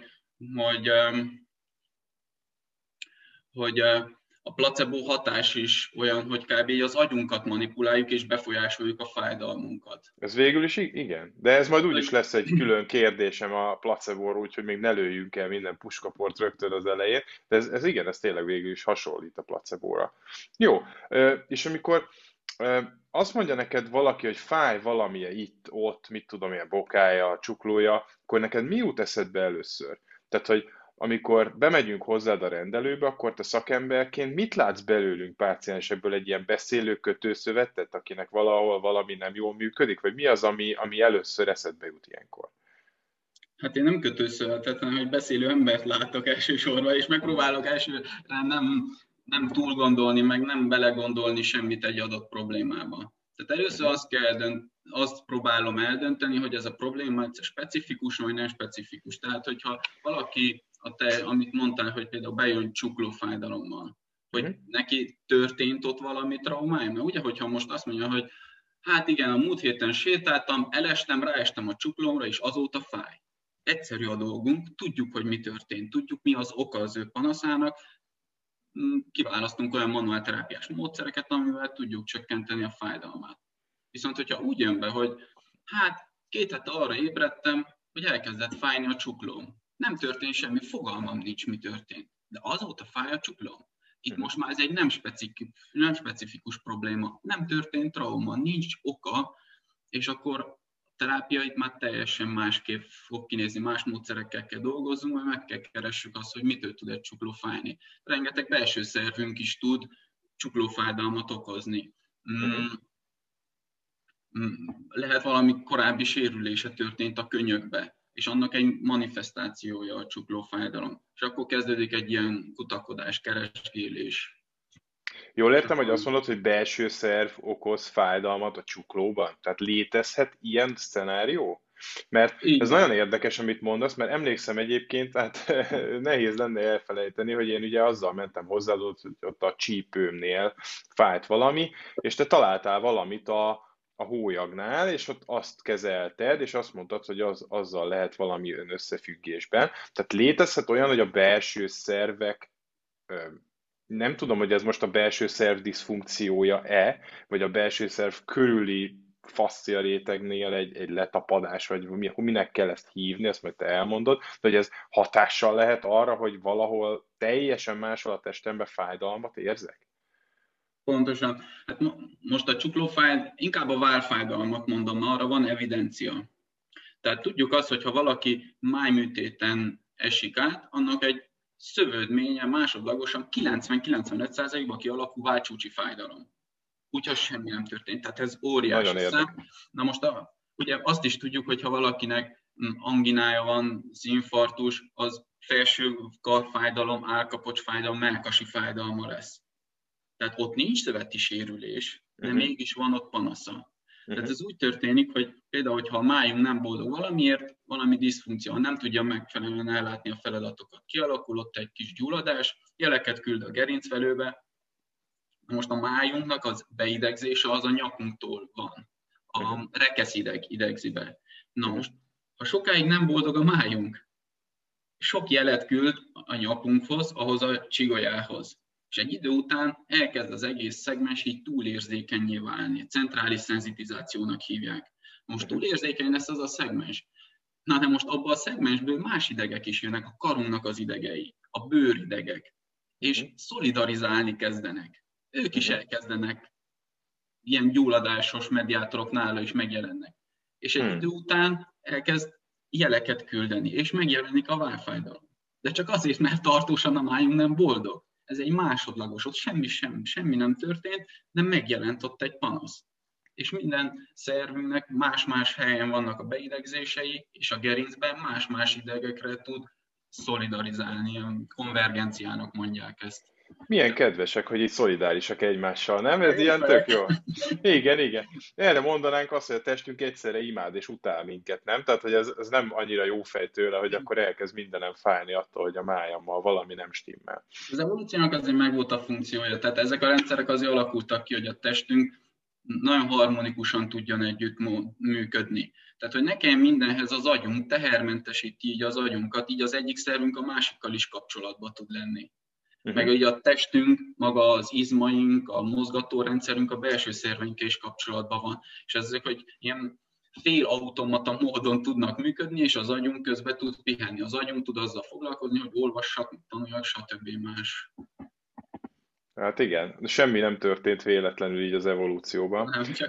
hogy a placebo hatás is olyan, hogy kb. Az agyunkat manipuláljuk és befolyásoljuk a fájdalmunkat. Ez végül is igen, de ez majd úgyis lesz egy külön kérdésem a placebóról, úgyhogy még ne lőjünk el minden puskaport rögtön az elején, de ez igen, ez tényleg végül is hasonlít a placebóra. Jó, és amikor azt mondja neked valaki, hogy fáj valamilyen itt, ott, mit tudom, ilyen bokája, csuklója, akkor neked mi jut eszedbe először? Tehát, hogy amikor bemegyünk hozzád a rendelőbe, akkor te szakemberként mit látsz belőlünk páciensekből, egy ilyen beszélő kötőszövetet, akinek valahol valami nem jól működik? Vagy mi az, ami először eszedbe jut ilyenkor? Hát én nem kötőszövetet, hanem hogy beszélő embert látok elsősorban, és megpróbálok elsőre nem túl gondolni, meg nem belegondolni semmit egy adott problémába. Tehát először azt próbálom eldönteni, hogy ez a probléma specifikus, vagy nem specifikus. Tehát, hogyha valaki, amit mondtál, hogy például bejön csuklófájdalommal, hogy neki történt ott valami traumája, mert ugye, hogyha most azt mondja, hogy hát igen, a múlt héten sétáltam, elestem, ráestem a csuklómra, és azóta fáj. Egyszerű a dolgunk, tudjuk, hogy mi történt, tudjuk, mi az oka az ő panaszának, kiválasztunk olyan manuálterápiás módszereket, amivel tudjuk csökkenteni a fájdalmát. Viszont, hogyha úgy jön be, hogy hát 2 hete arra ébredtem, hogy elkezdett fájni a csuklóm. Nem történt semmi, fogalmam nincs, mi történt. De azóta fáj a csuklóm. Itt most már ez egy nem specifikus probléma. Nem történt trauma, nincs oka, és akkor terápia itt már teljesen másképp fog kinézni, más módszerekkel kell dolgozzunk, majd meg kell keressük azt, hogy mitől tud egy csukló fájni. Rengeteg belső szervünk is tud csuklófájdalmat okozni. Lehet valami korábbi sérülése történt a könyökbe, és annak egy manifestációja a csuklófájdalom. És akkor kezdődik egy ilyen kutakodás, keresgélés. Jól értem, hogy azt mondod, hogy belső szerv okoz fájdalmat a csuklóban? Tehát létezhet ilyen szcenárió? Mert ez nagyon érdekes, amit mondasz, mert emlékszem egyébként, hát nehéz lenne elfelejteni, hogy én ugye azzal mentem hozzád, hogy ott a csípőmnél fájt valami, és te találtál valamit a hólyagnál, és ott azt kezelted, és azt mondtad, hogy azzal lehet valami összefüggésben. Tehát létezhet olyan, hogy a belső szervek, nem tudom, hogy ez most a belső szerv diszfunkciója-e, vagy a belső szerv körüli faszcia rétegnél egy letapadás, vagy minek kell ezt hívni, ezt majd te elmondod, de hogy ez hatással lehet arra, hogy valahol teljesen máshol a testemben fájdalmat érzek? Pontosan. Hát most a csuklófáj, inkább a válfájdalmat mondom, arra van evidencia. Tehát tudjuk azt, hogy ha valaki májműtéten esik át, annak egy szövődménye másodlagosan 90-95%-ban kialakul válcsúcsi fájdalom. Úgyhogy semmi nem történt. Tehát ez óriási szám. Na most ugye azt is tudjuk, hogy ha valakinek anginája van, szívinfarktus, az felső karfájdalom, állkapocs fájdalom, mellkasi fájdalma lesz. Tehát ott nincs szöveti sérülés, de mégis van ott panasza. Tehát ez úgy történik, hogy például, hogyha a májunk nem boldog valamiért, valami diszfunkció, nem tudja megfelelően ellátni a feladatokat. Kialakul ott egy kis gyulladás, jeleket küld a gerincvelőbe. Most a májunknak az beidegzése az a nyakunktól van. A rekeszideg idegzi be. Na most, ha sokáig nem boldog a májunk, sok jelet küld a nyakunkhoz, ahhoz a csigolyához. És egy idő után elkezd az egész szegmens így túlérzékenyé válni. Centrális szenzitizációnak hívják. Most túlérzékeny lesz az a szegmens. Na de most abban a szegmensből más idegek is jönnek, a karunknak az idegei, a bőridegek, és szolidarizálni kezdenek. Ők is elkezdenek, ilyen gyulladásos mediátorok nála is megjelennek. És egy idő után elkezd jeleket küldeni, és megjelenik a vállfájdalom. De csak azért, mert tartósan a májunk nem boldog. Ez egy másodlagos, ott semmi nem történt, de megjelent ott egy panasz. És minden szervünknek más-más helyen vannak a beidegzései, és a gerincben más-más idegekre tud szolidarizálni, ilyen konvergenciának mondják ezt. Milyen kedvesek, hogy így szolidárisak egymással, nem? Ez ilyen tök jó. Igen. Erre mondanánk azt, hogy a testünk egyszerre imád és utál minket, nem? Tehát, hogy ez nem annyira jó fej tőle, hogy akkor elkezd mindenem fájni attól, hogy a májammal valami nem stimmel. Az evolúciónak azért megvolt a funkciója, tehát ezek a rendszerek azért alakultak ki, hogy a testünk nagyon harmonikusan tudjon együtt működni. Tehát, hogy ne kelljen mindenhez az agyunk, tehermentesíti így az agyunkat, így az egyik szervünk a másikkal is kapcsolatban tud lenni. Meg ugye a testünk, maga az izmaink, a mozgatórendszerünk, a belső szerveinkkel is kapcsolatban van. És ezek, hogy ilyen félautomata módon tudnak működni, és az agyunk közben tud pihenni. Az agyunk tud azzal foglalkozni, hogy olvassak, tanuljak, stb. Más. Hát igen, semmi nem történt véletlenül így az evolúcióban. Nem, csak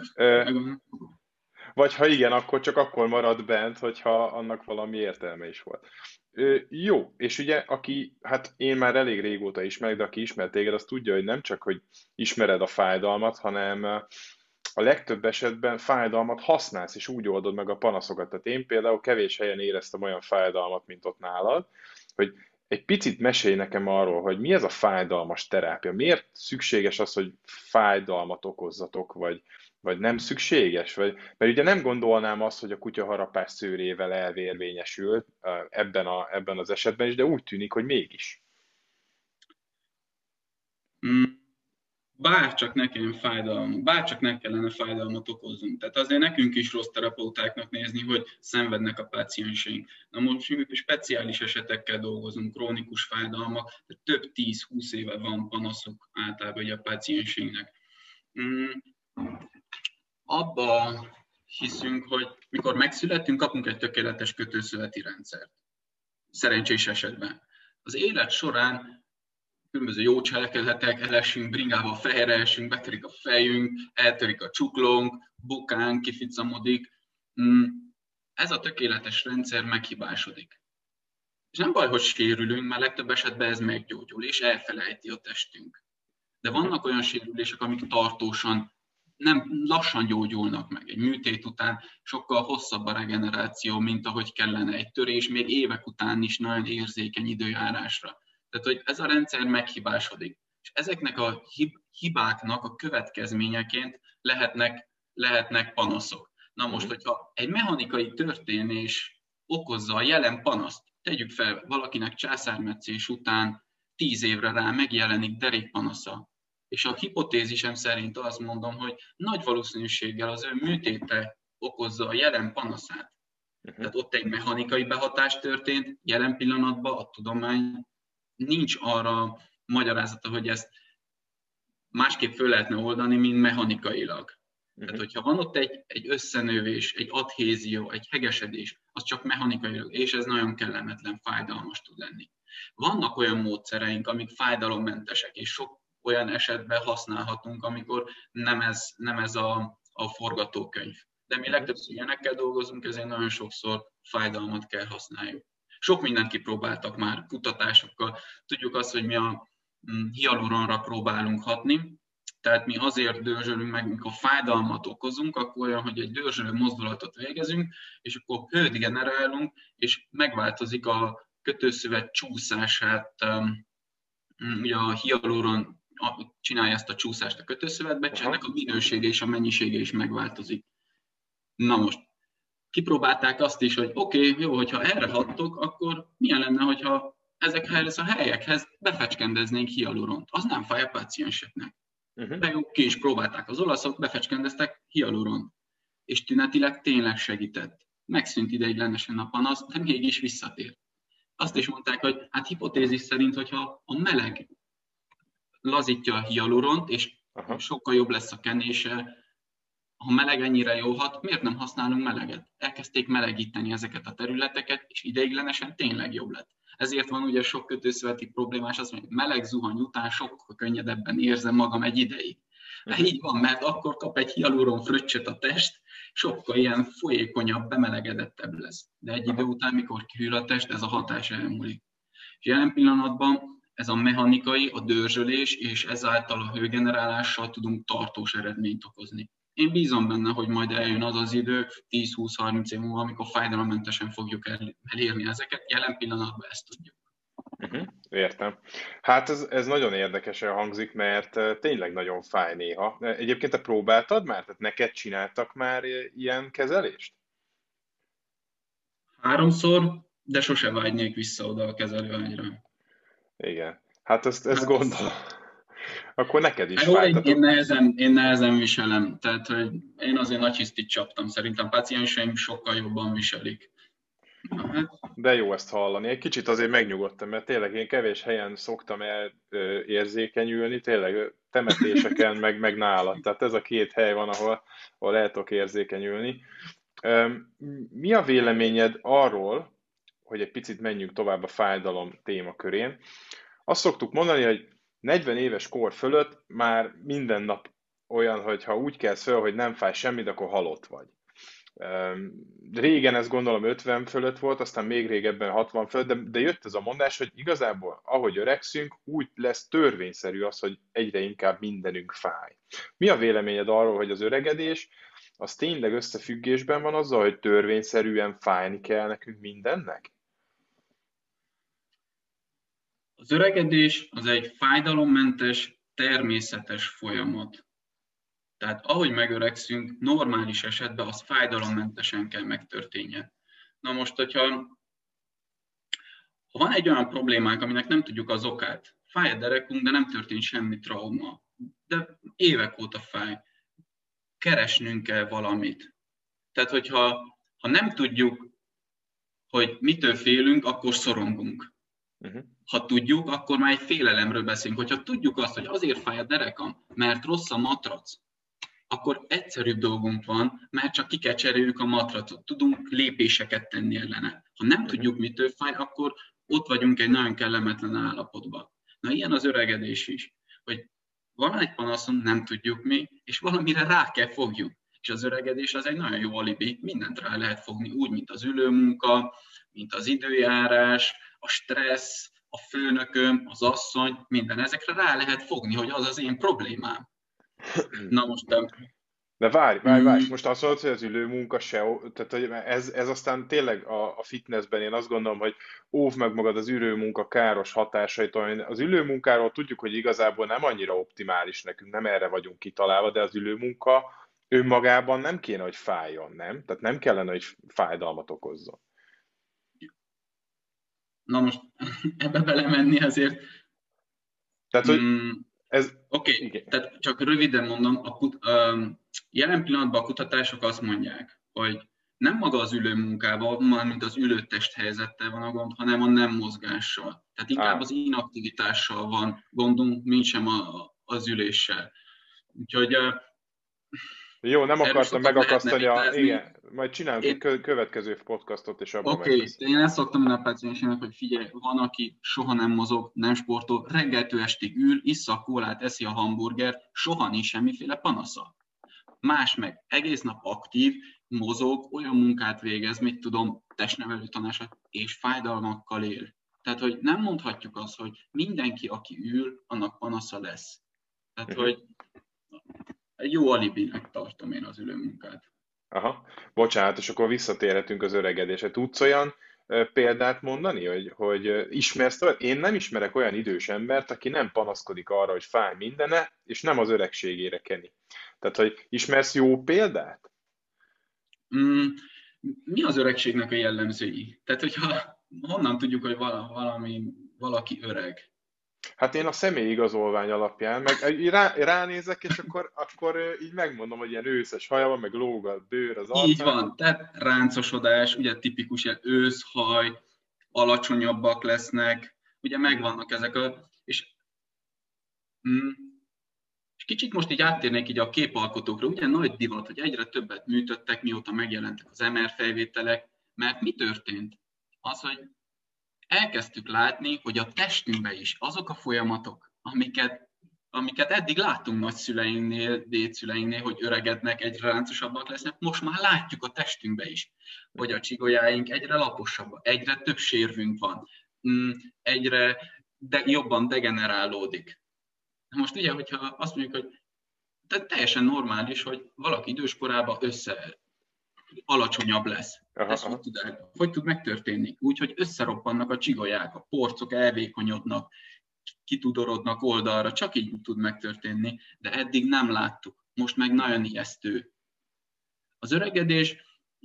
vagy ha igen, akkor csak akkor marad bent, hogyha annak valami értelme is volt. Jó, és ugye hát én már elég régóta ismerek, de aki ismer téged, az tudja, hogy nem csak, hogy ismered a fájdalmat, hanem a legtöbb esetben fájdalmat használsz, és úgy oldod meg a panaszokat. Tehát én például kevés helyen éreztem olyan fájdalmat, mint ott nálad, hogy egy picit mesélj nekem arról, hogy mi ez a fájdalmas terápia, miért szükséges az, hogy fájdalmat okozzatok, vagy nem szükséges? Mert ugye nem gondolnám azt, hogy a kutyaharapás szőrével elvérvényesült ebben az esetben is, de úgy tűnik, hogy mégis. Bárcsak ne kellene fájdalmat okozzunk. Tehát azért nekünk is rossz terapeutáknak nézni, hogy szenvednek a pácienseink. Na most mi speciális esetekkel dolgozunk, krónikus fájdalmak, de több 10-20 éve van panaszuk általában a pácienseinknek. Abba hiszünk, hogy mikor megszületünk, kapunk egy tökéletes kötőszöveti rendszert. Szerencsés esetben. Az élet során különböző jó cselekedetek, elesünk, bringával fejre esünk, betörik a fejünk, eltörik a csuklónk, bukánk, kificamodik. Ez a tökéletes rendszer meghibásodik. És nem baj, hogy sérülünk, mert legtöbb esetben ez meggyógyul, és elfelejti a testünk. De vannak olyan sérülések, amik tartósan, nem lassan gyógyulnak meg. Egy műtét után sokkal hosszabb a regeneráció, mint ahogy kellene. Egy törés még évek után is nagyon érzékeny időjárásra. Tehát, hogy ez a rendszer meghibásodik. És ezeknek a hibáknak a következményeként lehetnek panaszok. Na most, hogyha egy mechanikai történés okozza a jelen panaszt, tegyük fel, valakinek császármetszés után 10 évre rá megjelenik derékpanasza, és a hipotézisem szerint azt mondom, hogy nagy valószínűséggel az ő műtéte okozza a jelen panaszát. Tehát ott egy mechanikai behatás történt, jelen pillanatban a tudomány nincs arra magyarázata, hogy ezt másképp föl lehetne oldani, mint mechanikailag. Tehát, hogyha van ott egy összenövés, egy adhézió, egy hegesedés, az csak mechanikailag, és ez nagyon kellemetlen, fájdalmas tud lenni. Vannak olyan módszereink, amik fájdalommentesek, és sok olyan esetben használhatunk, amikor nem ez a forgatókönyv. De mi legtöbbször ilyenekkel dolgozunk, ezért nagyon sokszor fájdalmat kell használjuk. Sok mindent kipróbáltak már kutatásokkal. Tudjuk azt, hogy mi a hialuronra próbálunk hatni, tehát mi azért dörzsölünk meg, amikor fájdalmat okozunk, akkor olyan, hogy egy dörzsölő mozdulatot végezünk, és akkor hőt generálunk, és megváltozik a kötőszövet csúszását. Ugye a hialuron csinálja ezt a csúszást a kötőszövetbe, és ennek a minősége és a mennyisége is megváltozik. Na most, kipróbálták azt is, hogy oké, jó, hogyha erre hattok, akkor milyen lenne, hogyha ezekhez a helyekhez befecskendeznénk hialuront. Az nem fáj a pácienseknek. De jó, ki is próbálták az olaszok, befecskendeztek hialuront. És tünetileg tényleg segített. Megszűnt ideiglenesen a panasz, de mégis visszatért. Azt is mondták, hogy hát hipotézis szerint, hogyha a meleg lazítja a hialuront, és sokkal jobb lesz a kenése, ha meleg ennyire jó hat, miért nem használunk meleget? Elkezdték melegíteni ezeket a területeket, és ideiglenesen tényleg jobb lett. Ezért van ugye sok kötőszöveti problémás, azt mondja, hogy meleg zuhany után sokkal könnyedebben érzem magam egy ideig. De így van, mert akkor kap egy hialuron fröccsöt a test, sokkal ilyen folyékonyabb, bemelegedettebb lesz. De egy idő után, mikor kihűl a test, ez a hatás elmúlik. És jelen pillanatban ez a mechanikai, a dörzsölés, és ezáltal a hőgenerálással tudunk tartós eredményt okozni. Én bízom benne, hogy majd eljön az az idő, 10-20-30 év múlva, amikor fájdalommentesen fogjuk elérni ezeket. Jelen pillanatban ezt tudjuk. Értem. Hát ez nagyon érdekesen hangzik, mert tényleg nagyon fáj néha. Egyébként te próbáltad már? Tehát neked csináltak már ilyen kezelést? 3-szor, de sose vágynék vissza oda a kezelőágyra. Igen. Hát ezt gondolom. Akkor neked is fájt. Én nehezen viselem. Tehát, hogy én azért nagy hisztit csaptam. Szerintem pácienseim sokkal jobban viselik. De jó ezt hallani. Egy kicsit azért megnyugodtam, mert tényleg én kevés helyen szoktam érzékenyülni, tényleg temetéseken, meg nálad. Tehát ez a 2 hely van, ahol el tudok érzékenyülni. Mi a véleményed arról, hogy egy picit menjünk tovább a fájdalom témakörén? Azt szoktuk mondani, hogy 40 éves kor fölött már minden nap olyan, hogy ha úgy kelsz föl, hogy nem fáj semmit, akkor halott vagy. Régen ez gondolom 50 fölött volt, aztán még régebben 60 fölött, de jött ez a mondás, hogy igazából ahogy öregszünk, úgy lesz törvényszerű az, hogy egyre inkább mindenünk fáj. Mi a véleményed arról, hogy az öregedés az tényleg összefüggésben van azzal, hogy törvényszerűen fájni kell nekünk mindennek? Az öregedés az egy fájdalommentes, természetes folyamat. Tehát ahogy megöregszünk, normális esetben az fájdalommentesen kell megtörténjen. Na most, hogyha van egy olyan problémánk, aminek nem tudjuk az okát, fáj a derekunk, de nem történt semmi trauma, de évek óta fáj, keresnünk kell valamit. Tehát, hogyha nem tudjuk, hogy mitől félünk, akkor szorongunk. Ha tudjuk, akkor már egy félelemről beszélünk. Hogyha tudjuk azt, hogy azért fáj a derekam, mert rossz a matrac, akkor egyszerűbb dolgunk van, mert csak ki kell cseréljük a matracot, tudunk lépéseket tenni ellene. Ha nem tudjuk, mitől fáj, akkor ott vagyunk egy nagyon kellemetlen állapotban. Na, ilyen az öregedés is, hogy van egy panaszunk, nem tudjuk mi, és valamire rá kell fogjuk. És az öregedés az egy nagyon jó alibi, mindent rá lehet fogni, úgy, mint az ülőmunka, mint az időjárás, a stressz, a főnököm, az asszony, minden. Ezekre rá lehet fogni, hogy az az én problémám. Na most... De várj, most azt mondod, hogy az ülőmunka tehát ez aztán tényleg a fitnessben én azt gondolom, hogy óvd meg magad az ülőmunka káros hatásaitól. Az ülőmunkáról tudjuk, hogy igazából nem annyira optimális nekünk, nem erre vagyunk kitalálva, de az ülőmunka önmagában nem kéne, hogy fájjon, nem? Tehát nem kellene, hogy fájdalmat okozzon. Na most ebbe belemenni azért... Tehát, hogy Oké, tehát csak röviden mondom, jelen pillanatban a kutatások azt mondják, hogy nem maga az ülőmunkával, mármint az ülőtest helyzettel van a gond, hanem a nem mozgással. Tehát inkább az inaktivitással van gondunk, mint sem az üléssel. Úgyhogy... Jó, nem akartam megakasztani igen, majd csinálunk egy következő podcastot, és abban megbeszélünk. Én ezt szoktam mondani a páciensének, hogy figyelj, van, aki soha nem mozog, nem sportol, reggeltől estig ül, issza a kólát, eszi a hamburgert, soha nincs semmiféle panasza. Más meg egész nap aktív, mozog, olyan munkát végez, mit tudom, testnevelő tanácsot, és fájdalmakkal él. Tehát, hogy nem mondhatjuk azt, hogy mindenki, aki ül, annak panasza lesz. Tehát, hogy egy jó alibinek tartom én az ülőmunkát. Aha, bocsánat, és akkor visszatérhetünk az öregedésre. Tudsz olyan példát mondani, hogy ismersz? Én nem ismerek olyan idős embert, aki nem panaszkodik arra, hogy fáj mindene, és nem az öregségére keni. Tehát, hogy ismersz jó példát? Mi az öregségnek a jellemzői? Tehát, hogyha honnan tudjuk, hogy valaki öreg? Hát én a személyigazolvány alapján, meg ránézek, és akkor így megmondom, hogy ilyen őszes haja van, meg lóg a bőr az arcán. Így van, tehát ráncosodás, ugye tipikus ilyen őszhaj, alacsonyabbak lesznek, ugye megvannak ezek és kicsit most így áttérnék így a képalkotókra, ugye nagy divat, hogy egyre többet műtöttek, mióta megjelentek az MR felvételek, mert mi történt? Az, hogy elkezdtük látni, hogy a testünkben is azok a folyamatok, amiket eddig láttunk nagyszüleinknél, dédszüleinknél, hogy öregednek, egyre ráncosabbak lesznek, most már látjuk a testünkben is, hogy a csigolyáink egyre laposabbak, egyre több sérvünk van, egyre jobban degenerálódik. Most ugye, hogyha azt mondjuk, hogy teljesen normális, hogy valaki időskorában alacsonyabb lesz. Ez hogy tud megtörténni? Úgy, hogy összeroppannak a csigolyák, a porcok elvékonyodnak, kitudorodnak oldalra, csak így tud megtörténni, de eddig nem láttuk. Most meg nagyon ijesztő. Az öregedés,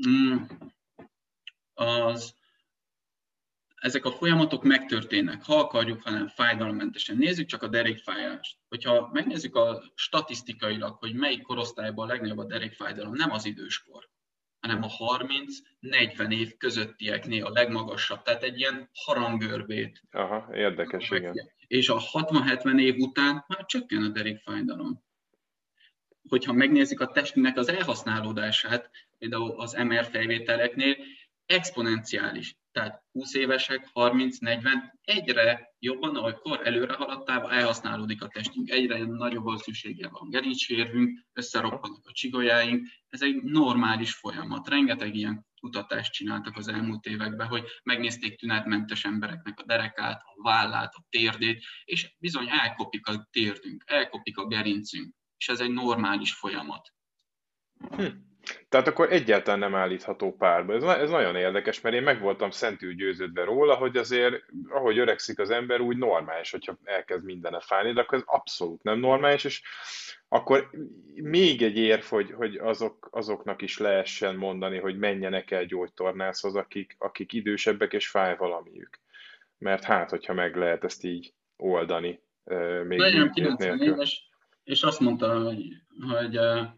ezek a folyamatok megtörténnek, ha akarjuk, hanem fájdalommentesen. Nézzük csak a derékfájást. Hogyha megnézzük statisztikailag, hogy melyik korosztályban a legnagyobb a derékfájdalom, nem az időskor, hanem a 30-40 év közöttieknél a legmagasabb. Tehát egy ilyen harangörbét. Aha, érdekes, igen. És a 60-70 év után már csökken a derékfájdalom. Hogyha megnézzük a testünknek az elhasználódását, például az MR felvételeknél, exponenciális. Tehát 20 évesek, 30-40, egyre jobban, ahogy kor előre haladtával elhasználódik a testünk, egyre nagyobb a szüksége van gerincsérvünk, összeroppanak a csigolyáink, ez egy normális folyamat. Rengeteg ilyen kutatást csináltak az elmúlt években, hogy megnézték tünetmentes embereknek a derekát, a vállát, a térdét, és bizony elkopik a térdünk, elkopik a gerincünk, és ez egy normális folyamat. Tehát akkor egyáltalán nem állítható párba. Ez nagyon érdekes, mert én meg voltam szentül győződve róla, hogy azért, ahogy öregszik az ember, úgy normális, hogyha elkezd mindene fájni, de akkor ez abszolút nem normális, és akkor még egy érv, hogy azoknak is lehessen mondani, hogy menjenek el gyógytornászhoz, akik idősebbek, és fáj valamiük. Mert hát, hogyha meg lehet ezt így oldani, még nagyon 90 éves, és azt mondta, hogy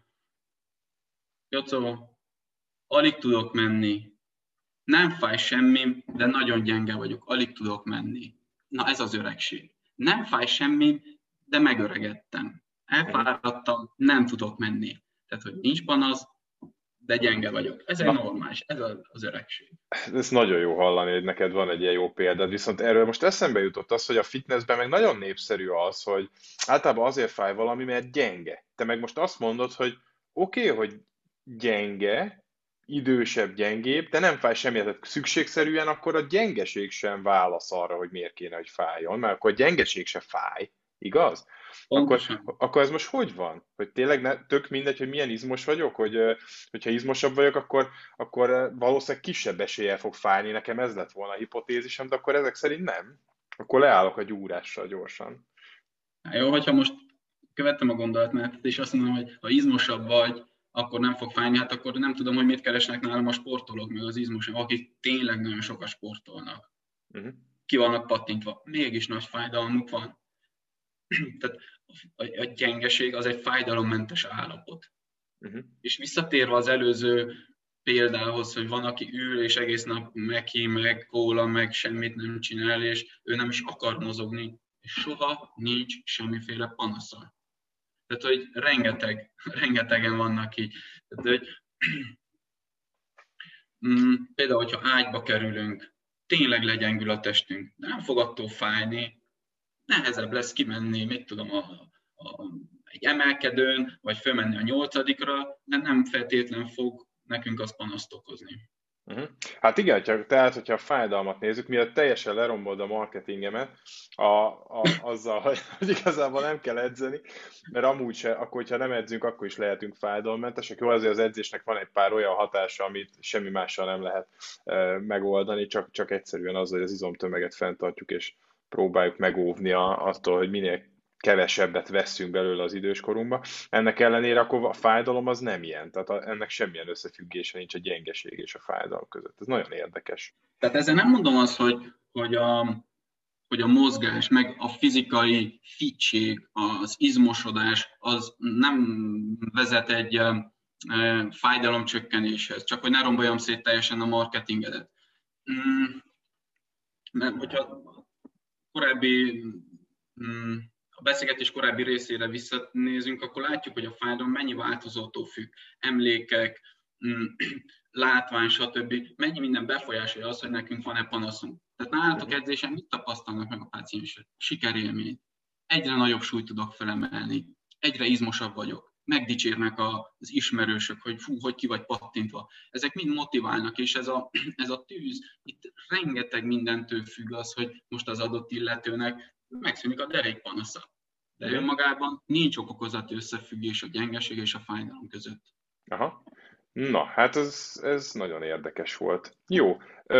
Jocó, alig tudok menni. Nem fáj semmi, de nagyon gyenge vagyok. Alig tudok menni. Na ez az öregség. Nem fáj semmi, de megöregedtem. Elfáradtam, nem tudok menni. Tehát, hogy nincs panasz, de gyenge vagyok. Ez egy normális, ez az öregség. Ez nagyon jó hallani, hogy neked van egy ilyen jó példad, viszont erről most eszembe jutott az, hogy a fitnessben meg nagyon népszerű az, hogy általában azért fáj valami, mert gyenge. Te meg most azt mondod, hogy oké, hogy gyenge, idősebb, gyengébb, de nem fáj semmi, tehát szükségszerűen akkor a gyengeség sem válasz arra, hogy miért kéne, hogy fájjon, mert akkor a gyengeség se fáj, igaz? Akkor ez most hogy van? Hogy tényleg tök mindegy, hogy milyen izmos vagyok, hogyha izmosabb vagyok, akkor valószínűleg kisebb eséllyel fog fájni, nekem ez lett volna a hipotézisem, de akkor ezek szerint nem. Akkor leállok a gyúrással gyorsan. Jó, hogyha most követtem a gondolatmenetet, és azt mondom, hogy ha izmosabb vagy, akkor nem fog fájni, hát akkor nem tudom, hogy mit keresnek nálam a sportolók, meg az izmosok, akik tényleg nagyon sokat sportolnak. Ki vannak pattintva, mégis nagy fájdalmuk van. Tehát a gyengeség az egy fájdalommentes állapot. És visszatérve az előző példához, hogy van, aki ül, és egész nap meki, meg kóla, meg semmit nem csinál, és ő nem is akar mozogni, és soha nincs semmiféle panasza. Tehát, hogy rengetegen vannak így. Tehát, hogy például, hogyha ágyba kerülünk, tényleg legyengül a testünk, nem fog attól fájni, nehezebb lesz kimenni, mit tudom, egy emelkedőn, vagy fölmenni a 8-ra, de nem feltétlen fog nekünk az panaszt okozni. Hát igen, tehát, hogyha a fájdalmat nézzük, miatt teljesen lerombold a marketingemet azzal, hogy igazából nem kell edzeni, mert amúgy se, akkor, hogyha nem edzünk, akkor is lehetünk fájdalommentesek. Jó, azért az edzésnek van egy pár olyan hatása, amit semmi mással nem lehet megoldani, csak egyszerűen az, hogy az izomtömeget fenntartjuk, és próbáljuk megóvni attól, hogy minél kevesebbet vesszünk belőle az időskorunkba. Ennek ellenére akkor a fájdalom az nem ilyen, tehát ennek semmilyen összefüggése nincs a gyengeség és a fájdalom között. Ez nagyon érdekes. Tehát ezzel nem mondom azt, hogy a mozgás, meg a fizikai fittség, az izmosodás, az nem vezet egy fájdalomcsökkenéshez, csak hogy ne romboljam szét teljesen a marketingedet. Mert hogyha a beszélgetés korábbi részére visszanézünk, akkor látjuk, hogy a fájdalom mennyi változótól függ. Emlékek, látvány, stb. Mennyi minden befolyásolja az, hogy nekünk van-e panaszunk. Tehát nálatok edzésen mit tapasztalnak meg a páciensek? Sikerélmény. Egyre nagyobb súlyt tudok felemelni. Egyre izmosabb vagyok. Megdicsérnek az ismerősök, hogy fú, hogy ki vagy pattintva. Ezek mind motiválnak, és ez a tűz, itt rengeteg mindentől függ az, hogy most az adott illetőnek megszűnik a derékpanasza. De önmagában nincs ok-okozati összefüggés a gyengeség és a fájdalom között. Aha. Na, hát ez nagyon érdekes volt. Jó.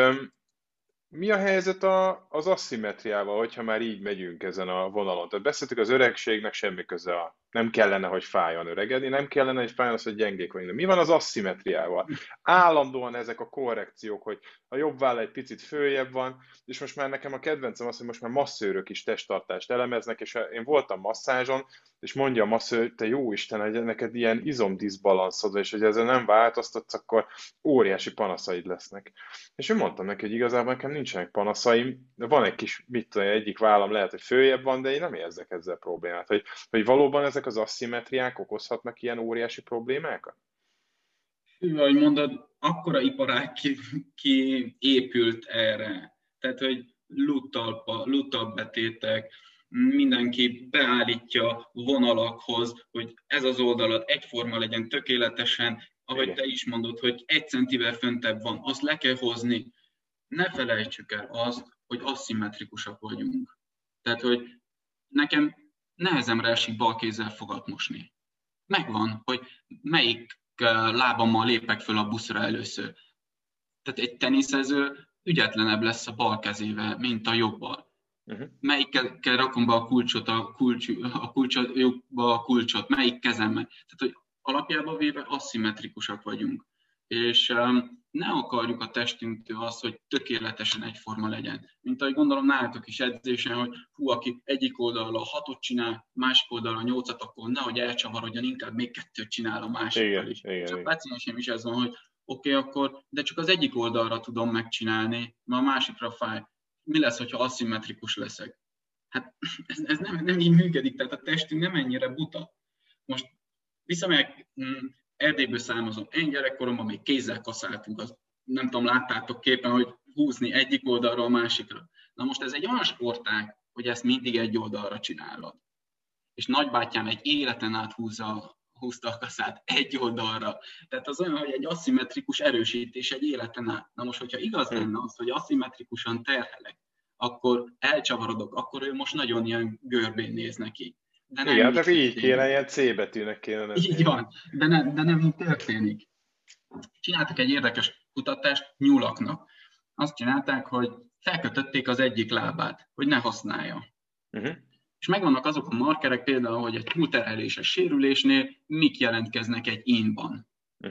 Mi a helyzet az asszimetriával, hogyha már így megyünk ezen a vonalon? Tehát beszéltük, az öregségnek semmi köze nem kellene, hogy fájjon öregedni, nem kellene, hogy fájjon az, hogy gyengék vagyunk. De mi van az asszimetriával? Állandóan ezek a korrekciók, hogy a jobb váll egy picit följebb van, és most már nekem a kedvencem az, hogy most már masszőrök is testtartást elemeznek, és én voltam masszázson, és mondja a masszőr, te jó Isten, hogy neked ilyen izomdiszbalanszod, és hogy ezzel nem változtatsz, akkor óriási panaszaid lesznek. És én mondtam neki, hogy igazából nekem nincsenek panaszaim, de van egy kis, mit tudom, egyik vállam lehet, hogy följebb van, de én nem érzek ezzel problémát. Hogy valóban ezek az asszimetriák okozhatnak ilyen óriási problémákat? Ahogy mondod, akkora iparág ki épült erre. Tehát, hogy luttalbetétek, mindenki beállítja vonalakhoz, hogy ez az oldalat egyforma legyen tökéletesen, ahogy te is mondod, hogy 1 centivel föntebb van, azt le kell hozni. Ne felejtsük el azt, hogy aszimmetrikusak vagyunk. Tehát, hogy nekem nehezemre esik bal kézzel fogat mosni. Megvan, hogy melyik lábammal lépek föl a buszra először. Tehát egy teniszező ügyetlenebb lesz a bal kezével, mint a jobbal. Melyikkel rakom be a kulcsot, melyik kezemmel. Tehát, hogy alapjában véve aszimmetrikusak vagyunk. És ne akarjuk a testünktől azt, hogy tökéletesen egyforma legyen. Mint ahogy gondolom nálatok is edzésen, hogy hú, aki egyik oldalra 6-ot csinál, másik oldalra 8-at, akkor nehogy elcsavarodjon, inkább még 2-t csinál a másikkal is. És a páciensem is ez van, hogy oké, akkor, de csak az egyik oldalra tudom megcsinálni, mert a másikra fáj. Mi lesz, hogyha aszimmetrikus leszek? Hát ez nem így működik, tehát a testünk nem ennyire buta. Most visszamegyek, Erdélyből származom. Én gyerekkoromban még kézzel kaszáltunk, nem tudom, láttátok képen, hogy húzni egyik oldalra a másikra. Na most ez egy olyan sportág, hogy ezt mindig egy oldalra csinálod. És nagybátyám egy életen át húzta a kaszát egy oldalra. Tehát az olyan, hogy egy aszimmetrikus erősítés egy életen át. Na most, hogyha igaz lenne az, hogy aszimmetrikusan terhelek, akkor elcsavarodok, akkor ő most nagyon ilyen görbén néz neki. Igen, tehát így kéne, ilyen C betűnek kéne lenni. Így van, de nem így történik. Csináltak egy érdekes kutatást nyulaknak. Azt csinálták, hogy felkötötték az egyik lábát, hogy ne használja. És megvannak azok a markerek, például, hogy egy túlterheléses sérülésnél mik jelentkeznek egy inban.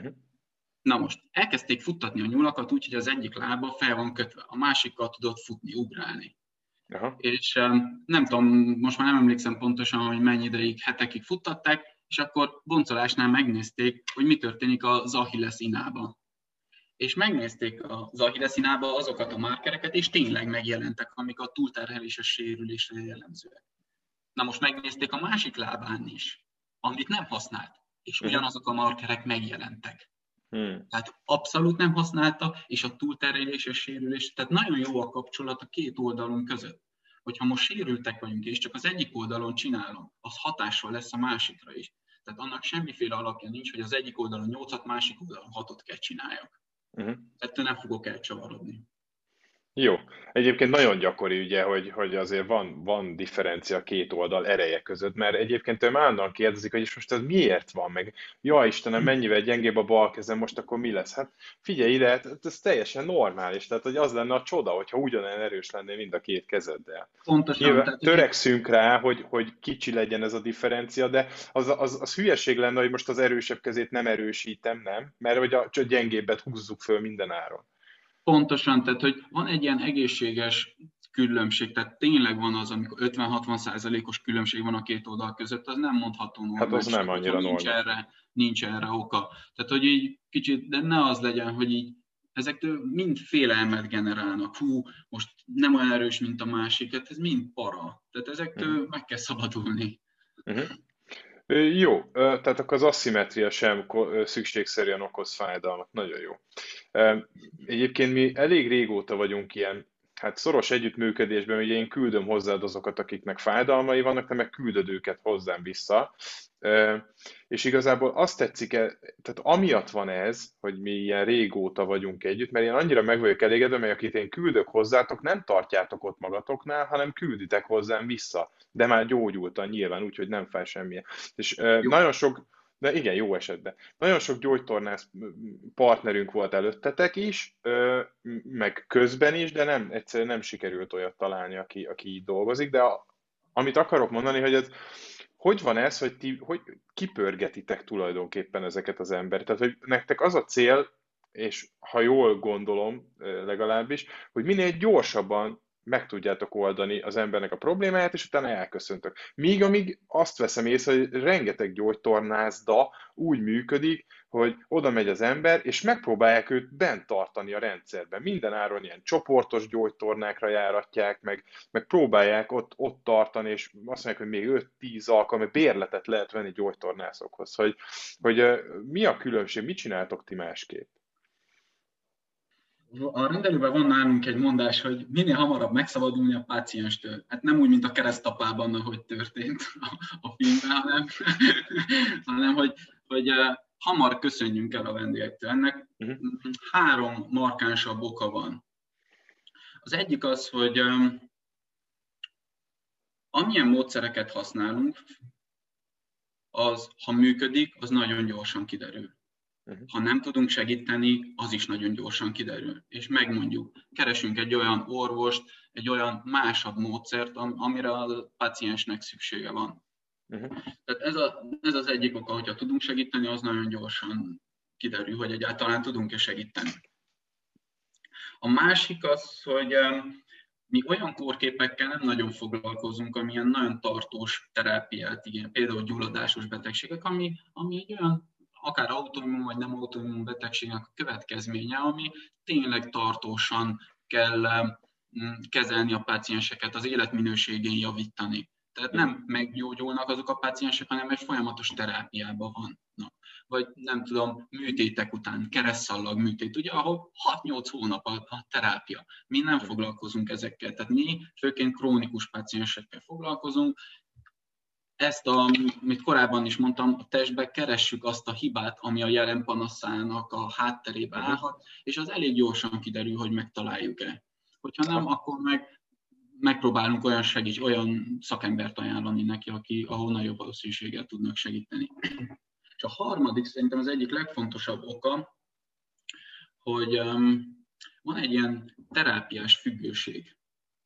Na most, elkezdték futtatni a nyulakat úgy, hogy az egyik lába fel van kötve, a másikkal tudott futni, ugrálni. Aha. És nem tudom, most már nem emlékszem pontosan, hogy mennyi ideig, hetekig futtatták, és akkor boncolásnál megnézték, hogy mi történik az Achilles inában. És megnézték az Achilles inába azokat a markereket, és tényleg megjelentek, amik a túlterheléses sérülésre jellemzőek. Na most megnézték a másik lábán is, amit nem használt, és ugyanazok a markerek megjelentek. Tehát abszolút nem használta, és a túlterheléses sérülés, tehát nagyon jó a kapcsolat a két oldalon között. Hogyha most sérültek vagyunk, és csak az egyik oldalon csinálom, az hatással lesz a másikra is. Tehát annak semmiféle alapja nincs, hogy az egyik oldalon 8-at, másik oldalon 6-ot kell csináljak. Ettől nem fogok elcsavarodni. Jó. Egyébként nagyon gyakori, ugye, hogy azért van differencia a két oldal ereje között, mert egyébként ő állandóan kérdezik, hogy és most ez miért van, meg ja Istenem, mennyivel gyengébb a bal kezem, most akkor mi lesz? Hát figyelj ide, ez teljesen normális, tehát hogy az lenne a csoda, hogyha ugyanolyan erős lennél mind a két kezeddel. Pontosan. Nyilván, törekszünk rá, hogy kicsi legyen ez a differencia, de az hülyeség lenne, hogy most az erősebb kezét nem erősítem, nem? Mert hogy a gyengébbet húzzuk föl minden áron. Pontosan, tehát hogy van egy ilyen egészséges különbség, tehát tényleg van az, amikor 50-60%-os különbség van a két oldal között, az nem mondható normális. Hát az nem annyira normális. Nincs erre oka. Tehát, hogy így kicsit, de ne az legyen, hogy így Ezektől mind félelmet generálnak. Hú, most nem olyan erős, mint a másik, hát ez mind para. Tehát ezektől meg kell szabadulni. Jó, tehát akkor az asszimetria sem szükségszerűen okoz fájdalmat. Nagyon jó. Egyébként mi elég régóta vagyunk ilyen, hát szoros együttműködésben, ugye én küldöm hozzád azokat, akiknek fájdalmai vannak, te meg küldöd őket hozzám vissza. És igazából azt tetszik, tehát amiatt van ez, hogy mi ilyen régóta vagyunk együtt, mert én annyira meg vagyok elégedve, mert akit én küldök hozzátok, nem tartjátok ott magatoknál, hanem külditek hozzám vissza. De már gyógyultan nyilván, úgyhogy nem fáj semmilyen. És nagyon sok, de igen, jó esetben. Nagyon sok gyógytornász partnerünk volt előttetek is, meg közben is, de egyszerűen nem sikerült olyat találni, aki így dolgozik. De amit akarok mondani, hogy van ez, hogy kipörgetitek tulajdonképpen ezeket az embereket? Tehát, hogy nektek az a cél, és ha jól gondolom legalábbis, hogy minél gyorsabban meg tudjátok oldani az embernek a problémáját, és utána elköszöntök. Amíg azt veszem észre, hogy rengeteg gyógytornászda úgy működik, hogy oda megy az ember, és megpróbálják őt bent tartani a rendszerben. Minden áron ilyen csoportos gyógytornákra járatják, meg próbálják ott tartani, és azt mondják, hogy még 5-10 alkalommal bérletet lehet venni gyógytornászokhoz. Hogy mi a különbség, mit csináltok ti másképp? A rendelőben van nálunk egy mondás, hogy minél hamarabb megszabadulni a pácienstől. Hát nem úgy, mint a Keresztapában, ahogy történt a filmben, hanem hogy hamar köszönjünk el a vendégektől. Ennek 3 markánsabb oka van. Az egyik az, hogy amilyen módszereket használunk, az, ha működik, az nagyon gyorsan kiderül. Ha nem tudunk segíteni, az is nagyon gyorsan kiderül. És megmondjuk, keresünk egy olyan orvost, egy olyan másabb módszert, amire a páciensnek szüksége van. Tehát ez az egyik oka, hogyha tudunk segíteni, az nagyon gyorsan kiderül, hogy egyáltalán tudunk-e segíteni. A másik az, hogy mi olyan kórképekkel nem nagyon foglalkozunk, amilyen nagyon tartós terápiát, igen, például gyulladásos betegségek, ami egy olyan akár autoimmun vagy nem autoimmun betegségnek a következménye, ami tényleg tartósan kell kezelni a pácienseket, az életminőségén javítani. Tehát nem meggyógyulnak azok a páciensek, hanem egy folyamatos terápiában vannak. Vagy nem tudom, műtétek után, keresztszallag műtét, ugye, ahol 6-8 hónap a terápia. Mi nem foglalkozunk ezekkel, tehát mi főként krónikus páciensekkel foglalkozunk. Ezt, amit korábban is mondtam, a testben keressük azt a hibát, ami a jelen panaszának a hátterébe állhat, és az elég gyorsan kiderül, hogy megtaláljuk-e. Hogyha nem, akkor megpróbálunk olyan szakembert ajánlani neki, ahol nagyobb valószínűséggel tudnak segíteni. És a harmadik, szerintem az egyik legfontosabb oka, hogy van egy ilyen terápiás függőség.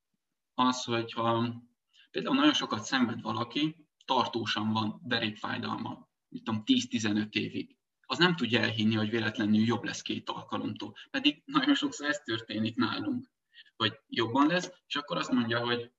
Az, hogyha például nagyon sokat szenved valaki, tartósan van derékfájdalma, 10-15 évig. Az nem tudja elhinni, hogy véletlenül jobb lesz 2 alkalomtól. Pedig nagyon sokszor ez történik nálunk, hogy jobban lesz, és akkor azt mondja, hogy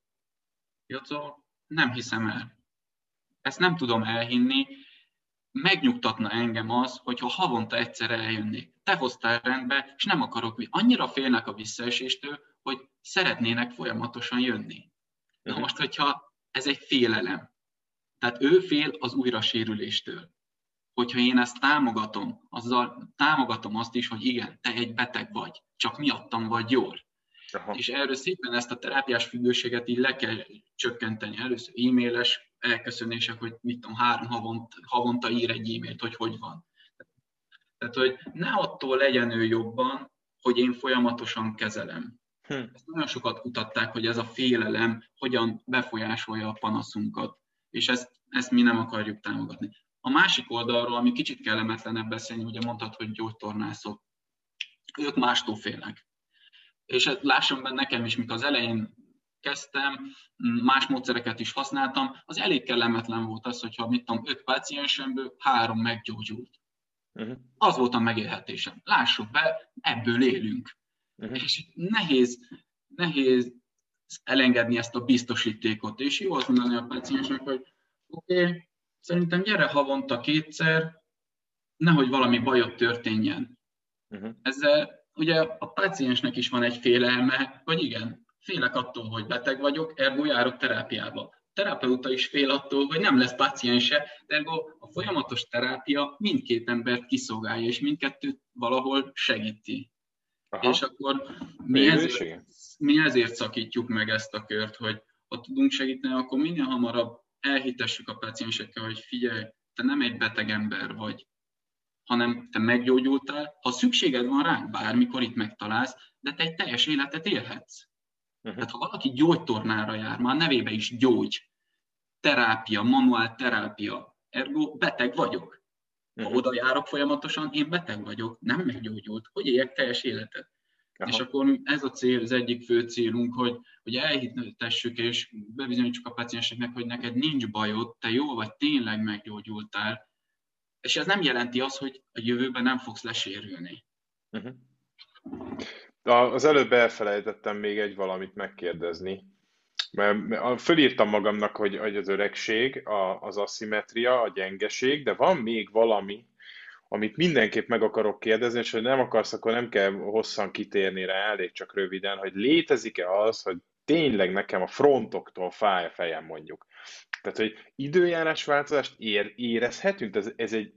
Jocó, nem hiszem el. Ezt nem tudom elhinni, megnyugtatna engem az, hogyha havonta egyszer eljönnék. Te hoztál rendbe, és nem akarok, annyira félnek a visszaeséstől, hogy szeretnének folyamatosan jönni. Na most, hogyha ez egy félelem, tehát ő fél az újrasérüléstől. Hogyha én ezt támogatom, azzal támogatom azt is, hogy igen, te egy beteg vagy, csak miattam vagy jól. Aha. És erről szépen ezt a terápiás függőséget így le kell csökkenteni. Először e-mailes elköszönések, hogy 3 havonta ír egy e-mailt, hogy van. Tehát, hogy ne attól legyen ő jobban, hogy én folyamatosan kezelem. Ezt nagyon sokat kutatták, hogy ez a félelem hogyan befolyásolja a panaszunkat. És ezt mi nem akarjuk támogatni. A másik oldalról, ami kicsit kellemetlenebb beszélni, ugye mondtad, hogy gyógytornászok, ők mástól félnek. És lássam benne nekem is, mikor az elején kezdtem, más módszereket is használtam, az elég kellemetlen volt az, hogyha 5 páciensemből 3 meggyógyult. Az volt a megélhetésem. Lássuk be, ebből élünk. És nehéz elengedni ezt a biztosítékot, és jó azt mondani a páciensnek, hogy oké, szerintem gyere havonta 2-szer, nehogy valami bajod történjen. Ezzel ugye a páciensnek is van egy félelme, hogy igen, félek attól, hogy beteg vagyok, ergo járok terápiába. A terapeuta is fél attól, hogy nem lesz páciense, ergo a folyamatos terápia mindkét embert kiszolgálja, és mindkettőt valahol segíti. Aha. És akkor mi ezért szakítjuk meg ezt a kört, hogy ha tudunk segíteni, akkor minél hamarabb elhitessük a páciensekkel, hogy figyelj, te nem egy beteg ember vagy, hanem te meggyógyultál, ha szükséged van ránk, bármikor itt megtalálsz, de te egy teljes életet élhetsz. Tehát ha valaki gyógytornára jár, már nevébe is gyógy, terápia, manuál terápia, ergo beteg vagyok. Ha oda járok folyamatosan, én beteg vagyok, nem meggyógyult, hogy éljek teljes életet. Aha. És akkor ez a cél, az egyik fő célunk, hogy elhittessük és bebizonyítsuk a pácienseknek, hogy neked nincs bajod, te jó vagy, tényleg meggyógyultál, és ez nem jelenti azt, hogy a jövőben nem fogsz lesérülni. Az előbb elfelejtettem még egy valamit megkérdezni. Mert fölírtam magamnak, hogy az öregség, az aszimmetria, a gyengeség, de van még valami, amit mindenképp meg akarok kérdezni, és hogy nem akarsz, akkor nem kell hosszan kitérni rá, elég csak röviden, hogy létezik-e az, hogy tényleg nekem a frontoktól fáj a fejem mondjuk. Tehát, hogy időjárásváltozást érezhetünk? Ez egy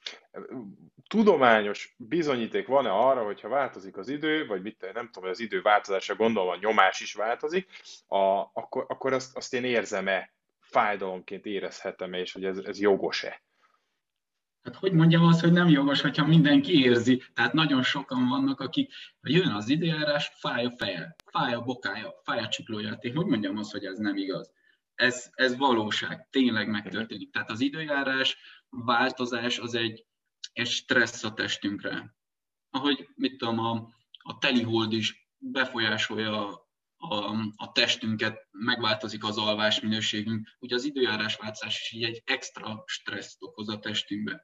tudományos bizonyíték van-e arra, hogyha változik az idő, vagy mit, nem tudom, hogy az idő változása, gondolom a nyomás is változik, akkor azt én érzem-e, fájdalomként érezhetem-e, és hogy ez jogos-e? Hát hogy mondjam azt, hogy nem jogos, hogyha mindenki érzi. Tehát nagyon sokan vannak, akik, ha jön az időjárás, fáj a feje, fáj a bokája, fáj a csuklója. Én hogy mondjam azt, hogy ez nem igaz? Ez valóság, tényleg megtörténik. Tehát az időjárás változás az egy stressz a testünkre. Ahogy, mit tudom, a telihold is befolyásolja a testünket, megváltozik az alvásminőségünk, ugye az időjárásváltozás is így egy extra stresszt okoz a testünkbe.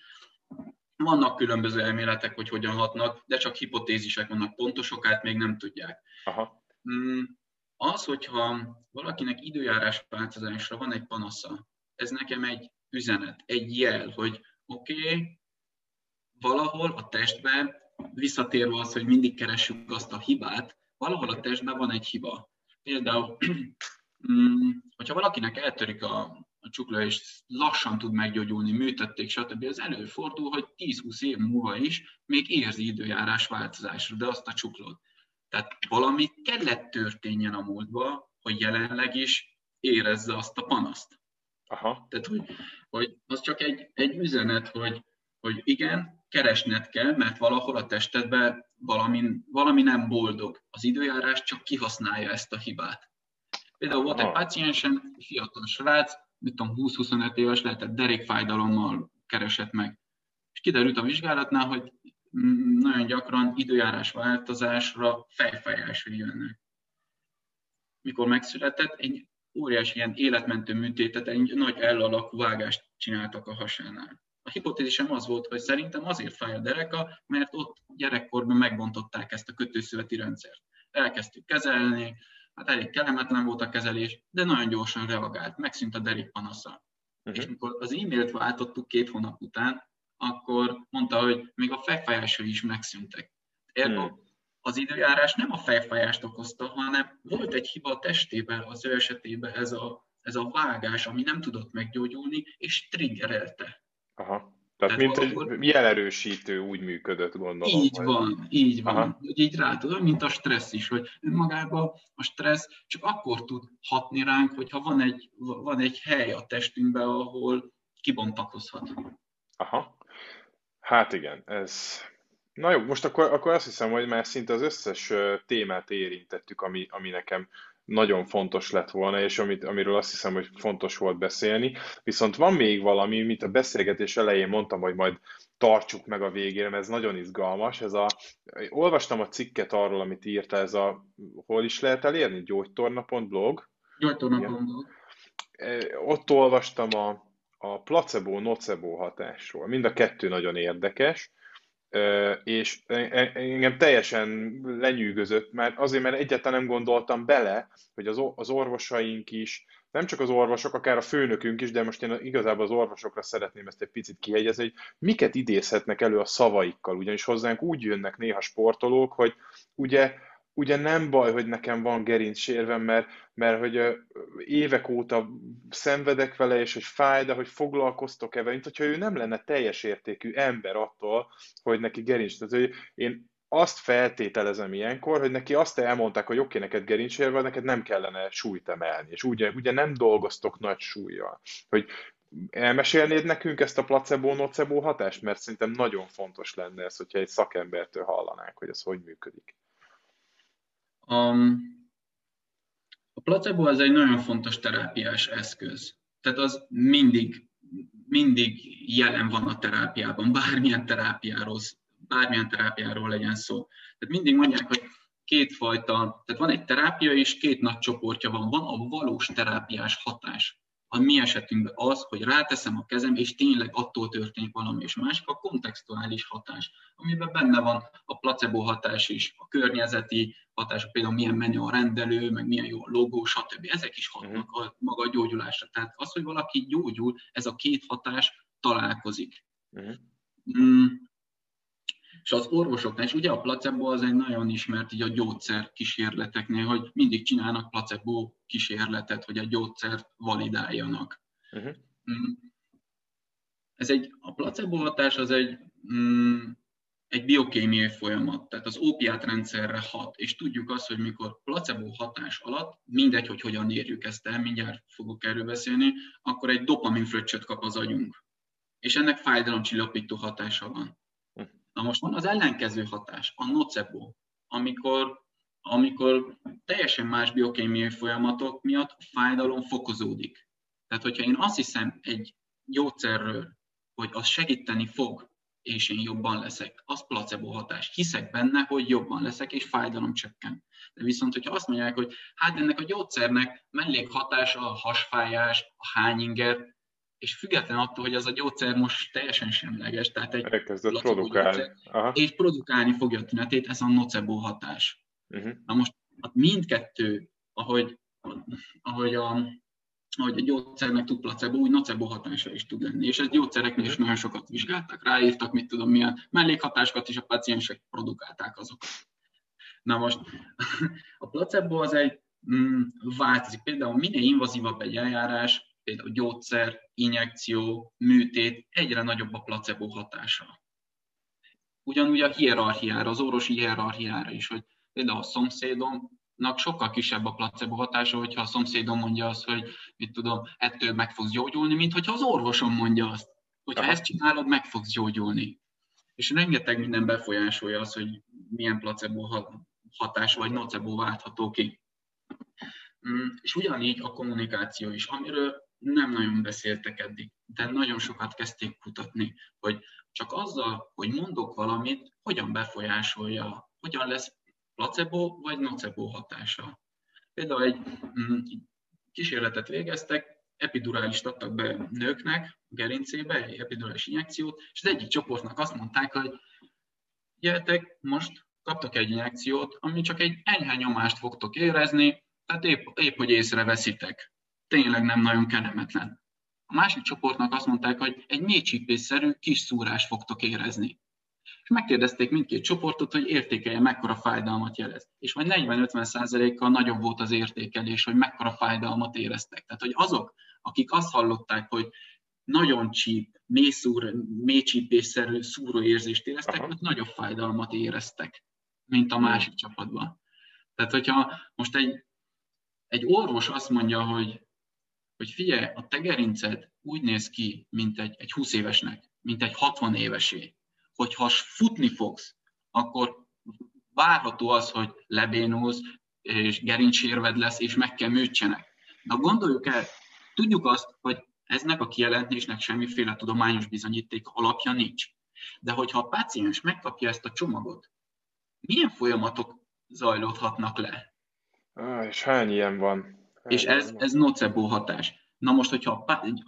Vannak különböző elméletek, hogy hogyan hatnak, de csak hipotézisek vannak, pontos okát még nem tudják. Aha. Az, hogyha valakinek időjárásváltozásra van egy panasza, ez nekem egy üzenet, egy jel, hogy oké, valahol a testben, visszatérve az, hogy mindig keressük azt a hibát, valahol a testben van egy hiba. Például, hogyha valakinek eltörik a csuklója, és lassan tud meggyógyulni, műtötték, stb. Az előfordul, hogy 10-20 év múlva is még érzi időjárás változásra, de azt a csuklót. Tehát valami kellett történjen a múltban, hogy jelenleg is érezze azt a panaszt. Aha. Tehát, hogy az csak egy üzenet, hogy igen, keresned kell, mert valahol a testedben valami nem boldog. Az időjárás csak kihasználja ezt a hibát. Például volt egy páciensen, fiatal srác, 20-25 éves, lehetett derékfájdalommal keresett meg. És kiderült a vizsgálatnál, hogy nagyon gyakran időjárás változásra fejfájásai jönnek. Mikor megszületett, egy óriási ilyen életmentő műtétet, egy nagy L-alakú vágást csináltak a hasánál. A hipotézisem az volt, hogy szerintem azért fáj a dereka, mert ott gyerekkorban megbontották ezt a kötőszöveti rendszert. Elkezdtük kezelni, hát elég kellemetlen volt a kezelés, de nagyon gyorsan reagált, megszűnt a derékpanasza. És mikor az e-mailt váltottuk 2 hónap után, akkor mondta, hogy még a fejfájásai is megszűntek. Ergo az időjárás nem a fejfájást okozta, hanem volt egy hiba a testében, az ő esetében ez a vágás, ami nem tudott meggyógyulni, és triggerelte. Aha. Tehát mint egy jelerősítő úgy működött, gondolom. Így van. Hogy így rá tudom, mint a stressz is, hogy önmagában a stressz csak akkor tud hatni ránk, hogyha van egy hely a testünkben, ahol kibontakozhat. Aha. Hát igen, ez... Na jó, most akkor azt hiszem, hogy már szinte az összes témát érintettük, ami nekem nagyon fontos lett volna, és amiről azt hiszem, hogy fontos volt beszélni. Viszont van még valami, mint a beszélgetés elején mondtam, hogy majd tartsuk meg a végére, mert ez nagyon izgalmas. Olvastam a cikket arról, amit írta, hol is lehet elérni? Gyógytorna.blog? Gyógytorna.blog. Ott olvastam a placebo-nocebo hatásról. Mind a kettő nagyon érdekes. És engem teljesen lenyűgözött, mert egyáltalán nem gondoltam bele, hogy az orvosaink is, nem csak az orvosok, akár a főnökünk is, de most én igazából az orvosokra szeretném ezt egy picit kihegyezni, hogy miket idézhetnek elő a szavaikkal, ugyanis hozzánk úgy jönnek néha sportolók, hogy ugye nem baj, hogy nekem van gerincsérvem, mert hogy évek óta szenvedek vele, és hogy fáj, de hogy foglalkoztok-e vele, mint hogyha ő nem lenne teljes értékű ember attól, hogy neki gerincs. Tehát, hogy én azt feltételezem ilyenkor, hogy neki azt elmondták, hogy oké, neked gerincsérve, neked nem kellene súlyt emelni, és ugye nem dolgoztok nagy súlyjal. Hogy elmesélnéd nekünk ezt a placebo-nocebo hatást? Mert szerintem nagyon fontos lenne ez, hogyha egy szakembertől hallanánk, hogy ez hogy működik. A placebo az egy nagyon fontos terápiás eszköz. Tehát az mindig jelen van a terápiában, bármilyen terápiáról legyen szó. Tehát mindig mondják, hogy kétfajta, tehát van egy terápia és két nagy csoportja van. Van a valós terápiás hatás. A mi esetünkben az, hogy ráteszem a kezem, és tényleg attól történik valami, és másik a kontextuális hatás, amiben benne van a placebo hatás is, a környezeti hatás, például milyen menő a rendelő, meg milyen jó a logó, stb. Ezek is hatnak a maga a gyógyulásra. Tehát az, hogy valaki gyógyul, ez a két hatás találkozik. És az orvosoknál is, ugye a placebo az egy nagyon ismert így a gyógyszer kísérleteknél, hogy mindig csinálnak placebo kísérletet, hogy a gyógyszert validáljanak. A placebo hatás az egy biokémiai folyamat, tehát az ópiátrendszerre hat, és tudjuk azt, hogy mikor placebo hatás alatt, mindegy, hogy hogyan érjük ezt el, mindjárt fogok erről beszélni, akkor egy dopaminfröccsöt kap az agyunk. És ennek fájdalomcsillapító hatása van. Na most van az ellenkező hatás, a nocebo, amikor teljesen más biokémiai folyamatok miatt a fájdalom fokozódik. Tehát, hogyha én azt hiszem egy gyógyszerről, hogy az segíteni fog, és én jobban leszek, az placebo hatás. Hiszek benne, hogy jobban leszek, és fájdalom csökken. De viszont, hogyha azt mondják, hogy hát ennek a gyógyszernek mellékhatása a hasfájás, a hányinger, és független attól, hogy az a gyógyszer most teljesen semleges, tehát egy produkálni. És produkálni fogja a tünetét, ez a nocebo hatás. Na most mindkettő, ahogy a gyógyszernek tud placebo, úgy nocebo hatása is tud lenni. És ezt gyógyszereknél is nagyon sokat vizsgáltak, ráírtak, mit tudom, milyen mellékhatásokat, és a paciensek produkálták azokat. Na most a placebo az változik. Például minél invazívabb egy eljárás, például gyógyszer, injekció, műtét, egyre nagyobb a placebo hatása. Ugyanúgy a hierarchiára, az orvosi hierarchiára is, hogy például a szomszédomnak sokkal kisebb a placebo hatása, hogyha a szomszédom mondja azt, hogy mit tudom, ettől meg fogsz gyógyulni, mint hogyha az orvosom mondja azt, hogyha ezt csinálod, meg fogsz gyógyulni. És rengeteg minden befolyásolja az, hogy milyen placebo hatás vagy nocebo váltható ki. És ugyanígy a kommunikáció is, amiről nem nagyon beszéltek eddig, de nagyon sokat kezdték kutatni, hogy csak azzal, hogy mondok valamit, hogyan befolyásolja, hogyan lesz placebo vagy nocebo hatása. Például egy kísérletet végeztek, epidurálist adtak be nőknek a gerincébe, egy epidurális injekciót, és az egyik csoportnak azt mondták, hogy gyertek, most kaptok egy injekciót, ami csak egy enyhe nyomást fogtok érezni, tehát épp hogy észreveszitek. Tényleg nem nagyon kellemetlen. A másik csoportnak azt mondták, hogy egy mélycsípésszerű kis szúrást fogtok érezni. És megkérdezték mindkét csoportot, hogy értékelje, mekkora fájdalmat jelez. És majd 40-50%-kal nagyobb volt az értékelés, hogy mekkora fájdalmat éreztek. Tehát, hogy azok, akik azt hallották, hogy nagyon csíp, mélycsípésszerű szúróérzést éreztek, hogy nagyobb fájdalmat éreztek, mint a másik csapatban. Tehát, hogyha most egy orvos azt mondja, hogy figyelj, a te gerinced úgy néz ki, mint egy 20 évesnek, mint egy 60 évesé. Hogyha futni fogsz, akkor várható az, hogy lebénulsz, és gerincsérved lesz, és meg kell műtsenek. De gondoljuk el, tudjuk azt, hogy eznek a kijelentésnek semmiféle tudományos bizonyíték alapja nincs. De hogyha a páciens megkapja ezt a csomagot, milyen folyamatok zajlódhatnak le? És hány ilyen van? És ez nocebo hatás. Na most, hogyha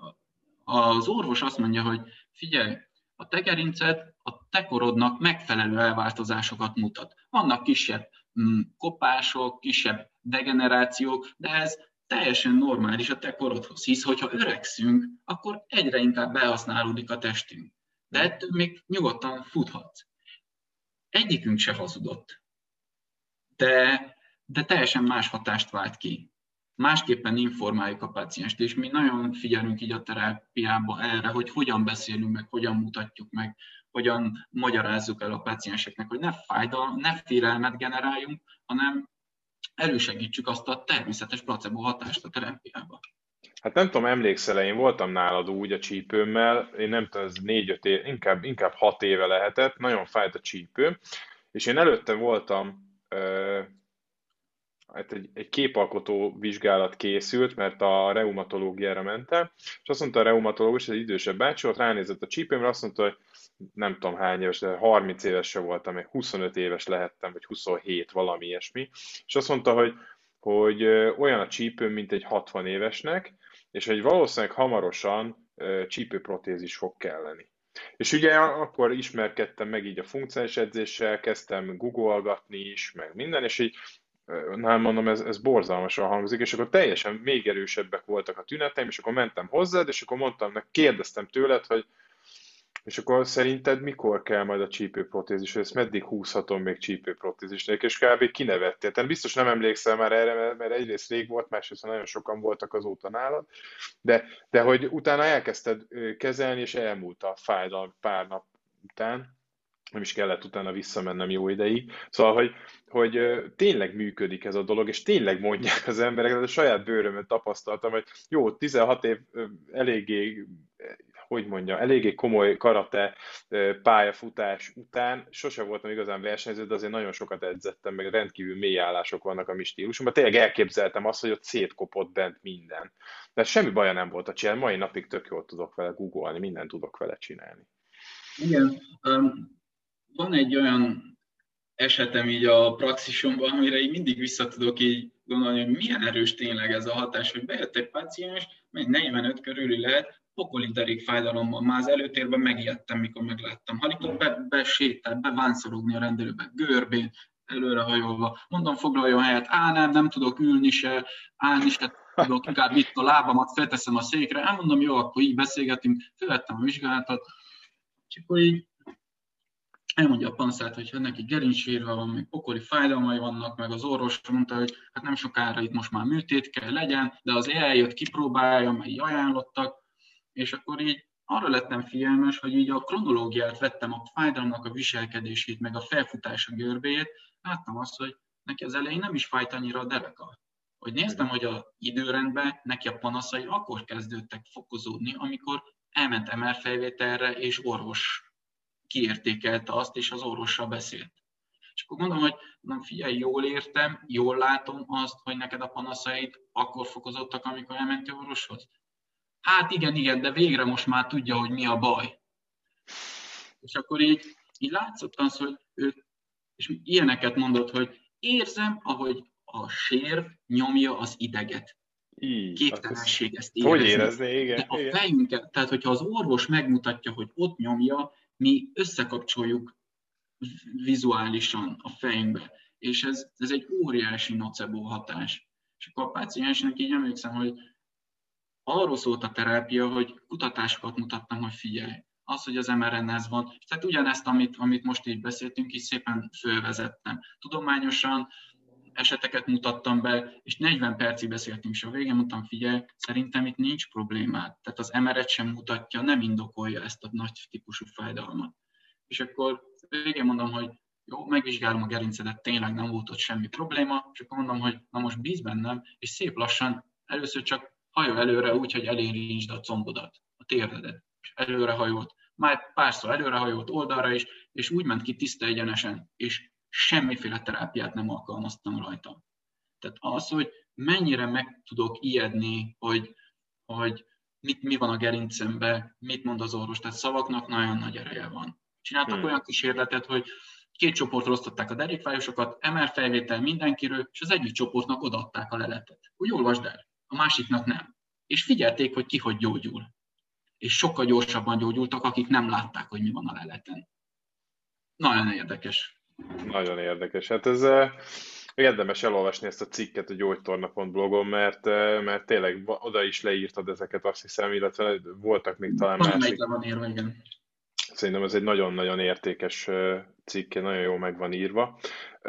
az orvos azt mondja, hogy figyelj, a te gerinced a te korodnak megfelelő elváltozásokat mutat. Vannak kisebb kopások, kisebb degenerációk, de ez teljesen normális a te korodhoz, hisz hogyha öregszünk, akkor egyre inkább behasználódik a testünk. De ettől még nyugodtan futhatsz. Egyikünk se hazudott, de teljesen más hatást vált ki. Másképpen informáljuk a pácienst, és mi nagyon figyelünk így a terápiában erre, hogy hogyan beszélünk meg, hogyan mutatjuk meg, hogyan magyarázzuk el a pácienseknek, hogy ne félelmet generáljunk, hanem elősegítsük azt a természetes placebo hatást a terápiában. Hát nem tudom, emlékszel, én voltam nálad úgy a csípőmmel, én nem tudom, ez 4-5 év, inkább 6 éve lehetett, nagyon fájt a csípő, és én előtte voltam, hát egy képalkotó vizsgálat készült, mert a reumatológiára mentem, és azt mondta a reumatológus, egy idősebb bácsi volt, ránézett a csípőmre, azt mondta, hogy nem tudom hány éves, de 30 éves se voltam, 25 éves lehettem, vagy 27, valami ilyesmi, és azt mondta, hogy olyan a csípőm, mint egy 60 évesnek, és hogy valószínűleg hamarosan csípőprotézis fog kelleni. És ugye akkor ismerkedtem meg így a funkcionális edzéssel, kezdtem googolgatni is, meg minden, és így nem mondom, ez borzalmasan hangzik, és akkor teljesen még erősebbek voltak a tüneteim, és akkor mentem hozzád, és akkor mondtam, kérdeztem tőled, hogy és akkor szerinted mikor kell majd a csípőprotézis, hogy ezt meddig húzhatom még csípőprotézisnek, és kb. Kinevettél. Tehát biztos nem emlékszel már erre, mert egyrészt rég volt, másrészt nagyon sokan voltak azóta nálad, de hogy utána elkezdted kezelni, és elmúlt a fájdalom pár nap után, nem is kellett utána visszamennem jó ideig. Szóval, hogy tényleg működik ez a dolog, és tényleg mondják az emberek, de a saját bőrömön tapasztaltam, hogy jó, 16 év eléggé, eléggé komoly karate pályafutás után sose voltam igazán versenyző, de azért nagyon sokat edzettem, meg rendkívül mély állások vannak a mi stílusomban. Tényleg elképzeltem azt, hogy ott szétkopott bent minden. De semmi baja nem volt a csinálni, mai napig tök jól tudok vele googolni, mindent tudok vele csinálni. Igen, van egy olyan esetem így a praxisomban, amire így mindig vissza tudok így gondolni, hogy milyen erős tényleg ez a hatás, hogy bejött egy páciens, mely 45 körüli lehet, pokoli derékfájdalommal. Már az előtérben megijedtem, mikor megláttam. Halított besétált, bevánszorogni a rendelőbe, görbén, előrehajolva. Mondom, foglaljon helyet, nem tudok ülni se, állni se tudok, inkább itt a lábamat felteszem a székre. Mondom, jó, akkor így beszélgetünk, felvettem a vizsgálatot, és akkor így elmondja a panaszát, hogy neki gerincsérve van, még pokoli fájdalmai vannak, meg az orvos mondta, hogy hát nem sokára itt most már műtét kell legyen, de az eljött, kipróbálja, meg így ajánlottak, és akkor így arra lettem figyelmes, hogy így a kronológiát vettem, a fájdalomnak a viselkedését, meg a felfutása görbéjét, láttam azt, hogy neki az elején nem is fájt annyira a dereka. Hogy néztem, hogy az időrendben neki a panaszai akkor kezdődtek fokozódni, amikor elment MR-felvételre, és orvos kiértékelte azt, és az orvossal beszélt. És akkor mondom, hogy figyelj, jól értem, jól látom azt, hogy neked a panaszaid akkor fokozottak, amikor elmentél orvoshoz. Hát igen, de végre most már tudja, hogy mi a baj. És akkor így látszott az, hogy ő, és ilyeneket mondott, hogy érzem, ahogy a sérv nyomja az ideget. Képtelenség ezt érezni. Hogy érezni, igen. De a fejünket, tehát hogyha az orvos megmutatja, hogy ott nyomja, mi összekapcsoljuk vizuálisan a fejünkbe. És ez egy óriási nocebo hatás. És akkor a páciensnek így emlékszem, hogy arról szólt a terápia, hogy kutatásokat mutattam, hogy figyelj, az, hogy az mRNA-hez van, és tehát ugyanezt, amit most így beszéltünk, is szépen fölvezettem. Tudományosan eseteket mutattam be, és 40 percig beszéltünk, és a végén mondtam, figyelj, szerintem itt nincs problémát. Tehát az MR-et sem mutatja, nem indokolja ezt a nagy típusú fájdalmat. És akkor végén mondom, hogy jó, megvizsgálom a gerincedet, tényleg nem volt ott semmi probléma, és akkor mondom, hogy na most bíz bennem, és szép lassan először csak hajol előre úgy, hogy elérintsd a combodat, a térdedet. És előrehajolt, már párszor előrehajolt oldalra is, és úgy ment ki tiszta egyenesen, és semmiféle terápiát nem alkalmaztam rajta. Tehát az, hogy mennyire meg tudok ijedni, hogy mi van a gerincemben, mit mond az orvos, tehát szavaknak nagyon nagy ereje van. Csináltak olyan kísérletet, hogy 2 csoportra osztották a derékfájosokat, MR-felvétel mindenkiről, és az egyik csoportnak odaadták a leletet, hogy olvasd el, a másiknak nem. És figyelték, hogy ki hogy gyógyul. És sokkal gyorsabban gyógyultak, akik nem látták, hogy mi van a leleten. Nagyon érdekes. Nagyon érdekes. Hát ez Érdemes elolvasni ezt a cikket a gyógytorna.blogon, mert tényleg oda is leírtad ezeket, azt hiszem, illetve voltak még talán Valamelyik másik. le van írva, igen. Szerintem ez egy nagyon-nagyon értékes cikk, nagyon jól meg van írva.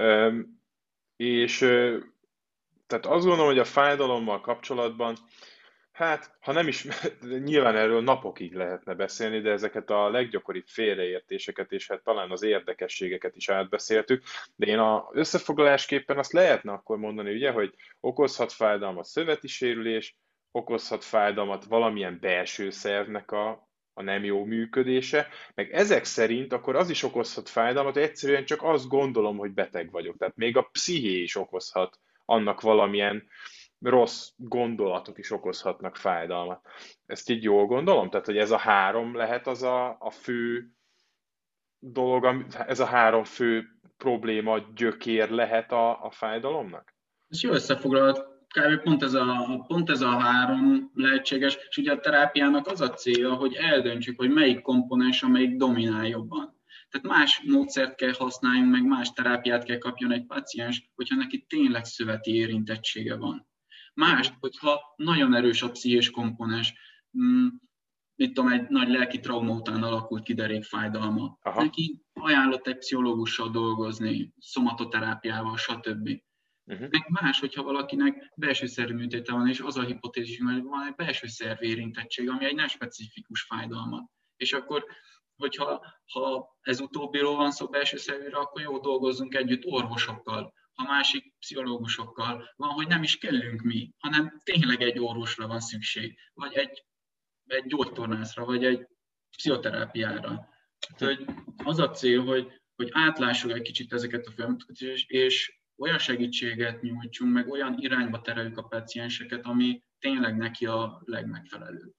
És tehát azt gondolom, hogy a fájdalommal kapcsolatban, hát, ha nem is, nyilván erről napokig lehetne beszélni, de ezeket a leggyakoribb félreértéseket és hát talán az érdekességeket is átbeszéltük, de én összefoglalásképpen azt lehetne akkor mondani, ugye, hogy okozhat fájdalmat szöveti sérülés, okozhat fájdalmat valamilyen belső szervnek a nem jó működése, meg ezek szerint akkor az is okozhat fájdalmat, hogy egyszerűen csak azt gondolom, hogy beteg vagyok. Tehát még a psziché is okozhat annak valamilyen rossz gondolatok is okozhatnak fájdalmat. Ezt így jól gondolom? Tehát, hogy ez a három lehet az a fő dolog, ez a három fő probléma gyökér lehet a fájdalomnak? Ez jó összefoglalhat. Kb. Pont ez a három lehetséges, és ugye a terápiának az a célja, hogy eldöntsük, hogy melyik komponens, amelyik dominál jobban. Tehát más módszert kell használjunk, meg más terápiát kell kapjon egy páciens, hogyha neki tényleg szöveti érintettsége van. Mást, hogyha nagyon erős a pszichés komponens, mit tudom, egy nagy lelki trauma után alakult ki derékfájdalma. Neki ajánlott egy pszichológussal dolgozni, szomatoterápiával, stb. Meg más, hogyha valakinek belső szervi műtéte van, és az a hipotézis, hogy van egy belső szervi érintettség, ami egy nem specifikus fájdalmat. És akkor, hogyha ez utóbbiról van szó belső szervére, akkor jó, dolgozzunk együtt orvosokkal, ha másik pszichológusokkal van, hogy nem is kellünk mi, hanem tényleg egy orvosra van szükség, vagy egy gyógytornászra, vagy egy pszichoterápiára. Tehát, az a cél, hogy átlássuk egy kicsit ezeket a folyamatokat, és olyan segítséget nyújtsunk, meg olyan irányba tereljük a pácienseket, ami tényleg neki a legmegfelelőbb.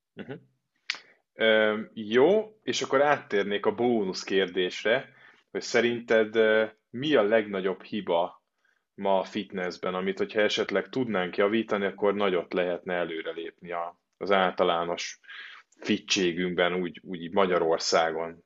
Jó, és akkor áttérnék a bónusz kérdésre, hogy szerinted mi a legnagyobb hiba ma a fitnessben, amit, hogyha esetleg tudnánk javítani, akkor nagyot lehetne előrelépni az általános fittségünkben, úgy Magyarországon?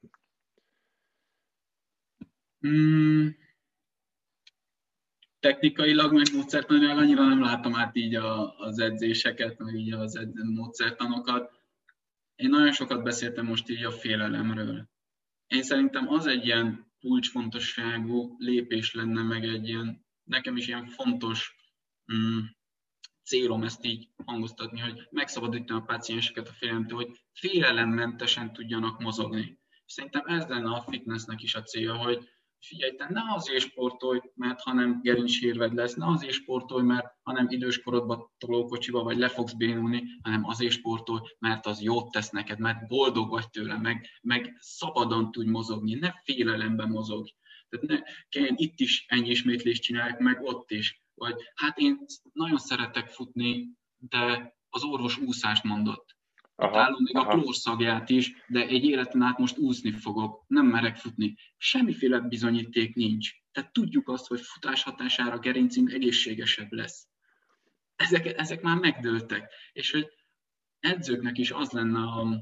Technikailag, meg módszertanilag annyira nem látom át így az edzéseket, meg így az módszertanokat. Én nagyon sokat beszéltem most így a félelemről. Én szerintem az egy ilyen kulcsfontosságú lépés lenne, meg egy ilyen, nekem is ilyen fontos célom ezt így hangoztatni, hogy megszabadítom a pácienseket a félelemtől, hogy félelemmentesen tudjanak mozogni. Szerintem ez lenne a fitnessnek is a célja, hogy figyelj, te ne azért sportolj, mert ha nem gerincsérved lesz, ne azért sportolj, mert ha nem időskorodban tolókocsiba vagy le fogsz bénulni, hanem azért sportolj, mert az jót tesz neked, mert boldog vagy tőle, meg szabadon tudj mozogni, ne félelemben mozogj. Tehát ne kelljen itt is ennyi ismétlést csinálják, meg ott is. Vagy hát én nagyon szeretek futni, de az orvos úszást mondott. Találom még a klórszagját is, de egy életen át most úszni fogok, nem merek futni. Semmiféle bizonyíték nincs. Tehát tudjuk azt, hogy futás hatására gerincünk egészségesebb lesz. Ezek már megdőltek. És hogy edzőknek is az lenne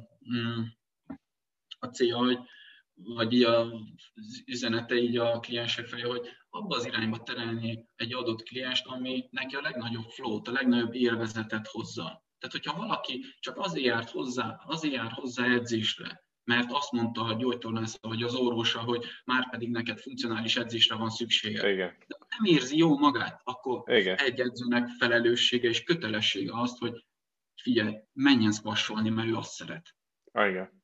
a célja, vagy így az üzenete így a kliensek felé, hogy abba az irányba terelni egy adott klienst, ami neki a legnagyobb flow-t, a legnagyobb élvezetet hozza. Tehát, hogyha valaki csak azért jár hozzá edzésre, mert azt mondta a gyógytornász vagy az orvosa, hogy már pedig neked funkcionális edzésre van szüksége. Igen. De nem érzi jó magát, akkor Igen. egy edzőnek felelőssége és kötelessége azt, hogy figyelj, menjen squasholni, mert ő azt szeret. Igen.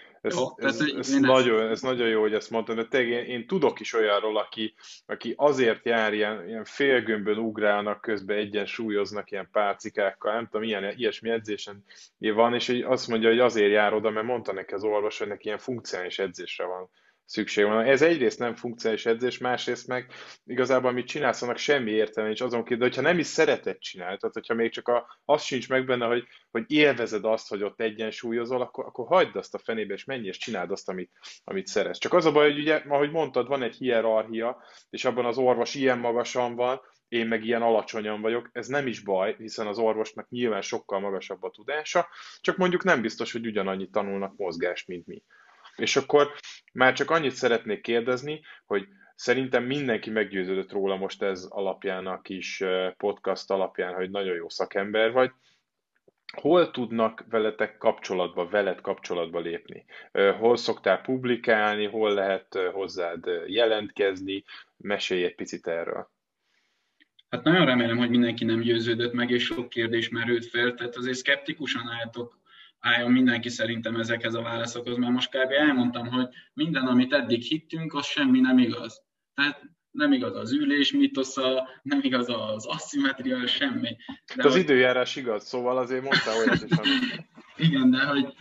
Ez nagyon jó, hogy ezt mondtad, de tényleg én tudok is olyanról, aki azért jár, ilyen félgömbön ugrálnak, közben egyensúlyoznak ilyen pálcikákkal, nem tudom, ilyesmi edzésen van, és azt mondja, hogy azért jár oda, mert mondta neki az orvos, hogy neki ilyen funkcionális edzésre van szükség van. Ez egyrészt nem funkcionális edzés, másrészt meg igazából amit csinálsz, annak semmi értelme nincs azon kívül, de hogyha nem is szereted csinálni, tehát hogyha még csak az sincs meg benne, hogy élvezed azt, hogy ott egyensúlyozol, akkor hagyd azt a fenébe, és menj és csináld azt, amit szeretsz. Csak az a baj, hogy ugye, ahogy mondtad, van egy hierarchia, és abban az orvos ilyen magasan van, én meg ilyen alacsonyan vagyok, ez nem is baj, hiszen az orvosnak nyilván sokkal magasabb a tudása, csak mondjuk nem biztos, hogy ugyanannyit tanulnak mozgást, mint mi. És akkor Már csak annyit szeretnék kérdezni, hogy szerintem mindenki meggyőződött róla most ez alapján, a kis podcast alapján, hogy nagyon jó szakember vagy. Hol tudnak veled kapcsolatba lépni? Hol szoktál publikálni, hol lehet hozzád jelentkezni? Mesélj egy picit erről. Hát nagyon remélem, hogy mindenki nem győződött meg, és sok kérdés merült fel, tehát azért szkeptikusan álljon mindenki szerintem ezekhez a válaszokhoz, mert most kb. Elmondtam, hogy minden, amit eddig hittünk, az semmi nem igaz. Tehát nem igaz az ülés mitosza, nem igaz az aszimmetria, semmi. De az időjárás igaz, szóval azért mondtál olyat is, amit... Igen, de hogy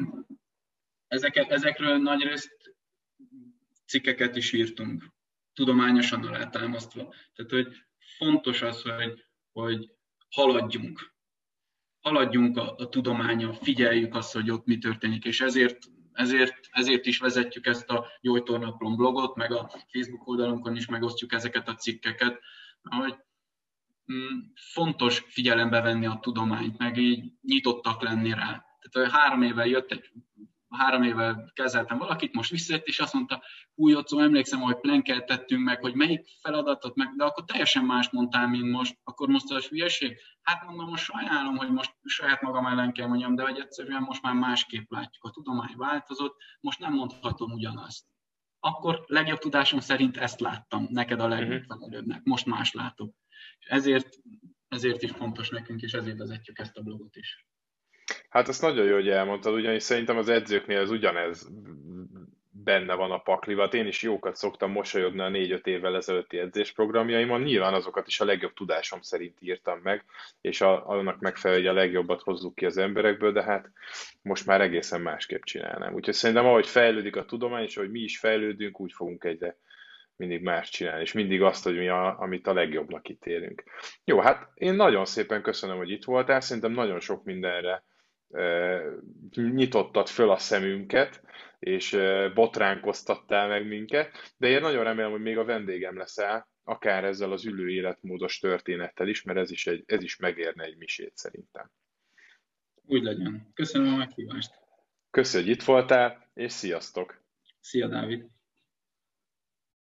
ezekről nagyrészt cikkeket is írtunk, tudományosan alátámasztva. Tehát, hogy fontos az, hogy haladjunk. Haladjunk a tudományon, figyeljük azt, hogy ott mi történik, és ezért is vezetjük ezt a Gyógytornaplom blogot, meg a Facebook oldalunkon is megosztjuk ezeket a cikkeket, hogy fontos figyelembe venni a tudományt, meg így nyitottak lenni rá. Tehát 3 éve kezeltem valakit, most visszajött, és azt mondta, Jocó, emlékszem, hogy plenkeltettünk meg, hogy melyik feladatot meg, de akkor teljesen más mondtál, mint most. Akkor most az hülyeség? Hát mondom, most sajnálom, hogy most saját magam ellen kell mondjam, de hogy egyszerűen most már másképp látjuk. A tudomány változott, most nem mondhatom ugyanazt. Akkor legjobb tudásom szerint ezt láttam, neked a legmegfelelőbbnek, most más látok. És ezért is fontos nekünk, és ezért vezetjük ezt a blogot is. Hát azt nagyon jó, hogy elmondtad, ugyanis szerintem az edzőknél ez ugyanez benne van a paklivat. Én is jókat szoktam mosolyogni a 4-5 évvel ezelőtti edzésprogramjaimon. Nyilván azokat is a legjobb tudásom szerint írtam meg, és annak megfelelően, hogy a legjobbat hozzuk ki az emberekből, de hát most már egészen másképp csinálnám. Úgyhogy szerintem ahogy fejlődik a tudomány, és ahogy mi is fejlődünk, úgy fogunk egyre mindig más csinálni, és mindig azt, hogy amit a legjobbnak ítélünk. Jó, hát én nagyon szépen köszönöm, hogy itt voltál, szerintem nagyon sok mindenre nyitottad föl a szemünket, és botránkoztattál meg minket, de én nagyon remélem, hogy még a vendégem leszel, akár ezzel az ülő életmódos történettel is, mert ez is megérne egy misét szerintem. Úgy legyen. Köszönöm a meghívást. Köszönöm, hogy itt voltál, és sziasztok! Szia, Dávid!